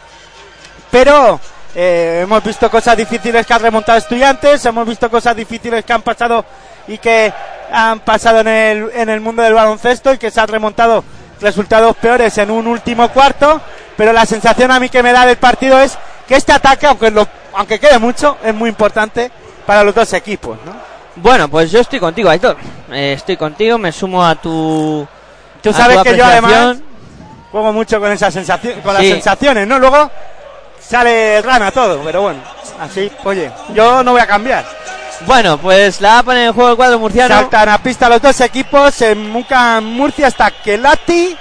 S5: pero hemos visto cosas difíciles que han remontado Estudiantes, hemos visto cosas difíciles que han pasado y que han pasado en el mundo del baloncesto y que se han remontado resultados peores en un último cuarto, pero la sensación a mí que me da del partido es que este ataque, aunque quede mucho, es muy importante para los dos equipos, ¿no?
S1: Bueno, pues yo estoy contigo, Aitor. Estoy contigo, me sumo a tu...
S5: Tú sabes que yo además juego mucho con esa sensación, con las sensaciones, ¿no? Luego sale rana todo, pero bueno, así, oye, yo no voy a cambiar.
S1: Bueno, pues la va a poner en juego el cuadro murciano.
S5: Saltan a pista los dos equipos. En UCAM Murcia está Kelati,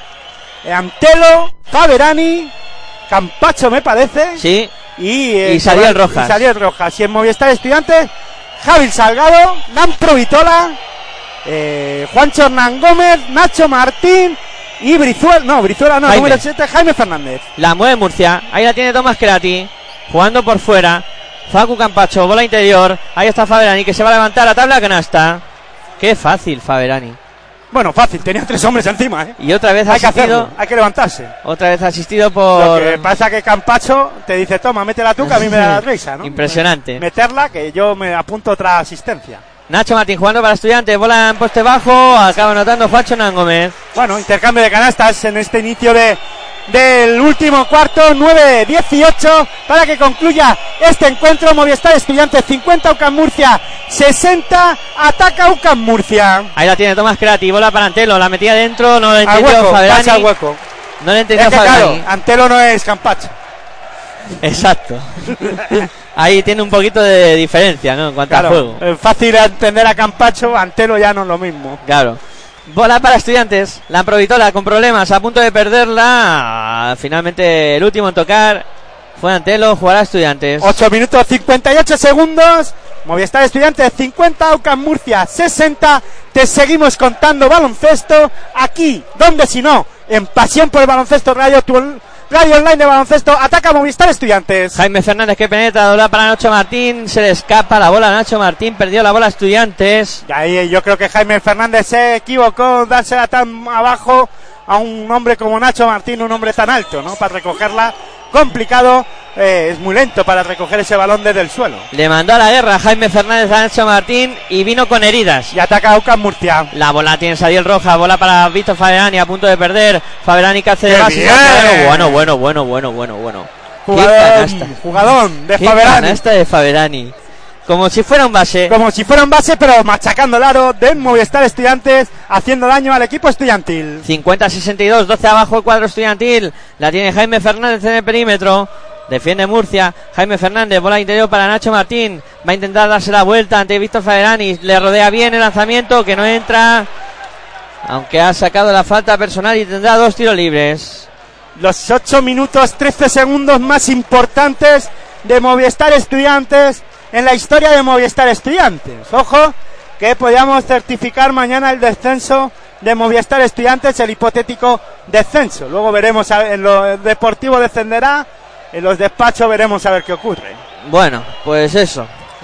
S5: Antelo, Faverani, Campacho me parece.
S1: Sí.
S5: Y
S1: Sariel Rojas.
S5: Y en Movistar Estudiantes, Javi Salgado, Lampro Vitola, Juancho Hernán Gómez, Nacho Martín y Brizuela no, número 7, Jaime Fernández.
S1: La mueve Murcia, ahí la tiene Tomás Kelati, jugando por fuera. Facu Campacho, bola interior. Ahí está Faverani, que se va a levantar a tabla canasta. Qué fácil, Faverani.
S5: Bueno, fácil, tenía 3 hombres encima, ¿eh?
S1: Y otra vez
S5: hay que hacerlo, hay que levantarse.
S1: Otra vez asistido por...
S5: Lo que pasa que Campacho te dice, toma, métela tú, que a mí me da la risa, ¿no?
S1: Impresionante.
S5: Meterla, que yo me apunto otra asistencia.
S1: Nacho Martín jugando para Estudiantes, bola en poste bajo, acaba anotando Juancho Hernán Gómez.
S5: Bueno, intercambio de canastas en este inicio del último cuarto, 9-18 para que concluya este encuentro. Movistar Estudiantes 50, UCAM Murcia 60, ataca UCAM Murcia.
S1: Ahí la tiene Tomás Kelati, bola para Antelo, la metía dentro, no lo entendió Faverani.
S5: Pasa al hueco.
S1: No lo entendió Faverani.
S5: Claro, Antelo no es Campacho.
S1: Exacto. Ahí tiene un poquito de diferencia, ¿no? En cuanto a juego.
S5: Es fácil entender a Campacho, Antelo ya no es lo mismo.
S1: Claro. Bola para Estudiantes, la Provitola con problemas, a punto de perderla. Finalmente el último en tocar fue Antelo, jugará Estudiantes.
S5: 8 minutos 58 segundos. Movistar Estudiantes 50, UCAM Murcia 60. Te seguimos contando baloncesto aquí, donde si no, en Pasión por el Baloncesto Radio, tu radio online de baloncesto. Ataca Movistar Estudiantes.
S1: Jaime Fernández que penetra, bola para Nacho Martín, se le escapa la bola a Nacho Martín, perdió la bola Estudiantes.
S5: Y ahí yo creo que Jaime Fernández se equivocó, dársela tan abajo a un hombre como Nacho Martín, un hombre tan alto, ¿no? Para recogerla, complicado, es muy lento para recoger ese balón desde el suelo.
S1: Le mandó a la guerra Jaime Fernández a Nacho Martín y vino con heridas.
S5: Y ataca a UCAM Murcia.
S1: La bola tiene Sariel Rojas, bola para Víctor Faverani, a punto de perder. Faverani que hace de base. Bueno.
S5: Jugadón de
S1: Qué
S5: Faverani.
S1: Canasta de Faverani. Como si fuera un base.
S5: Como si fuera un base, pero machacando el aro de Movistar Estudiantes, haciendo daño al equipo estudiantil.
S1: 50-62, 12 abajo el cuadro estudiantil. La tiene Jaime Fernández en el perímetro. Defiende Murcia. Jaime Fernández, bola interior para Nacho Martín. Va a intentar darse la vuelta ante Víctor Faverani. Le rodea bien el lanzamiento, que no entra. Aunque ha sacado la falta personal y tendrá 2 tiros libres.
S5: Los 8 minutos 13 segundos más importantes de Movistar Estudiantes en la historia de Movistar Estudiantes. Ojo, que podríamos certificar mañana el descenso de Movistar Estudiantes, el hipotético descenso. Luego veremos, en lo deportivo descenderá, en los despachos veremos a ver qué ocurre.
S1: Bueno, pues eso.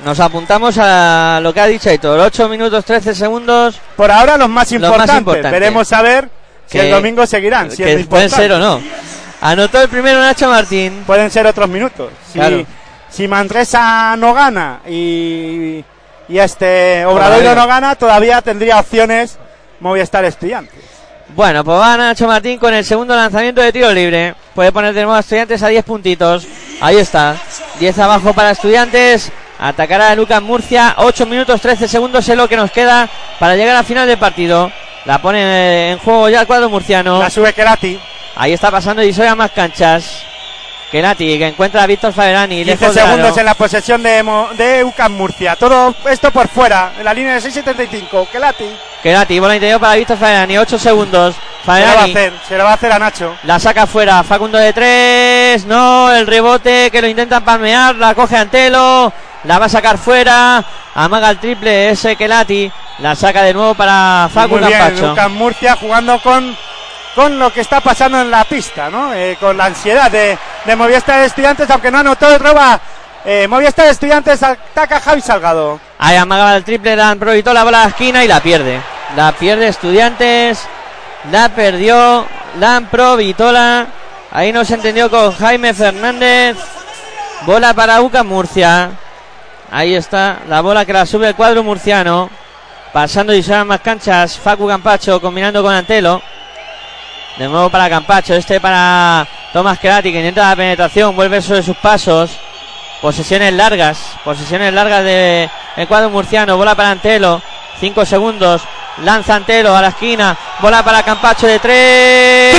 S1: Nos apuntamos a lo que ha dicho Aitor, 8 minutos 13 segundos.
S5: Por ahora los más importantes. Veremos a ver si el domingo seguirán siendo
S1: que pueden ser o no. Anotó el primero Nacho Martín.
S5: Pueden ser otros minutos.
S1: Claro.
S5: Si Manresa no gana y Obradoiro no gana, todavía tendría opciones Movistar Estudiantes.
S1: Bueno, pues va Nacho Martín con el segundo lanzamiento de tiro libre. Puede poner de nuevo a Estudiantes a 10 puntitos. Ahí está. 10 abajo para Estudiantes. Atacará a Lucas Murcia. 8 minutos 13 segundos es lo que nos queda para llegar al final del partido. La pone en juego ya el cuadro murciano.
S5: La sube Kelati.
S1: Ahí está pasando y soy a más canchas. Kelati que encuentra a Víctor Faberani.
S5: 15 segundos en la posesión de UCAM Murcia. Todo esto por fuera, en la línea de 6.75. Kelati,
S1: bola interior para Víctor Faberani. 8 segundos. Faberani.
S5: Se lo va a hacer a Nacho.
S1: La saca fuera. Facundo de 3. No, el rebote que lo intentan palmear. La coge Antelo. La va a sacar fuera. Amaga el triple ese Kelati. La saca de nuevo para Facu Campacho.
S5: UCAM Murcia jugando con lo que está pasando en la pista, ¿no? Con la ansiedad de Movistar Estudiantes, aunque no anotó, roba Movistar Estudiantes, ataca Javi Salgado.
S1: Ahí amagaba el triple, Dan Provitó la bola a la esquina y la pierde. La pierde Estudiantes, la perdió Dan Provitola. Ahí no se entendió con Jaime Fernández. Bola para UCAM Murcia. Ahí está la bola que la sube el cuadro murciano. Pasando y son más canchas, Facu Campacho combinando con Antelo. De nuevo para Campacho, para Tomás Kelati, que intenta la penetración, vuelve sobre sus pasos. Posesiones largas de el cuadro murciano. Bola para Antelo, 5 segundos. Lanza Antelo a la esquina. Bola para Campacho de 3.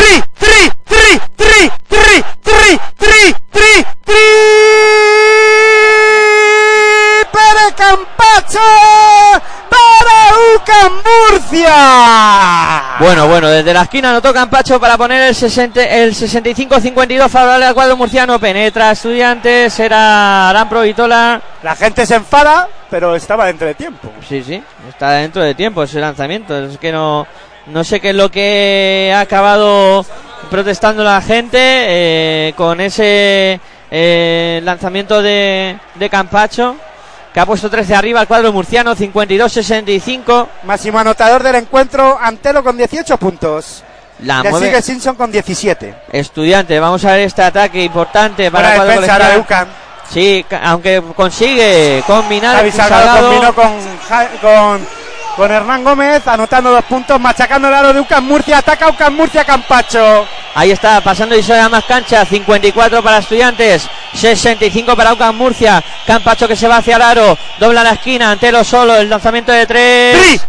S5: Para Campacho, para UCAM Murcia.
S1: Bueno, desde la esquina anotó Campacho para poner el 65-52 favorable al cuadro murciano. Penetra Estudiantes, era Arán Provitola.
S5: La gente se enfada, pero estaba dentro de tiempo.
S1: Sí, está dentro de tiempo ese lanzamiento. Es que no sé qué es lo que ha acabado protestando la gente con ese lanzamiento de Campacho, que ha puesto 13 arriba al cuadro murciano, 52-65.
S5: Máximo anotador del encuentro, Antelo con 18 puntos.
S1: La
S5: Le
S1: mueve
S5: sigue Simpson con 17.
S1: Estudiante, vamos a ver este ataque importante para el cuadro
S5: defensa de UCAM.
S1: Sí, aunque consigue combinar.
S5: Javi Salgado combinó con Hernán Gómez, anotando 2 puntos, machacando el aro de UCAM Murcia, ataca UCAM Murcia, Campacho.
S1: Ahí está, pasando y soy a más cancha, 54 para Estudiantes, 65 para UCAM Murcia. Campacho que se va hacia el aro, dobla la esquina, Antelo solo, el lanzamiento de 3.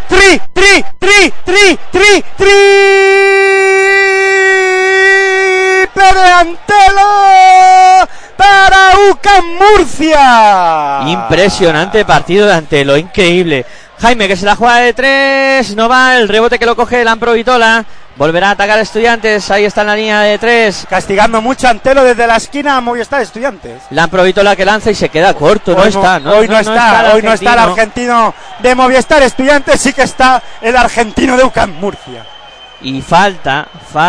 S5: Triple de Antelo para UCAM Murcia.
S1: Impresionante partido de Antelo, increíble. Jaime que se la juega de 3, no va, el rebote que lo coge el Provitola. Volverá a atacar a Estudiantes, ahí está en la línea de 3.
S5: Castigando mucho a Antelo desde la esquina a Movistar Estudiantes.
S1: Provitola que lanza y se queda corto,
S5: Hoy no está el argentino de Movistar Estudiantes, sí que está el argentino de UCAM Murcia.
S1: Y falta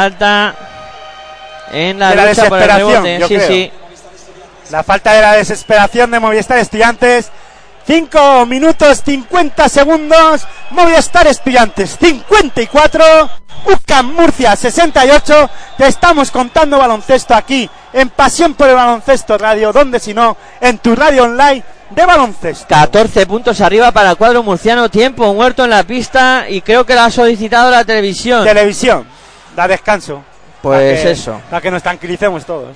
S1: en la
S5: de
S1: lucha
S5: la
S1: por el rebote.
S5: Sí. La falta de la desesperación de Movistar Estudiantes. 5 minutos 50 segundos. Movistar Estudiantes 54, UCAM Murcia 68. Te estamos contando baloncesto aquí en Pasión por el Baloncesto Radio, donde si no, en tu radio online de baloncesto.
S1: 14 puntos arriba para el cuadro murciano, tiempo muerto en la pista y creo que lo ha solicitado la televisión.
S5: Da descanso.
S1: Pues eso.
S5: Para que nos tranquilicemos todos.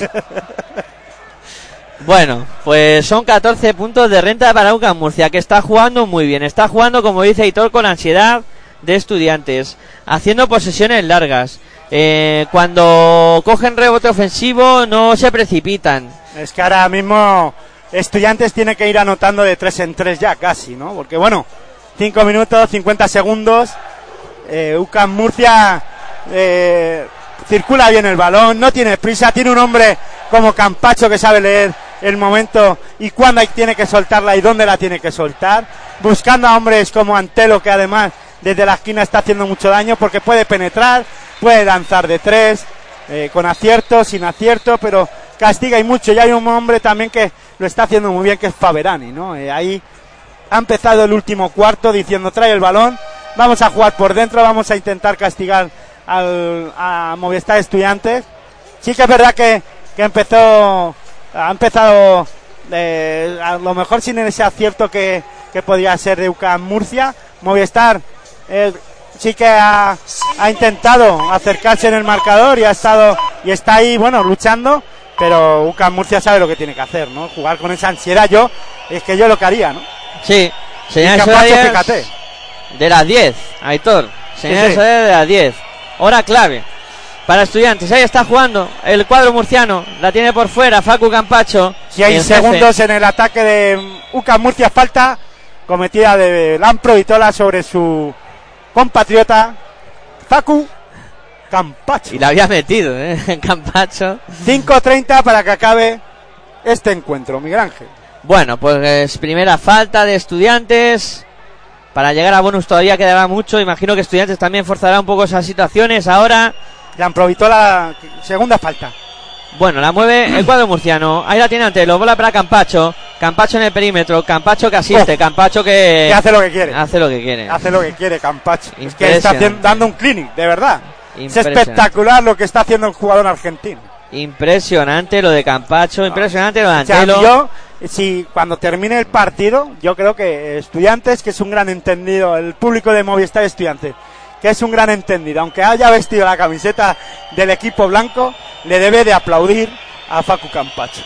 S1: Bueno, pues son 14 puntos de renta para UCAM Murcia, que está jugando muy bien. Está jugando, como dice Aitor, con ansiedad de Estudiantes, haciendo posesiones largas. Cuando cogen rebote ofensivo no se precipitan.
S5: Es que ahora mismo Estudiantes tiene que ir anotando de 3 en 3 ya casi, ¿no? Porque 5 minutos, 50 segundos. UCAM Murcia circula bien el balón, no tiene prisa, tiene un hombre como Campacho que sabe leer el momento y cuándo tiene que soltarla y dónde la tiene que soltar, buscando a hombres como Antelo, que además desde la esquina está haciendo mucho daño porque puede penetrar, puede lanzar de 3, con acierto, sin acierto, pero castiga y mucho. Y hay un hombre también que lo está haciendo muy bien, que es Faverani, ¿no? Ahí ha empezado el último cuarto diciendo trae el balón, vamos a jugar por dentro, vamos a intentar castigar a Movistar Estudiantes. Sí que es verdad que ha empezado a lo mejor sin ese acierto que podría ser de UCAM Murcia. Movistar sí que ha intentado acercarse en el marcador y está ahí, bueno, luchando, pero UCAM Murcia sabe lo que tiene que hacer, ¿no? Jugar con esa ansiedad, es que yo lo que haría, ¿no?
S1: Sí, señores horarias de las 10, Aitor, señores horarias de las 10, hora clave para Estudiantes. Ahí está jugando el cuadro murciano, la tiene por fuera Facu Campacho.
S5: Si hay segundos en el ataque de UCAM Murcia, falta cometida de Lamprovitola sobre su compatriota Facu Campacho.
S1: Y la había metido, Campacho.
S5: 5:30 para que acabe este encuentro, Miguel Ángel.
S1: Bueno, pues primera falta de Estudiantes. Para llegar a bonus todavía quedará mucho. Imagino que Estudiantes también forzará un poco esas situaciones. Ahora
S5: Lamprovitola, segunda falta.
S1: Bueno, la mueve el cuadro murciano. Ahí la tiene Antelo, bola para Campacho. Campacho en el perímetro, Campacho que asiste, Campacho que
S5: hace lo que quiere.
S1: Hace lo que quiere.
S5: Hace lo que quiere Campacho. Es que está dando un clinic, de verdad. Es espectacular lo que está haciendo el jugador argentino.
S1: Impresionante lo de Campacho, impresionante lo de Antelo.
S5: Si cuando termine el partido, yo creo que Estudiantes, que es un gran entendido, el público de Movistar Estudiantes, que es un gran entendido, aunque haya vestido la camiseta del equipo blanco, le debe de aplaudir a Facu Campacho.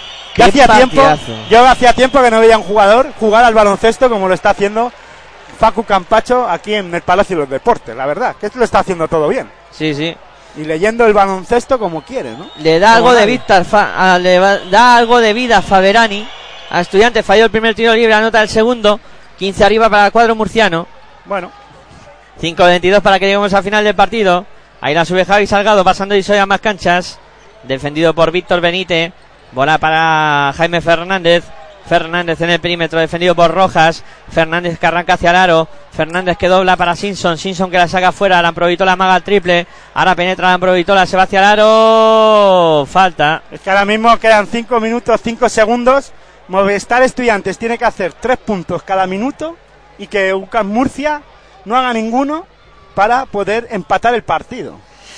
S5: Yo hacía tiempo que no veía a un jugador jugar al baloncesto como lo está haciendo Facu Campacho aquí en el Palacio de los Deportes, la verdad, que lo está haciendo todo bien.
S1: Sí, sí.
S5: Y leyendo el baloncesto como quiere, ¿no?
S1: Le da algo de vida, da algo de vida a Faverani. A Estudiantes falló el primer tiro libre, anota el segundo. 15 arriba para el cuadro murciano.
S5: Bueno.
S1: 5:22 para que lleguemos al final del partido. Ahí la sube Javi Salgado, pasando y soy a más canchas. Defendido por Víctor Benítez. Bola para Jaime Fernández. Fernández en el perímetro, defendido por Rojas. Fernández que arranca hacia el aro. Fernández que dobla para Simpson. Simpson que la saca afuera. Lamprovitola amaga el triple. Ahora penetra Lamprovitola, se va hacia el aro. Falta.
S5: Es que ahora mismo quedan 5 minutos, 5 segundos. Movistar Estudiantes tiene que hacer 3 puntos cada minuto y que UCAM Murcia no haga ninguno para poder empatar el partido.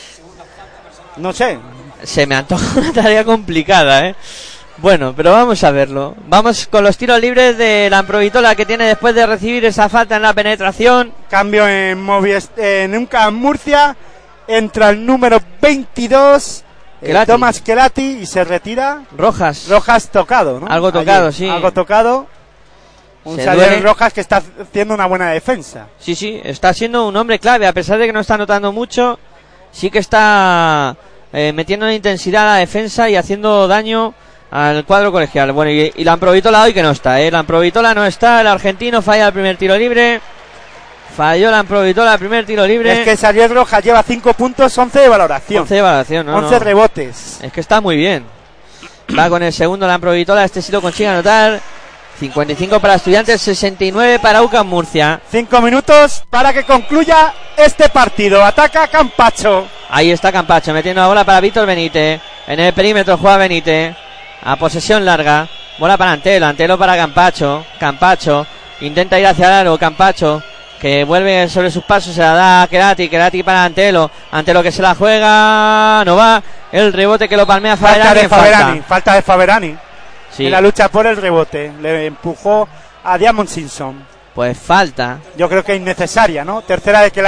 S5: No sé.
S1: Se me antoja una tarea complicada, Bueno, pero vamos a verlo. Vamos con los tiros libres de Lamprovitola, que tiene después de recibir esa falta en la penetración.
S5: Cambio en UCAM Murcia. Entra el número 22, Tomás Kelati, y se retira
S1: Rojas tocado, ¿no? Algo tocado, allí, sí.
S5: Algo tocado. Un Xavier Rojas que está haciendo una buena defensa.
S1: Sí, está siendo un hombre clave, a pesar de que no está anotando mucho. Sí que está metiendo en intensidad a la defensa y haciendo daño al cuadro colegial. Bueno, y Lamprovitola hoy que no está, Lamprovitola no está, el argentino falla el primer tiro libre. Falló Lamprovitola el primer tiro libre.
S5: Es que Xavier Rojas lleva 5 puntos, 11 de valoración.
S1: 11 de valoración,
S5: 11 rebotes.
S1: Es que está muy bien. Va con el segundo Lamprovitola, este sí lo consigue anotar. 55 para Estudiantes, 69 para UCAM Murcia.
S5: 5 minutos para que concluya este partido. Ataca Campacho.
S1: Ahí está Campacho metiendo la bola para Víctor Benítez. En el perímetro juega Benítez. A posesión larga. Bola para Antelo para Campacho. Campacho intenta ir hacia el aro. Campacho que vuelve sobre sus pasos. Se la da a Kelati para Antelo. Antelo que se la juega. No va. El rebote que lo palmea Faverani.
S5: Falta de Faverani.
S1: Sí.
S5: En la lucha por el rebote. Le empujó a Diamond Simpson.
S1: Pues falta.
S5: Yo creo que es innecesaria, ¿no? Tercera de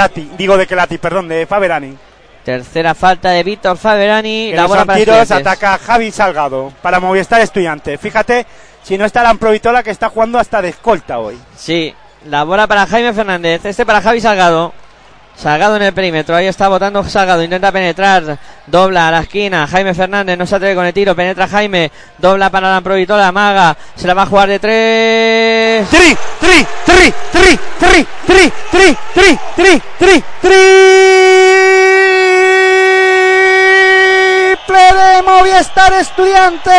S5: de Faverani.
S1: Tercera falta de Víctor Faverani.
S5: La bola para tiros, ataca Javi Salgado para Movistar Estudiantes. Fíjate, si no está Lamprovitola, que está jugando hasta de escolta hoy.
S1: Sí, la bola para Jaime Fernández. Para Javi Salgado. Salgado en el perímetro, ahí está botando Salgado, intenta penetrar, dobla a la esquina, Jaime Fernández no se atreve con el tiro, penetra Jaime, dobla para Lamprovitola, amaga, se la va a jugar de 3.
S5: Triple de Movistar Estudiantes.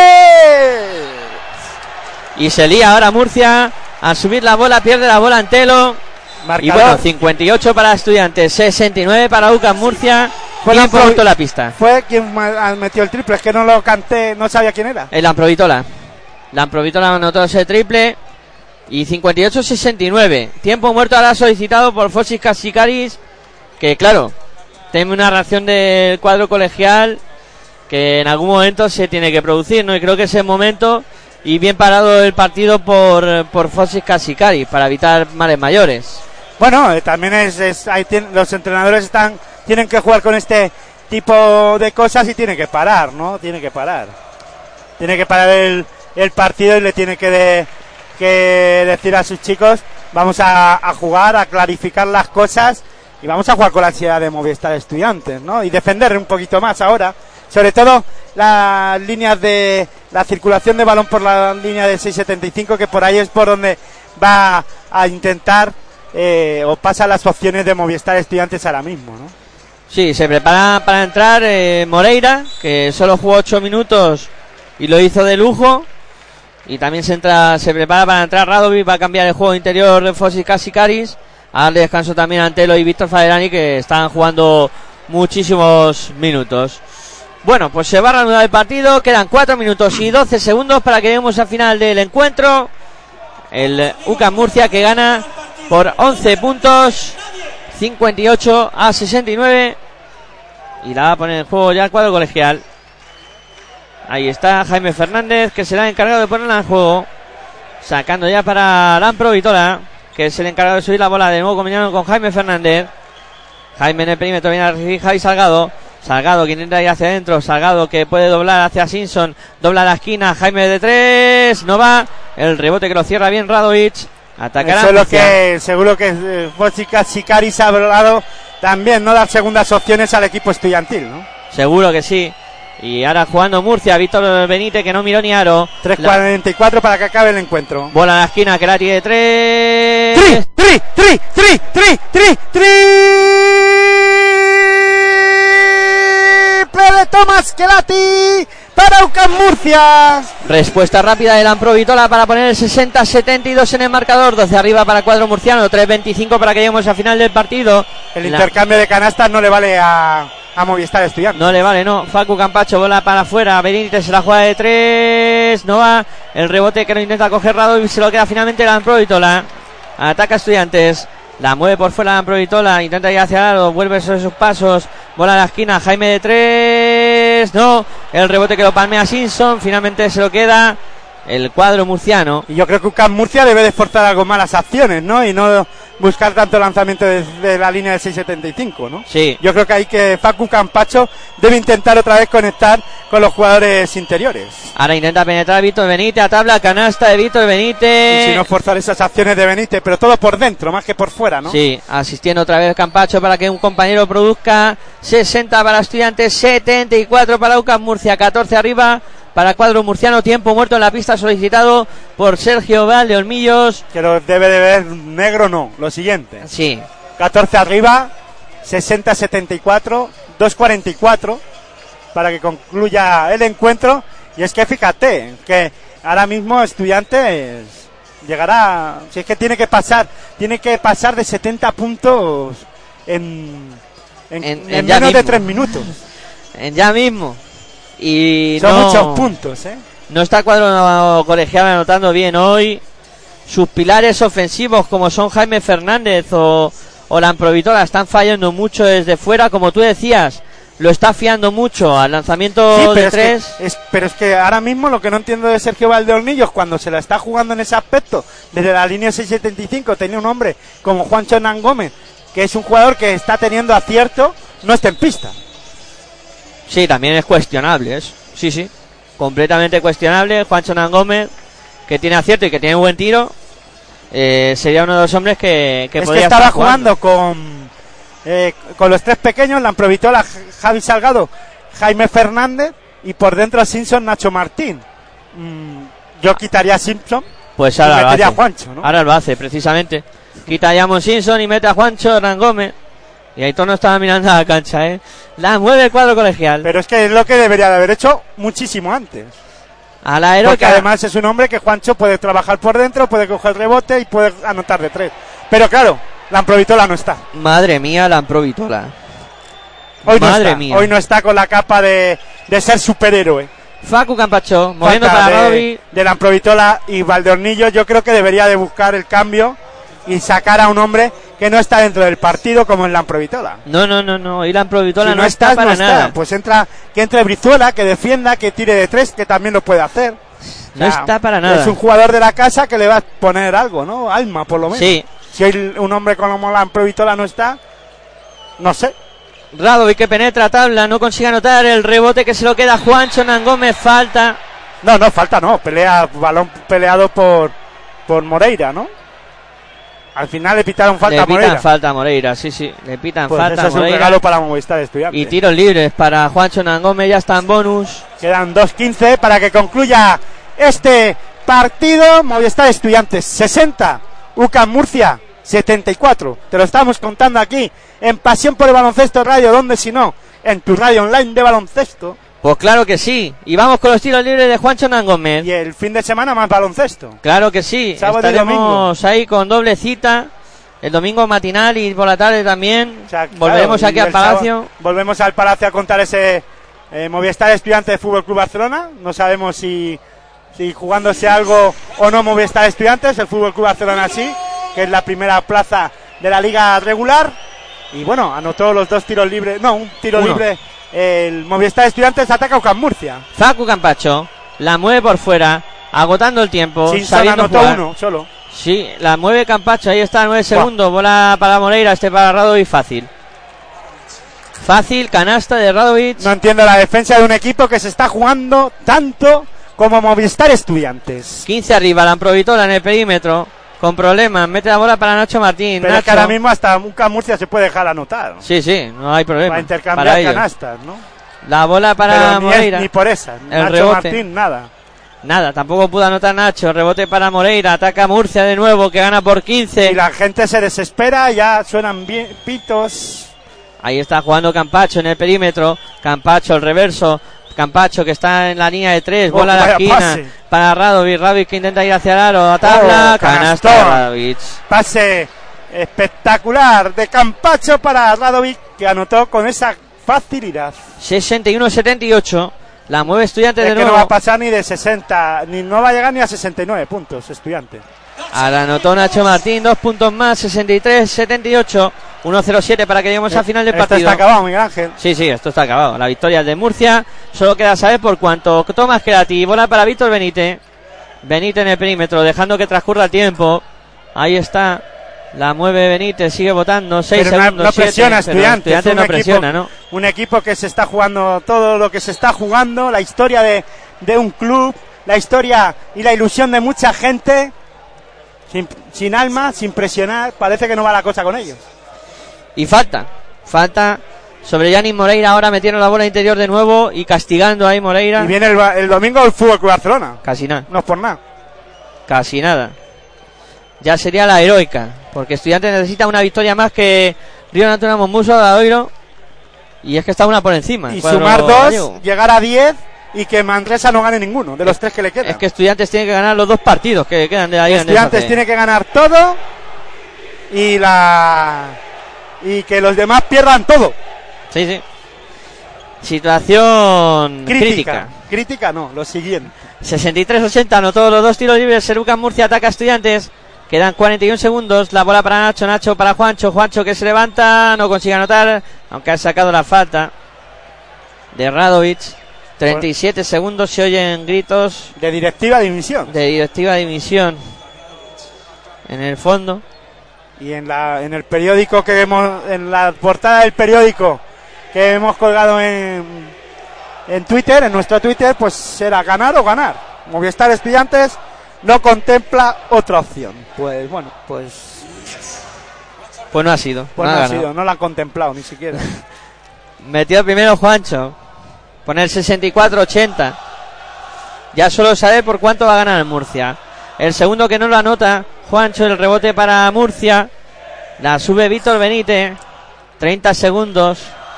S1: Y se lía ahora Murcia, a subir la bola, pierde la bola Antelo. Marcador. Y bueno, 58 para Estudiantes, 69 para UCAM Murcia. ¿Quién pronto la pista?
S5: Fue quien metió el triple, es que no lo canté, no sabía quién era.
S1: El Lamprovitola. Lamprovitola anotó ese triple. Y 58-69. Tiempo muerto ahora solicitado por Fosis Kasikaris. Que claro, teme una reacción del cuadro colegial que en algún momento se tiene que producir, ¿no? Y creo que es el momento. Y bien parado el partido por Fosis Kasikaris para evitar males mayores.
S5: Bueno, también los entrenadores tienen que jugar con este tipo de cosas y tienen que parar, ¿no? Tiene que parar el partido y le tiene que decir a sus chicos: vamos a jugar, a clarificar las cosas y vamos a jugar con la ansiedad de Movistar Estudiantes, ¿no? Y defender un poquito más ahora, sobre todo las líneas de la circulación de balón por la línea de 6.75, que por ahí es por donde va a intentar o pasa las opciones de Movistar Estudiantes ahora mismo, ¿no?
S1: Sí, se prepara para entrar Moreira, que solo jugó 8 minutos y lo hizo de lujo. Y también se prepara para entrar Radovic, va a cambiar el juego interior de Fosis Kasikaris, a darle descanso también a Antelo y Víctor Faderani, que están jugando muchísimos minutos. Bueno, pues se va a reanudar el partido, quedan 4 minutos y 12 segundos para que lleguemos al final del encuentro. El UCAM Murcia, que gana por 11 puntos, 58-69, y la va a poner en juego ya el cuadro colegial. Ahí está Jaime Fernández, que será el encargado de ponerla en juego, sacando ya para Lamprovitola, que es el encargado de subir la bola de nuevo, combinando con Jaime Fernández. Jaime en el perímetro, viene a recibir Javi Salgado que intenta ir hacia adentro, Salgado que puede doblar hacia Simpson, dobla la esquina, Jaime de 3, no va, el rebote que lo cierra bien Radovic. Atacará.
S5: Eso es lo que seguro que Fosis Kasikaris ha hablado también, no dar segundas opciones al equipo estudiantil, ¿no?
S1: Seguro que sí. Y ahora jugando Murcia, Víctor Benítez, que no miró ni aro.
S5: 3:44 para que acabe el encuentro.
S1: Bola a la esquina, que la tiene 3.
S5: Triple de Tomás Kelati para UCAM Murcia.
S1: Respuesta rápida de Lamprovitola para poner el 60-72 en el marcador. 12 arriba para el cuadro murciano, 3:25 para que lleguemos al final del partido.
S5: El intercambio de canastas no le vale a Movistar Estudiantes.
S1: No le vale, no. Facu Campacho, bola para afuera. Benítez se la juega de 3. No va. El rebote que lo intenta coger Radovic, se lo queda finalmente Lamprovitola. Ataca Estudiantes. La mueve por fuera Lamprovitola. Intenta ir hacia el lado. Vuelve sobre sus pasos. Bola a la esquina. Jaime de 3. No. El rebote que lo palmea Simpson. Finalmente se lo queda el cuadro murciano.
S5: Y yo creo que UCAM Murcia debe de esforzar algo más las acciones, ¿no? Y no buscar tanto lanzamiento de la línea de 6.75, ¿no?
S1: Sí.
S5: Yo creo que hay que Facu Campacho debe intentar otra vez conectar con los jugadores interiores.
S1: Ahora intenta penetrar Víctor Benítez, a tabla canasta de Víctor Benítez.
S5: Y si no forzar esas acciones de Benítez, pero todo por dentro, más que por fuera, ¿no?
S1: Sí, asistiendo otra vez Campacho para que un compañero produzca. 60 para Estudiantes, 74 para UCAM Murcia, 14 arriba para el cuadro murciano. Tiempo muerto en la pista solicitado por Sergio Valdeolmillos.
S5: Que lo debe de ver negro, no, lo siguiente.
S1: Sí.
S5: 14 arriba, 60-74, 2:44 para que concluya el encuentro. Y es que fíjate, que ahora mismo Estudiantes llegará, si es que tiene que pasar de 70 puntos en menos de 3 minutos.
S1: En ya mismo. Y
S5: son muchos puntos, ¿eh?
S1: No está el cuadro colegial anotando bien hoy. Sus pilares ofensivos, como son Jaime Fernández o Lamprovitola, están fallando mucho desde fuera, como tú decías. Lo está fiando mucho al lanzamiento de 3.
S5: Pero es que ahora mismo lo que no entiendo de Sergio Valdeolmillos, cuando se la está jugando en ese aspecto, desde la línea 6.75, tenía un hombre como Juancho Hernán Gómez, que es un jugador que está teniendo acierto, no está en pista.
S1: Sí, también es cuestionable eso. Sí, completamente cuestionable. Juancho Hernán Gómez, que tiene acierto y que tiene buen tiro, sería uno de los hombres que
S5: es
S1: podría
S5: que estaba
S1: estar jugando
S5: con los tres pequeños, Lamprovitola, Javi Salgado, Jaime Fernández, y por dentro Simpson, Nacho Martín. Yo quitaría a Simpson,
S1: pues
S5: y
S1: ahora
S5: metería
S1: lo
S5: a
S1: hace.
S5: Juancho, ¿no?
S1: Ahora lo hace, precisamente. Quita a Jamon Simpson y mete a Juancho Hernán Gómez. Y Aitor no estaba mirando a la cancha, La mueve el cuadro colegial.
S5: Pero es que es lo que debería de haber hecho muchísimo antes.
S1: A la heroica.
S5: Porque además es un hombre que Juancho puede trabajar por dentro, puede coger el rebote y puede anotar de 3. Pero claro, Lamprovitola no está.
S1: Madre mía, Lamprovitola.
S5: Hoy no
S1: Madre
S5: está.
S1: mía.
S5: Hoy no está con la capa de ser superhéroe.
S1: Facu Campacho, moviendo
S5: Falta
S1: para Radovic.
S5: de Lamprovitola y Valdeornillo. Yo creo que debería de buscar el cambio y sacar a un hombre que no está dentro del partido como en Lamprovitola.
S1: No. Y Lamprovitola
S5: Si
S1: no está para nada.
S5: Pues que entre Brizuela, que defienda, que tire de 3, que también lo puede hacer.
S1: No está para nada.
S5: Es un jugador de la casa que le va a poner algo, ¿no? Alma, por lo menos.
S1: Sí.
S5: Si hay un hombre como Lamprovitola no está, no sé.
S1: Radovic que penetra tabla, no consigue anotar el rebote que se lo queda Juancho Hernán Gómez, falta.
S5: No, falta no. Balón peleado por Moreira, ¿no? Al final le pitaron falta a Moreira.
S1: Le pitan falta a Moreira, sí. Le pitan
S5: Pues
S1: falta
S5: eso
S1: a
S5: es un
S1: Moreira.
S5: regalo para Movistar Estudiantes.
S1: Y tiros libres para Juancho Hernán Gómez, ya está en bonus.
S5: Quedan 2:15 para que concluya este partido. Movistar Estudiantes 60, UCAM Murcia 74. Te lo estamos contando aquí en Pasión por el Baloncesto Radio, donde si no, en tu radio online de baloncesto.
S1: Pues claro que sí. Y vamos con los tiros libres de Juancho Hernán Gómez.
S5: Y el fin de semana más baloncesto.
S1: Claro que sí.
S5: Sábado y
S1: Estaremos ahí con doble cita. El domingo matinal y por la tarde también.
S5: O sea,
S1: volveremos
S5: claro,
S1: aquí
S5: y
S1: al
S5: el
S1: Palacio.
S5: sábado volvemos al Palacio a contar ese Movistar Estudiantes de Fútbol Club Barcelona. No sabemos si jugándose algo o no Movistar Estudiantes. El Fútbol Club Barcelona sí, que es la primera plaza de la liga regular. Y bueno, anotó los 2 tiros libres. No, un tiro libre. El Movistar Estudiantes ataca a UCAM Murcia.
S1: Facu Campacho la mueve por fuera, agotando el tiempo,
S5: Simpson
S1: sabiendo
S5: anotó
S1: jugar.
S5: uno solo.
S1: Sí, la mueve Campacho, ahí está, 9 segundos, bola para Moreira, para Radovic, fácil. Fácil, canasta de Radovic.
S5: No entiendo la defensa de un equipo que se está jugando tanto como Movistar Estudiantes.
S1: 15 arriba, Lamprovitola en el perímetro, con problemas, mete la bola para Nacho Martín.
S5: Pero
S1: Nacho.
S5: es que ahora mismo hasta UCAM Murcia se puede dejar anotar.
S1: Sí, no hay problema.
S5: Para intercambiar
S1: para ellos.
S5: canastas, ¿no?
S1: La bola para
S5: Pero
S1: Moreira.
S5: Ni por esa. Nacho
S1: rebote.
S5: Martín, nada.
S1: Nada, tampoco pudo anotar Nacho. Rebote para Moreira, ataca Murcia de nuevo, que gana por 15.
S5: Y la gente se desespera, ya suenan pitos.
S1: Ahí está jugando Campacho en el perímetro. Campacho, el reverso. Campacho que está en la línea de 3. Bola a la
S5: vaya
S1: esquina
S5: pase.
S1: para Radovic. Radovic que intenta ir hacia el aro. A tabla. Canasta de
S5: canastón.
S1: Radovic.
S5: Pase espectacular de Campacho para Radovic, que anotó con esa facilidad.
S1: 61-78. La mueve Estudiantes
S5: Es
S1: de
S5: que
S1: nuevo.
S5: no va a pasar ni de 60, ni no va a llegar ni a 69 puntos, Estudiantes.
S1: Ahora anotó Nacho Martín. 2 puntos más. 63-78. 1-0-7 para que lleguemos al final del
S5: Esto
S1: partido.
S5: está acabado, Miguel Ángel.
S1: Sí, esto está acabado. La victoria es de Murcia. Solo queda saber por cuánto. Tomás Kerati. Bola para Víctor Benítez. Benítez en el perímetro, dejando que transcurra el tiempo. Ahí está. La mueve Benítez, sigue votando. 6
S5: Pero
S1: segundos.
S5: no
S1: 7,
S5: presiona
S1: pero
S5: Estudiantes.
S1: no presiona, ¿no?
S5: Un equipo que se está jugando todo lo que se está jugando, la historia de un club, la historia y la ilusión de mucha gente, sin alma, sin presionar. Parece que no va la cosa con ellos.
S1: Y falta sobre Yanis Moreira. Ahora metiendo la bola interior de nuevo y castigando ahí Moreira.
S5: Y viene el domingo el Fútbol Club Barcelona.
S1: Casi nada.
S5: No es por nada.
S1: Casi nada. Ya sería la heroica, porque Estudiantes necesita una victoria más que Río Natura Monbuso, Obradoiro, y es que está una por encima.
S5: Y
S1: Cuadro
S5: sumar 2,
S1: gallego.
S5: llegar a 10 y que Manresa no gane ninguno de los 3 que le quedan.
S1: Es que Estudiantes tiene que ganar los 2 partidos que quedan de la Liga
S5: Estudiantes
S1: Endesa.
S5: tiene que ganar todo y que los demás pierdan todo.
S1: Sí. Situación crítica.
S5: Crítica no, lo siguiente.
S1: 63-80, anotó los 2 tiros libres. Seruca Murcia ataca a Estudiantes. Quedan 41 segundos. La bola para Nacho. Nacho para Juancho. Juancho que se levanta. No consigue anotar. Aunque ha sacado la falta de Radovic. 37 segundos. Se oyen gritos
S5: De directiva de dimisión.
S1: de directiva de dimisión en el fondo.
S5: Y en el periódico que vemos, en la portada del periódico que hemos colgado en Twitter, en nuestro Twitter, pues será ganar o ganar. Movistar Estudiantes no contempla otra opción. Pues bueno, pues
S1: Pues no ha sido.
S5: no
S1: ha
S5: ha
S1: ganado.
S5: sido, no la han contemplado ni siquiera.
S1: Metió primero Juancho. Poner 64-80. Ya solo sabe por cuánto va a ganar el Murcia. El segundo que no lo anota, Juancho, el rebote para Murcia. La sube Víctor Benítez. 30 segundos.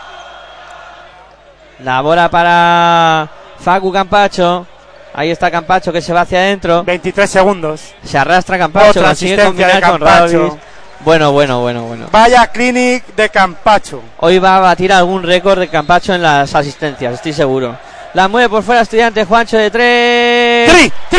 S1: La bola para Facu Campacho. Ahí está Campacho que se va hacia adentro.
S5: 23 segundos.
S1: Se arrastra Campacho.
S5: Otra
S1: Consigue
S5: asistencia
S1: combinar
S5: de
S1: con
S5: Campacho.
S1: Radovic. Bueno.
S5: Vaya clinic de Campacho.
S1: Hoy va a batir algún récord de Campacho en las asistencias, estoy seguro. La mueve por fuera Estudiantes. Juancho de 3.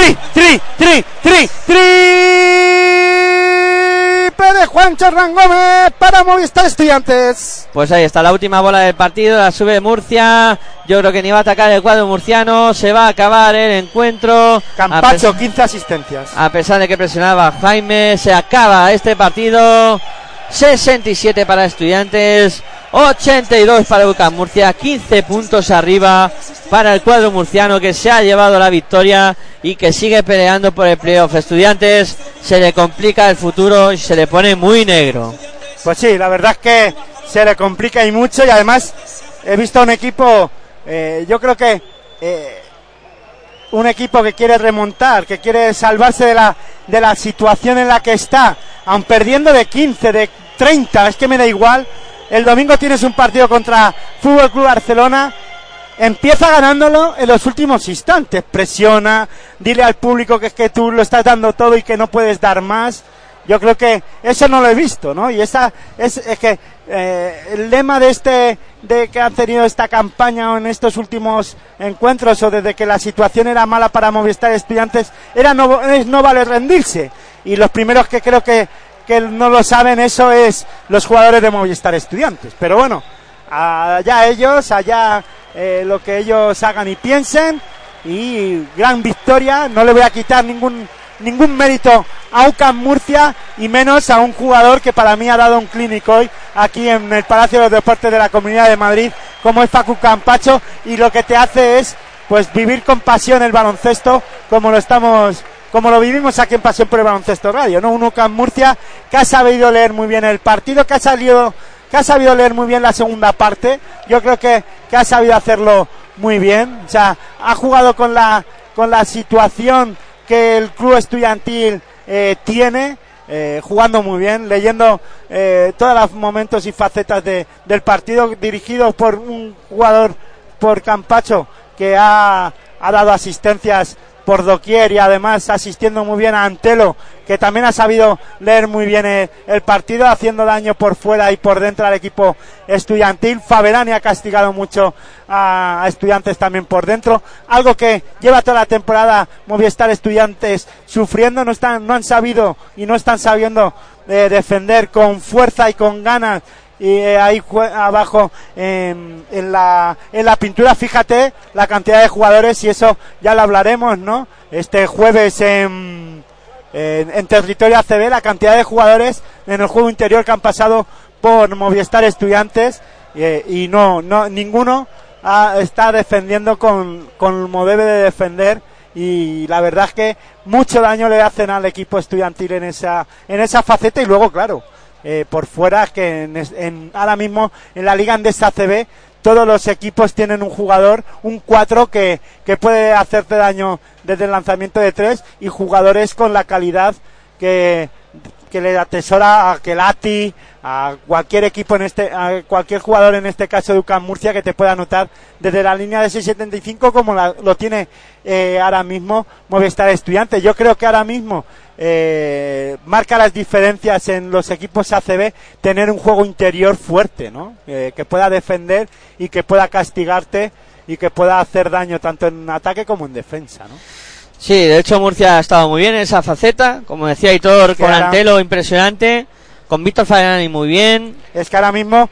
S5: De Juancho Hernán Gómez para Movistar Estudiantes.
S1: Pues ahí está la última bola del partido, la sube Murcia. Yo creo que ni va a atacar el cuadro murciano. Se va a acabar el encuentro.
S5: Campacho, 15 asistencias.
S1: A pesar de que presionaba Jaime, se acaba este partido. 67 para Estudiantes, 82 para UCAM Murcia, 15 puntos arriba para el cuadro murciano, que se ha llevado la victoria y que sigue peleando por el playoff. Estudiantes se le complica el futuro y se le pone muy negro.
S5: Pues sí, la verdad es que se le complica y mucho, y además he visto un equipo, yo creo que un equipo que quiere remontar, que quiere salvarse de la situación en la que está, aun perdiendo de 15, de 30, es que me da igual. El domingo tienes un partido contra Fútbol Club Barcelona, empieza ganándolo en los últimos instantes, presiona, dile al público que es que tú lo estás dando todo y que no puedes dar más. Yo creo que eso no lo he visto, ¿no? Y esa es que el lema de que han tenido esta campaña o en estos últimos encuentros, o desde que la situación era mala para Movistar Estudiantes, era no vale rendirse. Y los primeros que creo que no lo saben eso es los jugadores de Movistar Estudiantes. Pero bueno, allá ellos, lo que ellos hagan y piensen. Y gran victoria, no le voy a quitar ningún mérito a UCAM Murcia, y menos a un jugador que para mí ha dado un clínico hoy aquí en el Palacio de los Deportes de la Comunidad de Madrid, como es Facu Campacho, y lo que te hace es pues vivir con pasión el baloncesto, como lo vivimos aquí en Pasión por el Baloncesto Radio, ¿no? Un UCAM Murcia que ha sabido leer muy bien el partido, que ha sabido leer muy bien la segunda parte. Yo creo que ha sabido hacerlo muy bien. O sea, ha jugado con la situación que el club estudiantil tiene, jugando muy bien, leyendo todos los momentos y facetas del partido, dirigido por un jugador, por Campacho, que ha dado asistencias por doquier, y además asistiendo muy bien a Antelo, que también ha sabido leer muy bien el partido, haciendo daño por fuera y por dentro al equipo estudiantil. Faverani ha castigado mucho a Estudiantes también por dentro, algo que lleva toda la temporada Movistar Estudiantes sufriendo. No han sabido y no están sabiendo defender con fuerza y con ganas. Y ahí abajo en la pintura, fíjate la cantidad de jugadores, y eso ya lo hablaremos, ¿no? Este jueves en territorio ACB, la cantidad de jugadores en el juego interior que han pasado por Movistar Estudiantes, y ninguno está defendiendo como debe de defender. Y la verdad es que mucho daño le hacen al equipo estudiantil en esa faceta. Y luego, claro, por fuera, que ahora mismo en la Liga Endesa ACB todos los equipos tienen un jugador, un 4 que puede hacerte daño desde el lanzamiento de 3, y jugadores con la calidad que le atesora a Kelati, a cualquier equipo a cualquier jugador, en este caso de UCAM Murcia, que te pueda anotar desde la línea de 6.75, como lo tiene ahora mismo Movistar Estudiantes. Yo creo que ahora mismo marca las diferencias en los equipos ACB tener un juego interior fuerte, ¿no? Que pueda defender y que pueda castigarte y que pueda hacer daño tanto en ataque como en defensa, ¿no?
S1: Sí, de hecho Murcia ha estado muy bien en esa faceta, como decía Hitor, con Antelo impresionante, con Víctor Faverani muy bien.
S5: Es que ahora mismo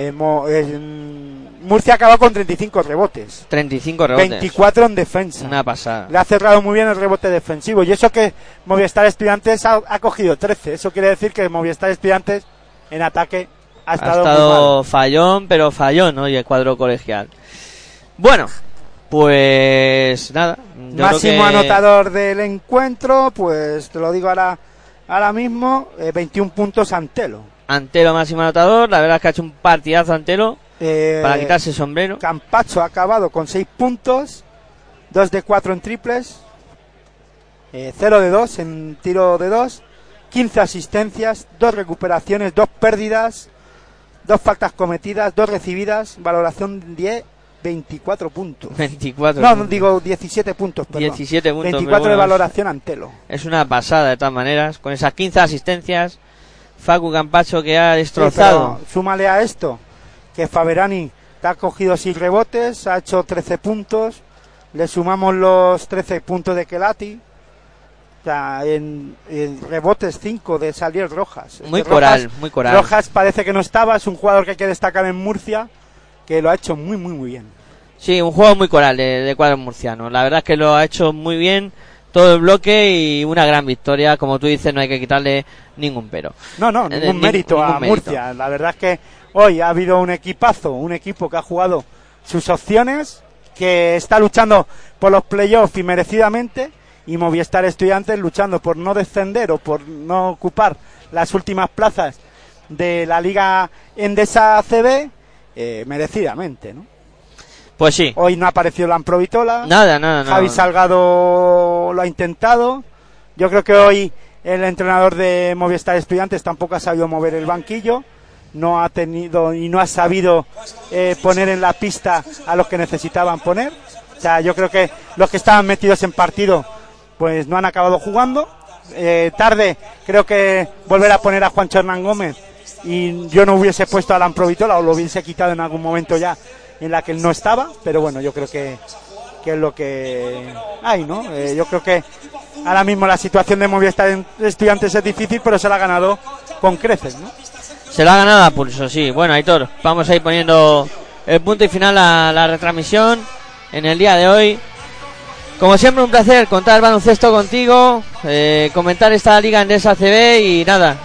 S5: Murcia ha acabado con 35 rebotes.
S1: 35 rebotes.
S5: 24 en defensa.
S1: Una pasada.
S5: Le ha cerrado muy bien el rebote defensivo. Y eso que Movistar Estudiantes ha cogido 13. Eso quiere decir que Movistar Estudiantes en ataque ha estado muy
S1: fallón, pero fallón, ¿no? Y el cuadro colegial. Bueno, pues nada.
S5: Máximo anotador del encuentro, pues te lo digo ahora mismo, 21 puntos Antelo.
S1: Antelo máximo anotador, la verdad es que ha hecho un partidazo Antelo, para quitarse el sombrero.
S5: Campacho ha acabado con 6 puntos, 2 de 4 en triples, 0 de 2 en tiro de 2, 15 asistencias, 2 recuperaciones, 2 pérdidas, 2 faltas cometidas, 2 recibidas, valoración 10, 24 puntos.
S1: 24
S5: no,
S1: puntos.
S5: Digo 17 puntos, perdón.
S1: 17 puntos.
S5: 24 de valoración Antelo.
S1: Es una pasada de todas maneras, con esas 15 asistencias. Facu Campacho, que ha destrozado.
S5: Sí, súmale a esto que Faverani te ha cogido 6 rebotes, ha hecho 13 puntos, le sumamos los 13 puntos de Kelati. O sea, en rebotes 5 de Salier Rojas.
S1: Muy coral.
S5: Rojas parece que no estaba, es un jugador que hay que destacar en Murcia, que lo ha hecho muy bien.
S1: Sí, un juego muy coral de cuadros murcianos. La verdad es que lo ha hecho muy bien todo el bloque y una gran victoria. Como tú dices, no hay que quitarle ningún pero.
S5: Ningún mérito a Murcia. La verdad es que hoy ha habido un equipazo, un equipo que ha jugado sus opciones, que está luchando por los playoffs y merecidamente, y Movistar Estudiantes luchando por no descender o por no ocupar las últimas plazas de la Liga Endesa ACB, merecidamente, ¿no?
S1: Pues sí.
S5: Hoy no ha aparecido Lamprovitola.
S1: Nada.
S5: Javi Salgado lo ha intentado. Yo creo que hoy el entrenador de Movistar Estudiantes tampoco ha sabido mover el banquillo. No ha tenido y no ha sabido poner en la pista a los que necesitaban poner. O sea, yo creo que los que estaban metidos en partido pues no han acabado jugando. Tarde creo que volver a poner a Juancho Hernán Gómez, y yo no hubiese puesto a Lamprovitola, o lo hubiese quitado en algún momento ya en la que él no estaba, pero bueno, yo creo que es lo que hay, ¿no? Yo creo que ahora mismo la situación de Movistar Estudiantes es difícil, pero se la ha ganado con creces, ¿no?
S1: Se la ha ganado a pulso, sí. Bueno, Aitor, vamos a ir poniendo el punto y final a la retransmisión en el día de hoy. Como siempre, un placer contar baloncesto contigo, comentar esta Liga Endesa ACB y nada,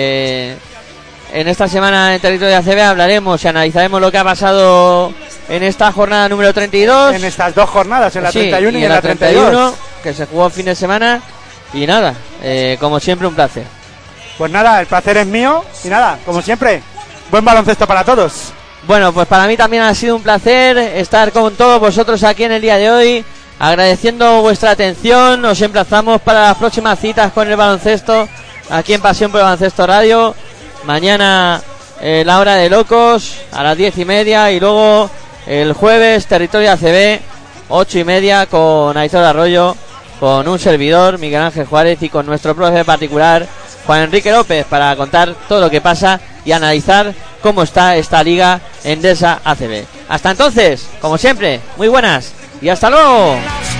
S1: en esta semana en territorio de ACB hablaremos y analizaremos lo que ha pasado en esta jornada número 32.
S5: En estas dos jornadas, en la 31 y en la
S1: 31, que se jugó el fin de semana. Y nada, como siempre, un placer.
S5: Pues nada, el placer es mío. Y nada, como siempre, buen baloncesto para todos.
S1: Bueno, pues para mí también ha sido un placer estar con todos vosotros aquí en el día de hoy. Agradeciendo vuestra atención, os emplazamos para las próximas citas con el baloncesto aquí en Pasión por el Baloncesto Radio. Mañana la hora de locos a las 10:30 y luego el jueves territorio ACB 8:30 con Aitor Arroyo, con un servidor Miguel Ángel Juárez y con nuestro profe particular Juan Enrique López para contar todo lo que pasa y analizar cómo está esta Liga Endesa ACB. Hasta entonces, como siempre, muy buenas y hasta luego.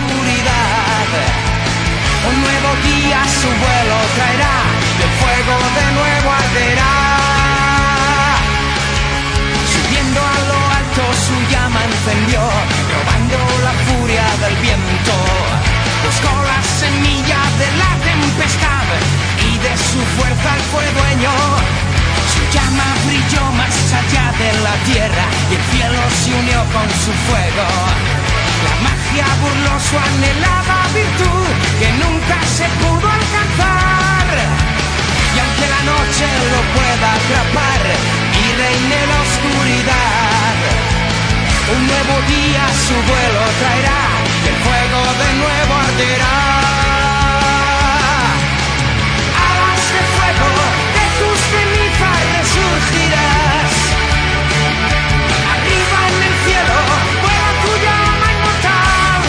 S6: Un nuevo día su vuelo traerá, el fuego de nuevo arderá. Subiendo a lo alto su llama encendió, robando la furia del viento. Buscó la semilla de la tempestad y de su fuerza él fue dueño. Su llama brilló más allá de la tierra y el cielo se unió con su fuego. La magia burló su anhelada virtud que nunca se pudo alcanzar. Y aunque la noche lo pueda atrapar y reine la oscuridad, un nuevo día su vuelo traerá y el fuego de nuevo arderá. Alas de fuego, de tus cenizas resurgirás. Arriba en el cielo vuela tu llama inmortal.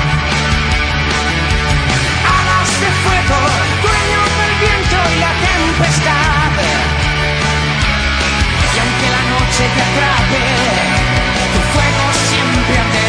S6: Alas de fuego, dueño del viento y la tempestad. Y aunque la noche te atrape, tu fuego siempre arderá.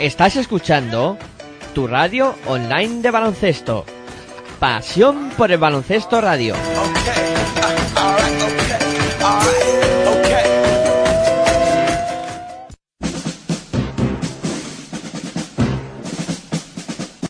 S1: Estás escuchando tu radio online de baloncesto. Pasión por el baloncesto radio.